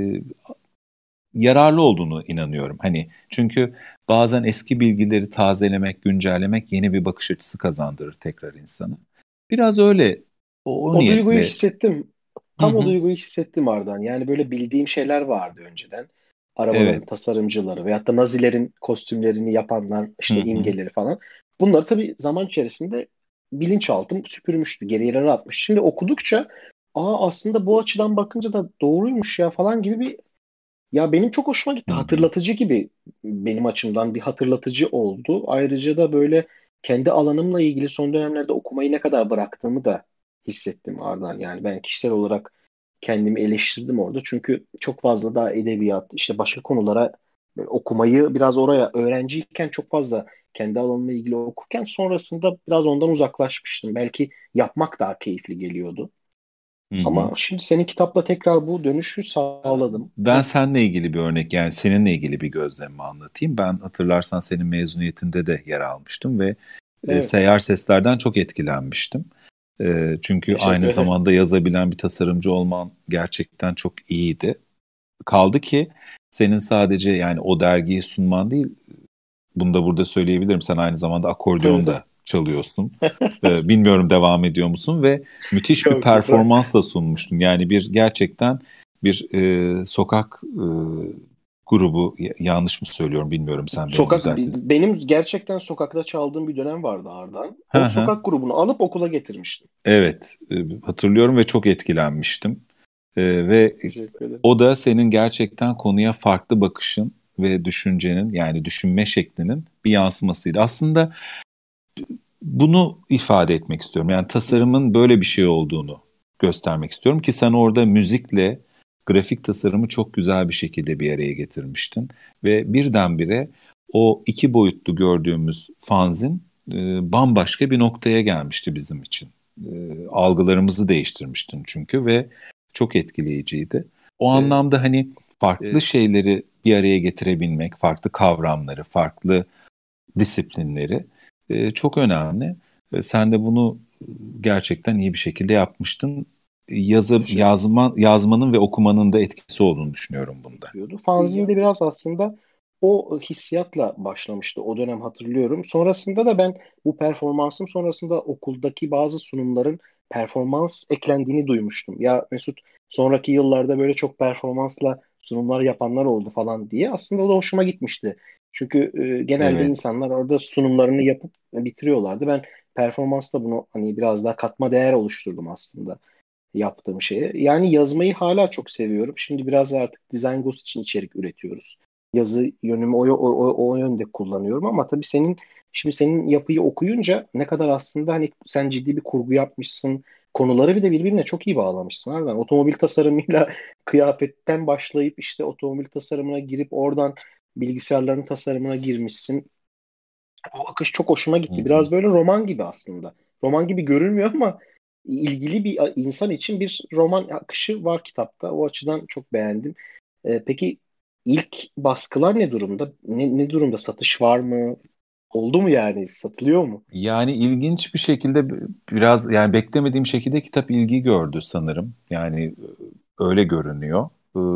yararlı olduğunu inanıyorum. Hani çünkü bazen eski bilgileri tazelemek, güncellemek yeni bir bakış açısı kazandırır tekrar insana. Biraz öyle o O duyguyu niyetle. hissettim. Hı Tam o hı, duyguyu hissettim Ardan. Yani böyle bildiğim şeyler vardı önceden. Arabaların evet. tasarımcıları veyahut da Nazilerin kostümlerini yapanlar, Hı işte hı, imgeleri falan. Bunları tabii zaman içerisinde bilinçaltım süpürmüştü, geriye atmış. Şimdi okudukça aslında bu açıdan bakınca da doğruymuş ya falan gibi bir, ya benim çok hoşuma hı gitti. hı, Hatırlatıcı gibi, benim açımdan bir hatırlatıcı oldu. Ayrıca da böyle kendi alanımla ilgili son dönemlerde okumayı ne kadar bıraktığımı da hissettim Ardan. Yani ben kişisel olarak kendimi eleştirdim orada. Çünkü çok fazla daha edebiyat, işte başka konulara böyle okumayı, biraz oraya öğrenciyken çok fazla kendi alanımla ilgili okurken sonrasında biraz ondan uzaklaşmıştım. Belki yapmak daha keyifli geliyordu. hı hı. Ama şimdi senin kitapla tekrar bu dönüşü sağladım. Ben seninle ilgili bir örnek, yani seninle ilgili bir gözlemimi anlatayım. Ben hatırlarsan senin mezuniyetinde de yer almıştım ve Evet. Seyyar Sesler'den çok etkilenmiştim. Çünkü Teşekkür aynı ederim. zamanda yazabilen bir tasarımcı olman gerçekten çok iyiydi. Kaldı ki senin sadece yani o dergiyi sunman değil, bunu da burada söyleyebilirim. Sen aynı zamanda Tabii akordeon tabii. da çalıyorsun. Bilmiyorum devam ediyor musun ve müthiş bir Yok yok. performansla sunmuştun. Yani bir gerçekten bir sokak grubu yanlış mı söylüyorum bilmiyorum, sen beni düzelt. Benim gerçekten sokakta çaldığım bir dönem vardı Ardahan. Hı O hı. sokak grubunu alıp okula getirmiştim. Evet, hatırlıyorum ve çok etkilenmiştim. Ve Teşekkür ederim. o da senin gerçekten konuya farklı bakışın ve düşüncenin, yani düşünme şeklinin bir yansımasıydı. Aslında bunu ifade etmek istiyorum. Yani tasarımın böyle bir şey olduğunu göstermek istiyorum ki sen orada müzikle grafik tasarımı çok güzel bir şekilde bir araya getirmiştin. Ve birdenbire o iki boyutlu gördüğümüz fanzin bambaşka bir noktaya gelmişti bizim için. Algılarımızı değiştirmiştin çünkü ve çok etkileyiciydi. O anlamda hani farklı şeyleri bir araya getirebilmek, farklı kavramları, farklı disiplinleri çok önemli. Sen de bunu gerçekten iyi bir şekilde yapmıştın. Yazmanın ve okumanın da etkisi olduğunu düşünüyorum bunda. Fanzin de biraz aslında o hissiyatla başlamıştı. O dönem hatırlıyorum. Sonrasında da ben bu performansım sonrasında okuldaki bazı sunumların performans eklendiğini duymuştum. Ya Mesut, sonraki yıllarda böyle çok performansla sunumlar yapanlar oldu falan diye. Aslında o da hoşuma gitmişti. Çünkü genelde Evet, insanlar orada sunumlarını yapıp bitiriyorlardı. Ben performansla bunu hani biraz daha katma değer oluşturdum aslında yaptığım şeye. Yani yazmayı hala çok seviyorum. Şimdi biraz da artık Design Ghost için içerik üretiyoruz. Yazı yönümü o yönde kullanıyorum ama tabii senin yapıyı okuyunca ne kadar aslında hani sen ciddi bir kurgu yapmışsın. Konuları bir de birbirine çok iyi bağlamışsın. Harbiden otomobil tasarımıyla kıyafetten başlayıp işte otomobil tasarımına girip oradan bilgisayarların tasarımına girmişsin. O akış çok hoşuma hı gitti. hı. Biraz böyle roman gibi aslında. Roman gibi görünmüyor ama ilgili bir insan için bir roman akışı var kitapta. O açıdan çok beğendim. Peki ilk baskılar ne durumda? Ne durumda? Satış var mı? Oldu mu yani? Satılıyor mu? Yani ilginç bir şekilde biraz, yani beklemediğim şekilde kitap ilgi gördü sanırım. Yani öyle görünüyor.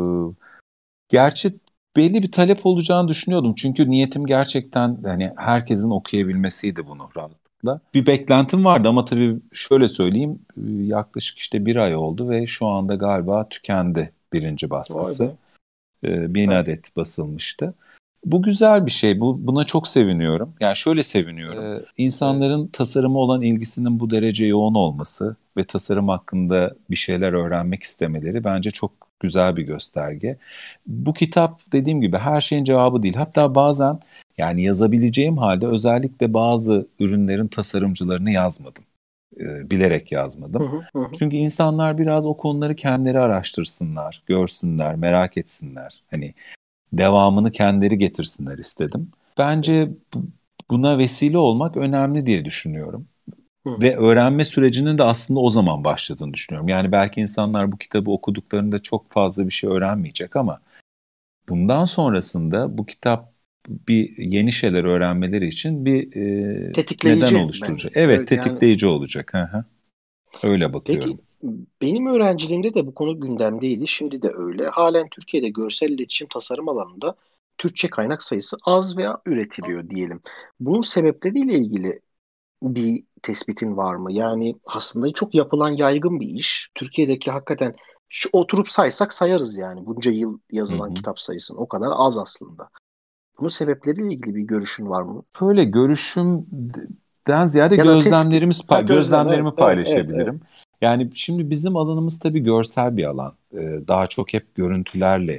Gerçi belli bir talep olacağını düşünüyordum. Çünkü niyetim gerçekten hani herkesin okuyabilmesiydi bunu rahatlıkla. Bir beklentim vardı ama tabii şöyle söyleyeyim, yaklaşık işte bir ay oldu ve şu anda galiba tükendi birinci Vay baskısı. be. 1000 Evet. adet basılmıştı. Bu güzel bir şey. Buna çok seviniyorum. Yani şöyle seviniyorum. İnsanların tasarıma olan ilgisinin bu derece yoğun olması ve tasarım hakkında bir şeyler öğrenmek istemeleri bence çok güzel bir gösterge. Bu kitap dediğim gibi her şeyin cevabı değil. Hatta bazen, yani yazabileceğim halde özellikle bazı ürünlerin tasarımcılarını yazmadım. Bilerek Hı yazmadım. hı, hı hı. Çünkü insanlar biraz o konuları kendileri araştırsınlar, görsünler, merak etsinler. Hani devamını kendileri getirsinler istedim. Bence buna vesile olmak önemli diye düşünüyorum. Hı hı. Ve öğrenme sürecinin de aslında o zaman başladığını düşünüyorum. Yani belki insanlar bu kitabı okuduklarında çok fazla bir şey öğrenmeyecek ama bundan sonrasında bu kitap bir yeni şeyler öğrenmeleri için bir neden Tetikleyici oluşturacak. bence. Evet, Evet yani. tetikleyici olacak. Hı hı. Öyle Peki bakıyorum. benim öğrenciliğimde de bu konu gündemdeydi. Şimdi de öyle. Halen Türkiye'de görsel iletişim tasarım alanında Türkçe kaynak sayısı az veya üretiliyor diyelim. Bunun sebepleriyle ilgili bir tespitin var mı? Yani aslında çok yapılan yaygın bir iş. Türkiye'deki hakikaten şu oturup saysak sayarız yani. Bunca yıl Hı yazılan hı. kitap sayısını. O kadar az aslında. Bunun sebepleriyle ilgili bir görüşün var mı? Şöyle, görüşümden ziyade Ya da tespit. Ha, gözlem. Evet, gözlemlerimi evet, evet, evet. paylaşabilirim. Yani şimdi bizim alanımız tabii görsel bir alan. Daha çok hep görüntülerle,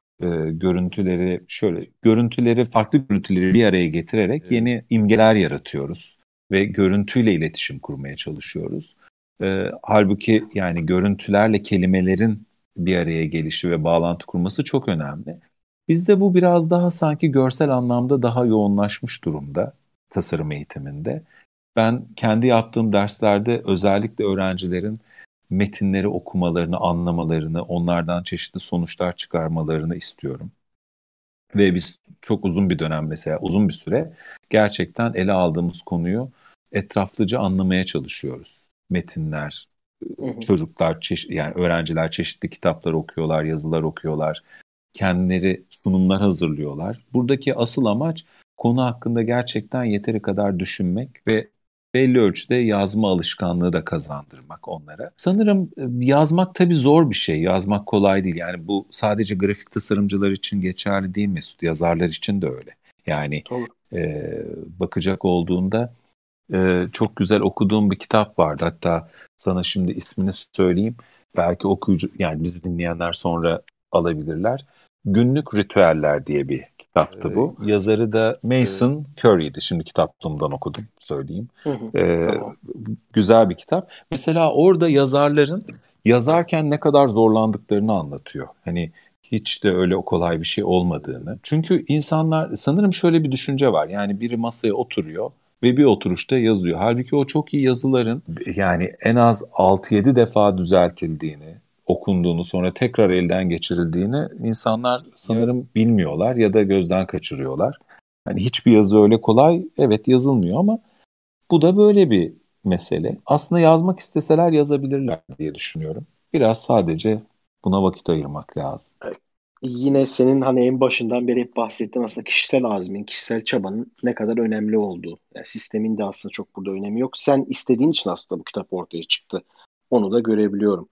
farklı görüntüleri bir araya getirerek yeni imgeler yaratıyoruz ve görüntüyle iletişim kurmaya çalışıyoruz. Halbuki yani görüntülerle kelimelerin bir araya gelişi ve bağlantı kurması çok önemli. Bizde bu biraz daha sanki görsel anlamda daha yoğunlaşmış durumda tasarım eğitiminde. Ben kendi yaptığım derslerde özellikle öğrencilerin metinleri okumalarını, anlamalarını, onlardan çeşitli sonuçlar çıkarmalarını istiyorum. Ve biz çok uzun bir dönem, mesela uzun bir süre gerçekten ele aldığımız konuyu etraflıca anlamaya çalışıyoruz. Metinler, Hı hı. yani öğrenciler çeşitli kitaplar okuyorlar, yazılar okuyorlar, kendileri sunumlar hazırlıyorlar. Buradaki asıl amaç konu hakkında gerçekten yeteri kadar düşünmek ve belli ölçüde yazma alışkanlığı da kazandırmak onlara. Sanırım yazmak tabii zor bir şey. Yazmak kolay değil. Yani bu sadece grafik tasarımcılar için geçerli değil Mesut. Yazarlar için de öyle. Yani Doğru. bakacak olduğunda çok güzel okuduğum bir kitap vardı. Hatta sana şimdi ismini söyleyeyim. Belki okuyucu, yani bizi dinleyenler sonra alabilirler. Günlük Ritüeller diye bir kitaptı bu. Yazarı da Mason Curry'di. Şimdi kitaplığımdan okudum, söyleyeyim. Hı hı. Ee, Tamam. Güzel bir kitap. Mesela orada yazarların yazarken ne kadar zorlandıklarını anlatıyor. Hani hiç de öyle kolay bir şey olmadığını. Çünkü insanlar, sanırım şöyle bir düşünce var. Yani biri masaya oturuyor ve bir oturuşta yazıyor. Halbuki o çok iyi yazıların yani en az 6-7 defa düzeltildiğini, okunduğunu, sonra tekrar elden geçirildiğini insanlar sanırım bilmiyorlar ya da gözden kaçırıyorlar. Hani hiçbir yazı öyle kolay, evet, yazılmıyor ama bu da böyle bir mesele. Aslında yazmak isteseler yazabilirler diye düşünüyorum. Biraz sadece buna vakit ayırmak lazım. Yine senin hani en başından beri hep bahsettiğin aslında kişisel azmin, kişisel çabanın ne kadar önemli olduğu. Yani sistemin de aslında çok burada önemi yok. Sen istediğin için aslında bu kitap ortaya çıktı. Onu da görebiliyorum.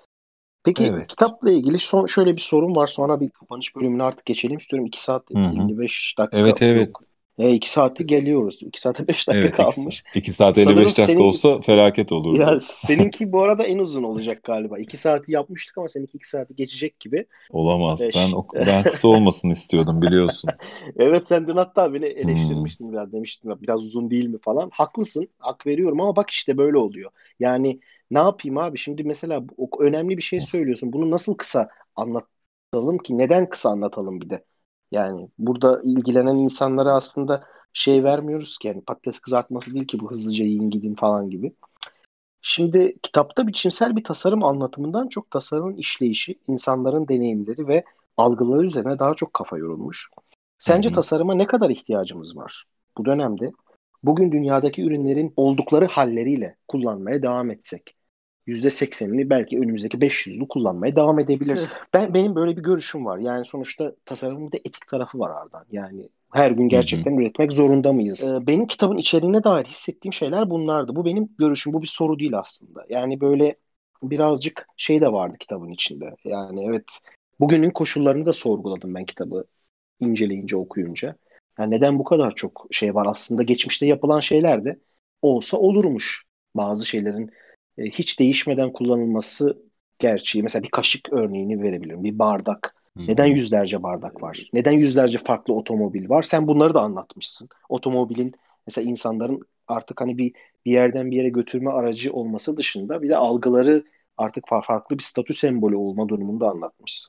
Peki Evet. kitapla ilgili son şöyle bir sorun var. Sonra bir kapanış bölümüne artık geçelim istiyorum. 2 saat Hı hı. 55 dakika Evet, evet. yok. 2 saate geliyoruz. 2 saate 5 dakika Evet, kalmış. 2 saat Sanırım 55 dakika senin olsa felaket ya olurdu. seninki bu arada en uzun olacak galiba. 2 saati yapmıştık ama seninki 2 saati geçecek gibi. Olamaz. Ben Beş. ben kısa olmasını istiyordum, biliyorsun. Evet, sen dün hatta beni Hmm. eleştirmiştin biraz, demiştin ya, biraz uzun değil mi falan. Haklısın, hak veriyorum ama bak işte böyle oluyor. Yani ne yapayım abi, şimdi mesela önemli bir şey söylüyorsun. Bunu nasıl kısa anlatalım ki? Neden kısa anlatalım bir de? Yani burada ilgilenen insanlara aslında şey vermiyoruz ki, yani patates kızartması değil ki bu, hızlıca yiyin gidin falan gibi. Şimdi kitapta biçimsel bir tasarım anlatımından çok tasarımın işleyişi, insanların deneyimleri ve algıları üzerine daha çok kafa yorulmuş. Hı Sence hı. tasarıma ne kadar ihtiyacımız var bu dönemde? Bugün dünyadaki ürünlerin oldukları halleriyle kullanmaya devam etsek, %80'ini belki önümüzdeki 500'ünü kullanmaya devam edebiliriz. Benim böyle bir görüşüm var. Yani sonuçta tasarımın bir de etik tarafı var Ardan. Yani her gün Hı hı. gerçekten üretmek zorunda mıyız? Benim kitabın içeriğine dair hissettiğim şeyler bunlardı. Bu benim görüşüm. Bu bir soru değil aslında. Yani böyle birazcık şey de vardı kitabın içinde. Yani evet, bugünün koşullarını da sorguladım ben kitabı inceleyince, okuyunca. Yani neden bu kadar çok şey var? Aslında geçmişte yapılan şeyler de olsa olurmuş. Bazı şeylerin hiç değişmeden kullanılması gerçeği. Mesela bir kaşık örneğini verebilirim. Bir bardak. Hı Neden hı. yüzlerce bardak var? Neden yüzlerce farklı otomobil var? Sen bunları da anlatmışsın. Otomobilin mesela insanların artık hani bir yerden bir yere götürme aracı olması dışında bir de algıları artık farklı bir statü sembolü olma durumunu da anlatmışsın.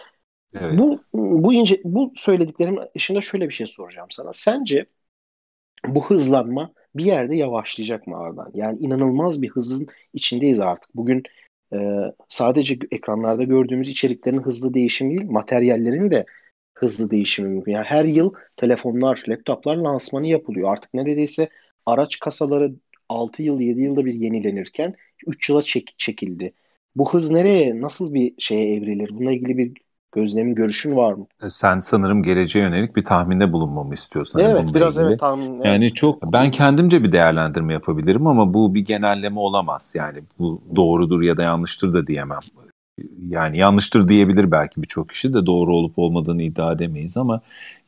Evet. Bu söylediklerim ışığında şöyle bir şey soracağım sana. Sence bu hızlanma bir yerde yavaşlayacak mı Ardan? Yani inanılmaz bir hızın içindeyiz artık. Bugün sadece ekranlarda gördüğümüz içeriklerin hızlı değişimi değil, materyallerin de hızlı değişimi mümkün. Yani her yıl telefonlar, laptoplar lansmanı yapılıyor. Artık neredeyse araç kasaları 6 yıl, 7 yılda bir yenilenirken 3 yıla çekildi. Bu hız nereye, nasıl bir şeye evrilir? Bununla ilgili bir gözlemin, görüşün var mı? Sen sanırım geleceğe yönelik bir tahminde bulunmamı istiyorsun hani Evet, bununla biraz evet, ilgili. tahmin, evet. Yani ben kendimce bir değerlendirme yapabilirim ama bu bir genelleme olamaz. Yani bu doğrudur ya da yanlıştır da diyemem. Yani yanlıştır diyebilir belki birçok kişi de, doğru olup olmadığını iddia edemeyiz ama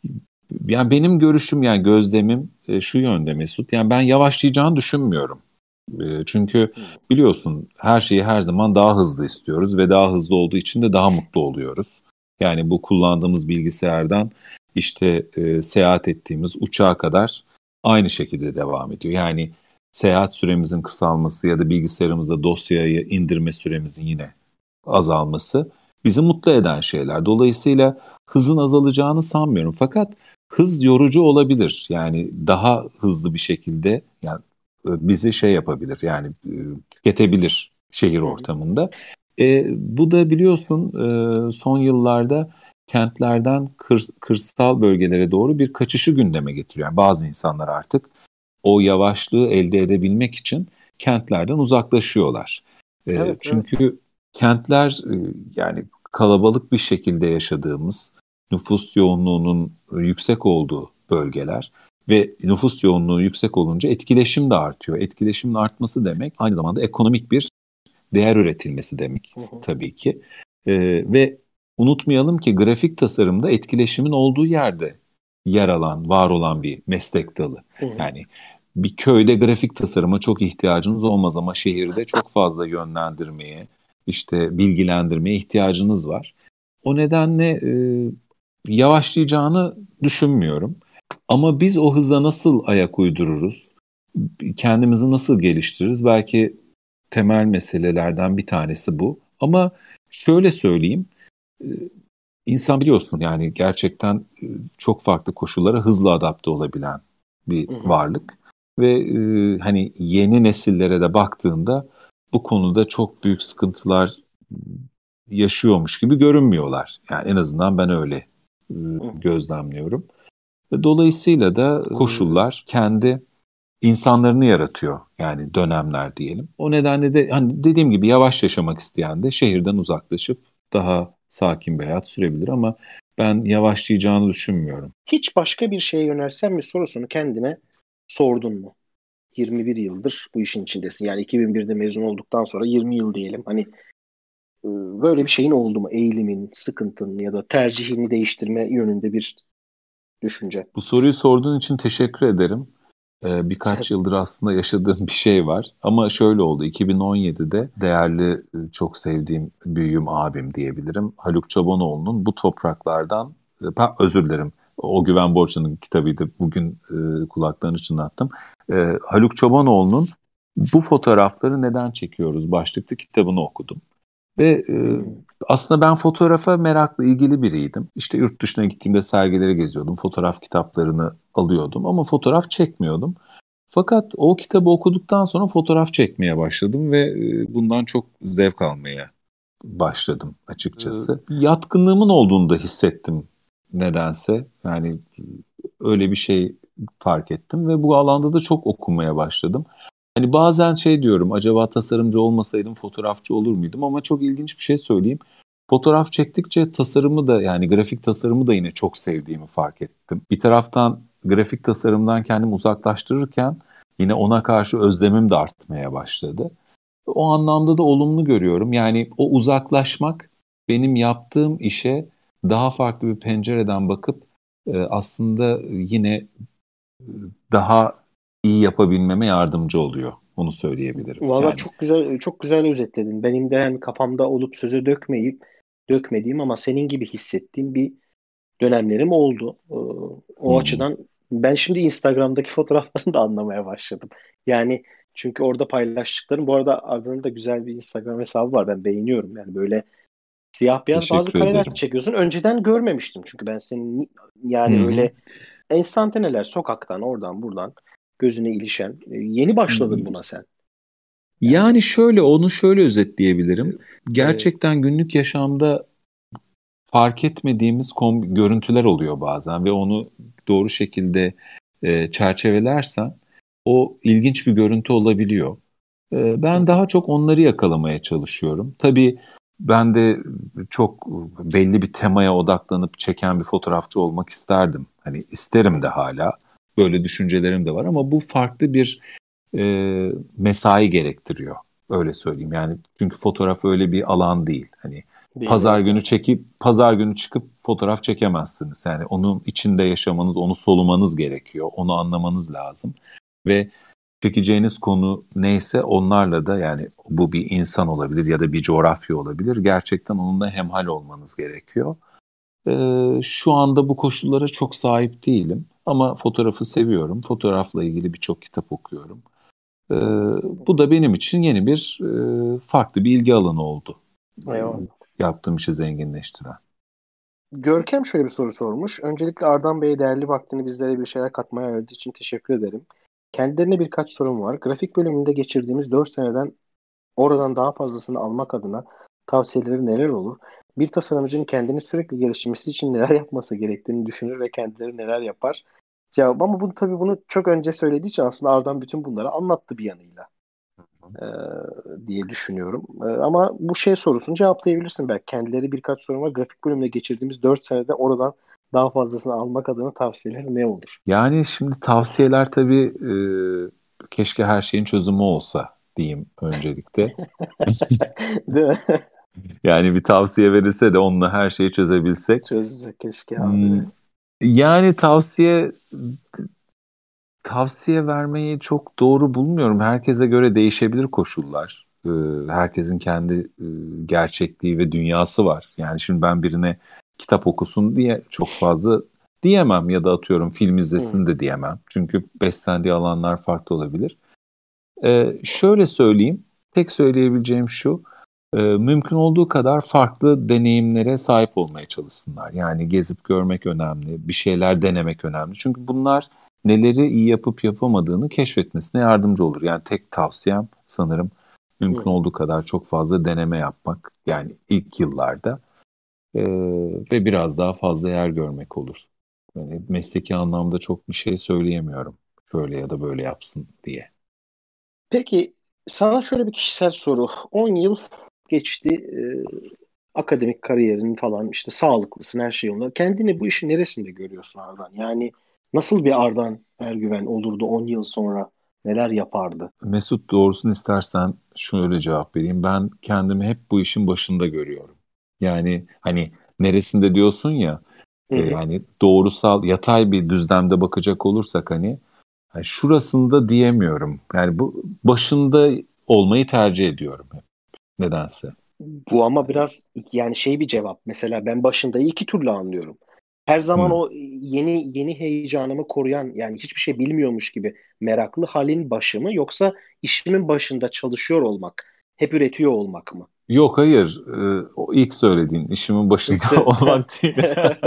yani benim görüşüm, yani gözlemim şu yönde Mesut. Yani ben yavaşlayacağını düşünmüyorum. Çünkü Hmm. biliyorsun, her şeyi her zaman daha hızlı istiyoruz ve daha hızlı olduğu için de daha mutlu oluyoruz. Yani bu kullandığımız bilgisayardan işte seyahat ettiğimiz uçağa kadar aynı şekilde devam ediyor. Yani seyahat süremizin kısalması ya da bilgisayarımızda dosyayı indirme süremizin yine azalması bizi mutlu eden şeyler. Dolayısıyla hızın azalacağını sanmıyorum. Fakat hız yorucu olabilir. Yani daha hızlı bir şekilde, yani bizi şey yapabilir, yani tüketebilir şehir Hı hı. ortamında. Bu da biliyorsun son yıllarda kentlerden kırsal bölgelere doğru bir kaçışı gündeme getiriyor. Yani bazı insanlar artık o yavaşlığı elde edebilmek için kentlerden uzaklaşıyorlar. Evet, evet. Çünkü kentler yani kalabalık bir şekilde yaşadığımız, nüfus yoğunluğunun yüksek olduğu bölgeler. Ve nüfus yoğunluğu yüksek olunca etkileşim de artıyor. Etkileşimin artması demek aynı zamanda ekonomik bir değer üretilmesi demek tabii ki. Ve unutmayalım ki grafik tasarımda etkileşimin olduğu yerde yer alan, var olan bir meslek dalı. Yani bir köyde grafik tasarıma çok ihtiyacınız olmaz ama şehirde çok fazla yönlendirmeye, işte bilgilendirmeye ihtiyacınız var. O nedenle yavaşlayacağını düşünmüyorum. Ama biz o hıza nasıl ayak uydururuz? Kendimizi nasıl geliştiririz? Belki temel meselelerden bir tanesi bu. Ama şöyle söyleyeyim, e, insan biliyorsun yani gerçekten çok farklı koşullara hızlı adapte olabilen bir varlık. Ve hani yeni nesillere de baktığında bu konuda çok büyük sıkıntılar yaşıyormuş gibi görünmüyorlar. Yani en azından ben öyle gözlemliyorum. Ve dolayısıyla da koşullar kendi insanlarını yaratıyor yani dönemler diyelim. O nedenle de hani dediğim gibi yavaş yaşamak isteyen de şehirden uzaklaşıp daha sakin bir hayat sürebilir ama ben yavaşlayacağını düşünmüyorum. Hiç başka bir şeye yönelsen mi sorusunu kendine sordun mu? 21 yıldır bu işin içindesin. Yani 2001'de mezun olduktan sonra 20 yıl diyelim. Hani böyle bir şeyin oldu mu? Eğilimin, sıkıntın ya da tercihini değiştirme yönünde bir düşünce. Bu soruyu sorduğun için teşekkür ederim. Birkaç yıldır aslında yaşadığım bir şey var. Ama şöyle oldu. 2017'de değerli, çok sevdiğim büyüğüm abim diyebilirim. Haluk Çobanoğlu'nun bu topraklardan, özür dilerim. O Güven Borçlu'nun kitabıydı. Bugün kulaklarını çınlattım. Haluk Çobanoğlu'nun Bu Fotoğrafları Neden Çekiyoruz başlıklı kitabını okudum. Ve aslında ben fotoğrafa meraklı, ilgili biriydim. İşte yurt dışına gittiğimde sergileri geziyordum, fotoğraf kitaplarını alıyordum ama fotoğraf çekmiyordum. Fakat o kitabı okuduktan sonra fotoğraf çekmeye başladım ve bundan çok zevk almaya başladım açıkçası. Yatkınlığımın olduğunu da hissettim nedense. Yani öyle bir şey fark ettim ve bu alanda da çok okumaya başladım. Hani bazen şey diyorum, acaba tasarımcı olmasaydım fotoğrafçı olur muydum? Ama çok ilginç bir şey söyleyeyim. Fotoğraf çektikçe tasarımı da yani grafik tasarımı da yine çok sevdiğimi fark ettim. Bir taraftan grafik tasarımdan kendimi uzaklaştırırken yine ona karşı özlemim de artmaya başladı. O anlamda da olumlu görüyorum. Yani o uzaklaşmak benim yaptığım işe daha farklı bir pencereden bakıp aslında yine daha iyi yapabilmeme yardımcı oluyor. Onu söyleyebilirim. Valla Yani çok güzel çok güzel özetledin. Benim de yani kafamda olup söze dökmediğim ama senin gibi hissettiğim bir dönemlerim oldu. hı O hı. açıdan ben şimdi Instagram'daki fotoğraflarını da anlamaya başladım. Yani çünkü orada paylaştıklarım, bu arada Arda'nın da güzel bir Instagram hesabı var. Ben beğeniyorum. Yani böyle siyah beyaz bazı Teşekkür kareler ederim. çekiyorsun. Önceden görmemiştim çünkü ben senin Hı yani hı. öyle enstantaneler sokaktan oradan buradan gözüne ilişen. Yeni başladın buna sen. Yani Yani şöyle, onu şöyle özetleyebilirim. e, Gerçekten günlük yaşamda fark etmediğimiz görüntüler oluyor bazen ve onu doğru şekilde çerçevelersen o ilginç bir görüntü olabiliyor. hı Ben hı, daha çok onları yakalamaya çalışıyorum. Tabii ben de çok belli bir temaya odaklanıp çeken bir fotoğrafçı olmak isterdim. Hani hı isterim de hı. hala. Böyle düşüncelerim de var ama bu farklı bir mesai gerektiriyor. Öyle söyleyeyim. Yani çünkü fotoğraf öyle bir alan değil. Hani Değil, pazar evet, günü evet. çekip pazar günü çıkıp fotoğraf çekemezsiniz. Yani onun içinde yaşamanız, onu solumanız gerekiyor. Onu anlamanız lazım. Ve çekeceğiniz konu neyse onlarla da yani bu bir insan olabilir ya da bir coğrafya olabilir. Gerçekten onunla hemhal olmanız gerekiyor. Şu anda bu koşullara çok sahip değilim ama fotoğrafı seviyorum. Fotoğrafla ilgili birçok kitap okuyorum. Ee, Bu da benim için yeni bir farklı bir ilgi alanı oldu. Ee, Eyvallah. Yaptığım işi zenginleştiren. Görkem şöyle bir soru sormuş. Öncelikle Ardan Bey'e değerli vaktini bizlere bir şeyler katmaya verdiği için teşekkür ederim. Kendilerine birkaç sorum var. Grafik bölümünde geçirdiğimiz 4 seneden oradan daha fazlasını almak adına tavsiyeleri neler olur? Bir tasarımcının kendini sürekli geliştirmesi için neler yapması gerektiğini düşünür ve kendileri neler yapar? Cevap, ama bunu tabii bunu çok önce söylediği için aslında Ardan bütün bunları anlattı bir yanıyla e, diye düşünüyorum. Ama bu şey sorusunu cevaplayabilirsin belki. Kendileri birkaç sorun var. Grafik bölümünde geçirdiğimiz 4 senede oradan daha fazlasını almak adına tavsiyeler ne olur? Yani şimdi tavsiyeler tabii keşke her şeyin çözümü olsa diyeyim öncelikle. Değil mi? Yani bir tavsiye verilse de onunla her şeyi çözebilsek. Çözse keşke Hmm, abi. Yani tavsiye vermeyi çok doğru bulmuyorum. Herkese göre değişebilir koşullar. Herkesin kendi gerçekliği ve dünyası var. Yani şimdi ben birine kitap okusun diye çok fazla diyemem ya da atıyorum film Hı, izlesin de diyemem. Çünkü beslendiği alanlar farklı olabilir. Şöyle söyleyeyim, tek söyleyebileceğim şu, mümkün olduğu kadar farklı deneyimlere sahip olmaya çalışsınlar. Yani gezip görmek önemli, bir şeyler denemek önemli. Çünkü bunlar neleri iyi yapıp yapamadığını keşfetmesine yardımcı olur. Yani tek tavsiyem sanırım hı, mümkün hı. olduğu kadar çok fazla deneme yapmak. Yani ilk yıllarda e, ve biraz daha fazla yer görmek olur. Yani mesleki anlamda çok bir şey söyleyemiyorum. Şöyle ya da böyle yapsın diye. Peki sana şöyle bir kişisel soru. 10 yıl geçti, akademik kariyerin falan, işte sağlıklısın, her şey yolunda. Kendini bu işin neresinde görüyorsun Ardan? Yani nasıl bir Ardan Ergüven olurdu 10 yıl sonra? Neler yapardı? Mesut, doğrusunu istersen şöyle cevap vereyim. Ben kendimi hep bu işin başında görüyorum. Yani hani neresinde diyorsun ya, Hı hı. yani doğrusal yatay bir düzlemde bakacak olursak hani şurasında diyemiyorum. Yani bu başında olmayı tercih ediyorum hep. Nedense. Bu ama biraz yani şey bir cevap. Mesela ben başındayı iki türlü anlıyorum. Her zaman Hmm. o yeni heyecanımı koruyan, yani hiçbir şey bilmiyormuş gibi meraklı halin başı mı, yoksa işimin başında çalışıyor olmak, hep üretiyor olmak mı? Yok, hayır. O ilk söylediğin işimin başında Yoksa olmak değil.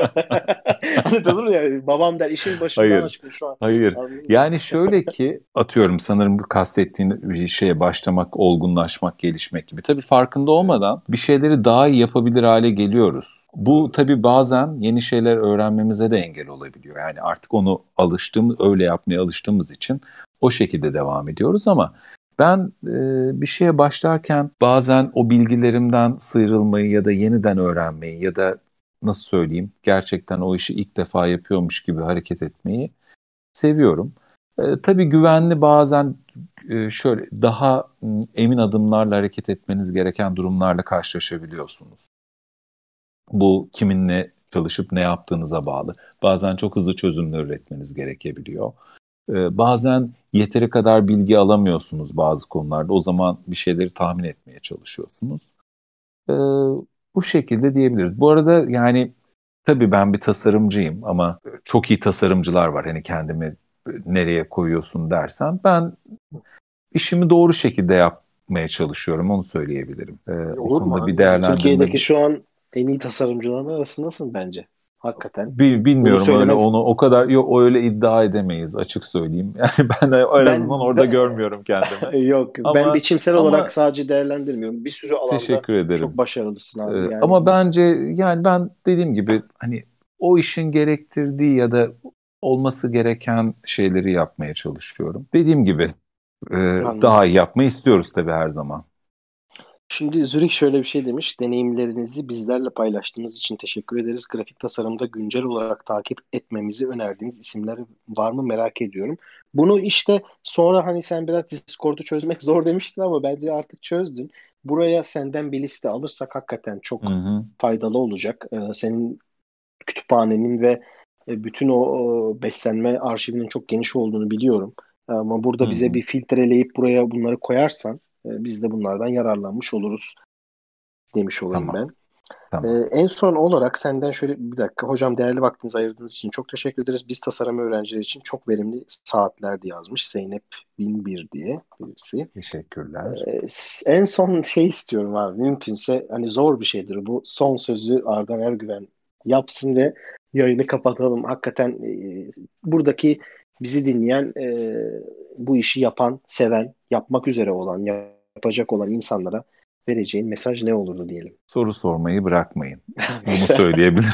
hani olur ya, babam der işin başından Hayır. aşkın şu an. Hayır. Anladın mı? Yani şöyle ki atıyorum, sanırım bu kastettiğin bir şeye başlamak, olgunlaşmak, gelişmek gibi. Tabii farkında Evet. olmadan bir şeyleri daha iyi yapabilir hale geliyoruz. Bu tabii bazen yeni şeyler öğrenmemize de engel olabiliyor. Yani artık onu öyle yapmaya alıştığımız için o şekilde devam ediyoruz ama ben bir şeye başlarken bazen o bilgilerimden sıyrılmayı ya da yeniden öğrenmeyi ya da nasıl söyleyeyim, gerçekten o işi ilk defa yapıyormuş gibi hareket etmeyi seviyorum. Tabii güvenli, bazen şöyle daha emin adımlarla hareket etmeniz gereken durumlarla karşılaşabiliyorsunuz. Bu kiminle çalışıp ne yaptığınıza bağlı. Bazen çok hızlı çözümler üretmeniz gerekebiliyor. Bazen yeteri kadar bilgi alamıyorsunuz bazı konularda. O zaman bir şeyleri tahmin etmeye çalışıyorsunuz. Ee, Bu şekilde diyebiliriz. Bu arada yani tabii ben bir tasarımcıyım ama çok iyi tasarımcılar var. Hani kendimi nereye koyuyorsun dersen, ben işimi doğru şekilde yapmaya çalışıyorum, onu söyleyebilirim. O Olur mu konuda bir abi? Yani değerlendirme Türkiye'deki şu an en iyi tasarımcıların arasındasın bence. Hakikaten. Bunu bilmiyorum, öyle söylemek, onu o kadar yok, öyle iddia edemeyiz, açık söyleyeyim. Yani ben de en azından orada ben görmüyorum kendimi. yok, ben Ama biçimsel olarak ama sadece değerlendirmiyorum. Bir sürü alanda teşekkür çok ederim. başarılısın abi. Yani Ama bence yani ben dediğim gibi hani o işin gerektirdiği ya da olması gereken şeyleri yapmaya çalışıyorum. Dediğim gibi e, anladım. daha iyi yapmayı istiyoruz tabii her zaman. Şimdi Zürich şöyle bir şey demiş. Deneyimlerinizi bizlerle paylaştığınız için teşekkür ederiz. Grafik tasarımda güncel olarak takip etmemizi önerdiğiniz isimler var mı, merak ediyorum. Bunu işte sonra, hani sen biraz Discord'u çözmek zor demiştin ama bence artık çözdün. Buraya senden bir liste alırsak hakikaten Hı çok hı, faydalı olacak. Senin kütüphanenin ve bütün o beslenme arşivinin çok geniş olduğunu biliyorum. Ama hı burada bize hı. bir filtreleyip buraya bunları koyarsan biz de bunlardan yararlanmış oluruz demiş olayım Tamam, ben. tamam. En son olarak senden şöyle bir dakika. Hocam, değerli vaktinizi ayırdığınız için çok teşekkür ederiz. Biz tasarım öğrencileri için çok verimli saatlerdi yazmış. Zeynep 1001 diye birisi. Teşekkürler. En son şey istiyorum abi. Mümkünse, hani zor bir şeydir bu. Son sözü Ardan Ergüven yapsın ve yayını kapatalım. Hakikaten buradaki bizi dinleyen, bu işi yapan, seven, yapmak üzere olan, yapacak olan insanlara vereceğin mesaj ne olurdu diyelim. Soru sormayı bırakmayın. Bunu Güzel. söyleyebilirim.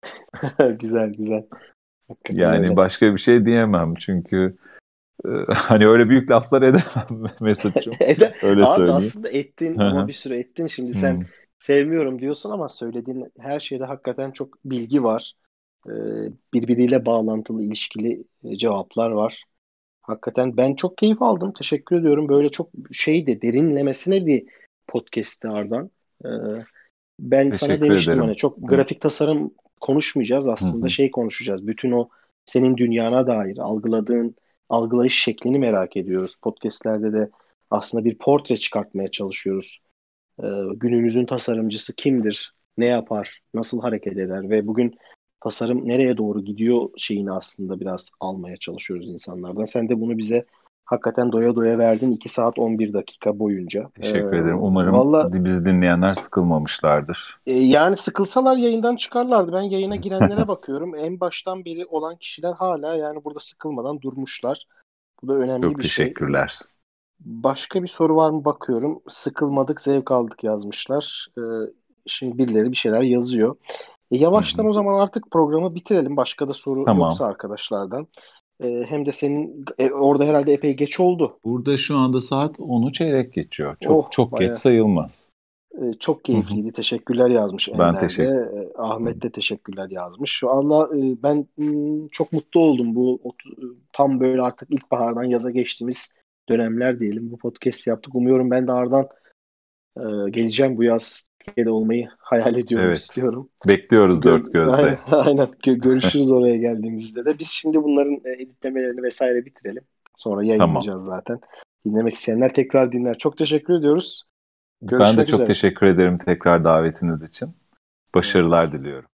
Güzel güzel. Hakikaten Yani öyle. başka bir şey diyemem çünkü hani öyle büyük laflar edemem Mesut'cum. Öyle Abi söyleyeyim. aslında ettin, Hı ama hı. bir süre ettin. Şimdi sen Hı. sevmiyorum diyorsun ama söylediğin her şeyde hakikaten çok bilgi var. e, birbiriyle bağlantılı, ilişkili cevaplar var. Hakikaten ben çok keyif aldım. Teşekkür ediyorum. Böyle çok derinlemesine bir podcast'ti Ardan. E, Ben sana Teşekkür demiştim ederim. hani çok grafik tasarım konuşmayacağız. Hı Aslında hı. şey konuşacağız. Bütün o senin dünyana dair algılayış şeklini merak ediyoruz. Podcast'lerde de aslında bir portre çıkartmaya çalışıyoruz. Günümüzün tasarımcısı kimdir? Ne yapar? Nasıl hareket eder? Ve bugün tasarım nereye doğru gidiyor şeyini aslında biraz almaya çalışıyoruz insanlardan. Sen de bunu bize hakikaten doya doya verdin 2 saat 11 dakika boyunca. Teşekkür ederim. Umarım Valla bizi dinleyenler sıkılmamışlardır. yani sıkılsalar yayından çıkarlardı. Ben yayına girenlere bakıyorum. En baştan beri olan kişiler hala yani burada sıkılmadan durmuşlar. Bu da önemli Çok bir şey. teşekkürler. Başka bir soru var mı bakıyorum. Sıkılmadık, zevk aldık yazmışlar. Şimdi birileri bir şeyler yazıyor. Hı Yavaştan hı. o zaman artık programı bitirelim. Başka da soru Tamam. yoksa arkadaşlardan. Hem de senin orada herhalde epey geç oldu. Burada şu anda saat 10'u çeyrek geçiyor. Çok Oh çok geç baya sayılmaz. çok Hı hı. keyifliydi. Teşekkürler yazmış Ben Ender de. teşekkür Ahmet de teşekkürler yazmış. Valla ben çok mutlu oldum. Tam böyle artık ilkbahardan yaza geçtiğimiz dönemler diyelim. Bu podcast yaptık. Umuyorum ben de ardından geleceğim bu yaz Türkiye'de olmayı hayal ediyorum, Evet. istiyorum. Bekliyoruz dört Aynen, gözle. aynen. Görüşürüz oraya geldiğimizde de. Biz şimdi bunların editlemelerini vesaire bitirelim. Sonra Tamam. yayınlayacağız zaten. Dinlemek isteyenler tekrar dinler. Çok teşekkür ediyoruz. Ben de Görüşmek çok üzere. teşekkür ederim tekrar davetiniz için. Başarılar Eyvallah. diliyorum.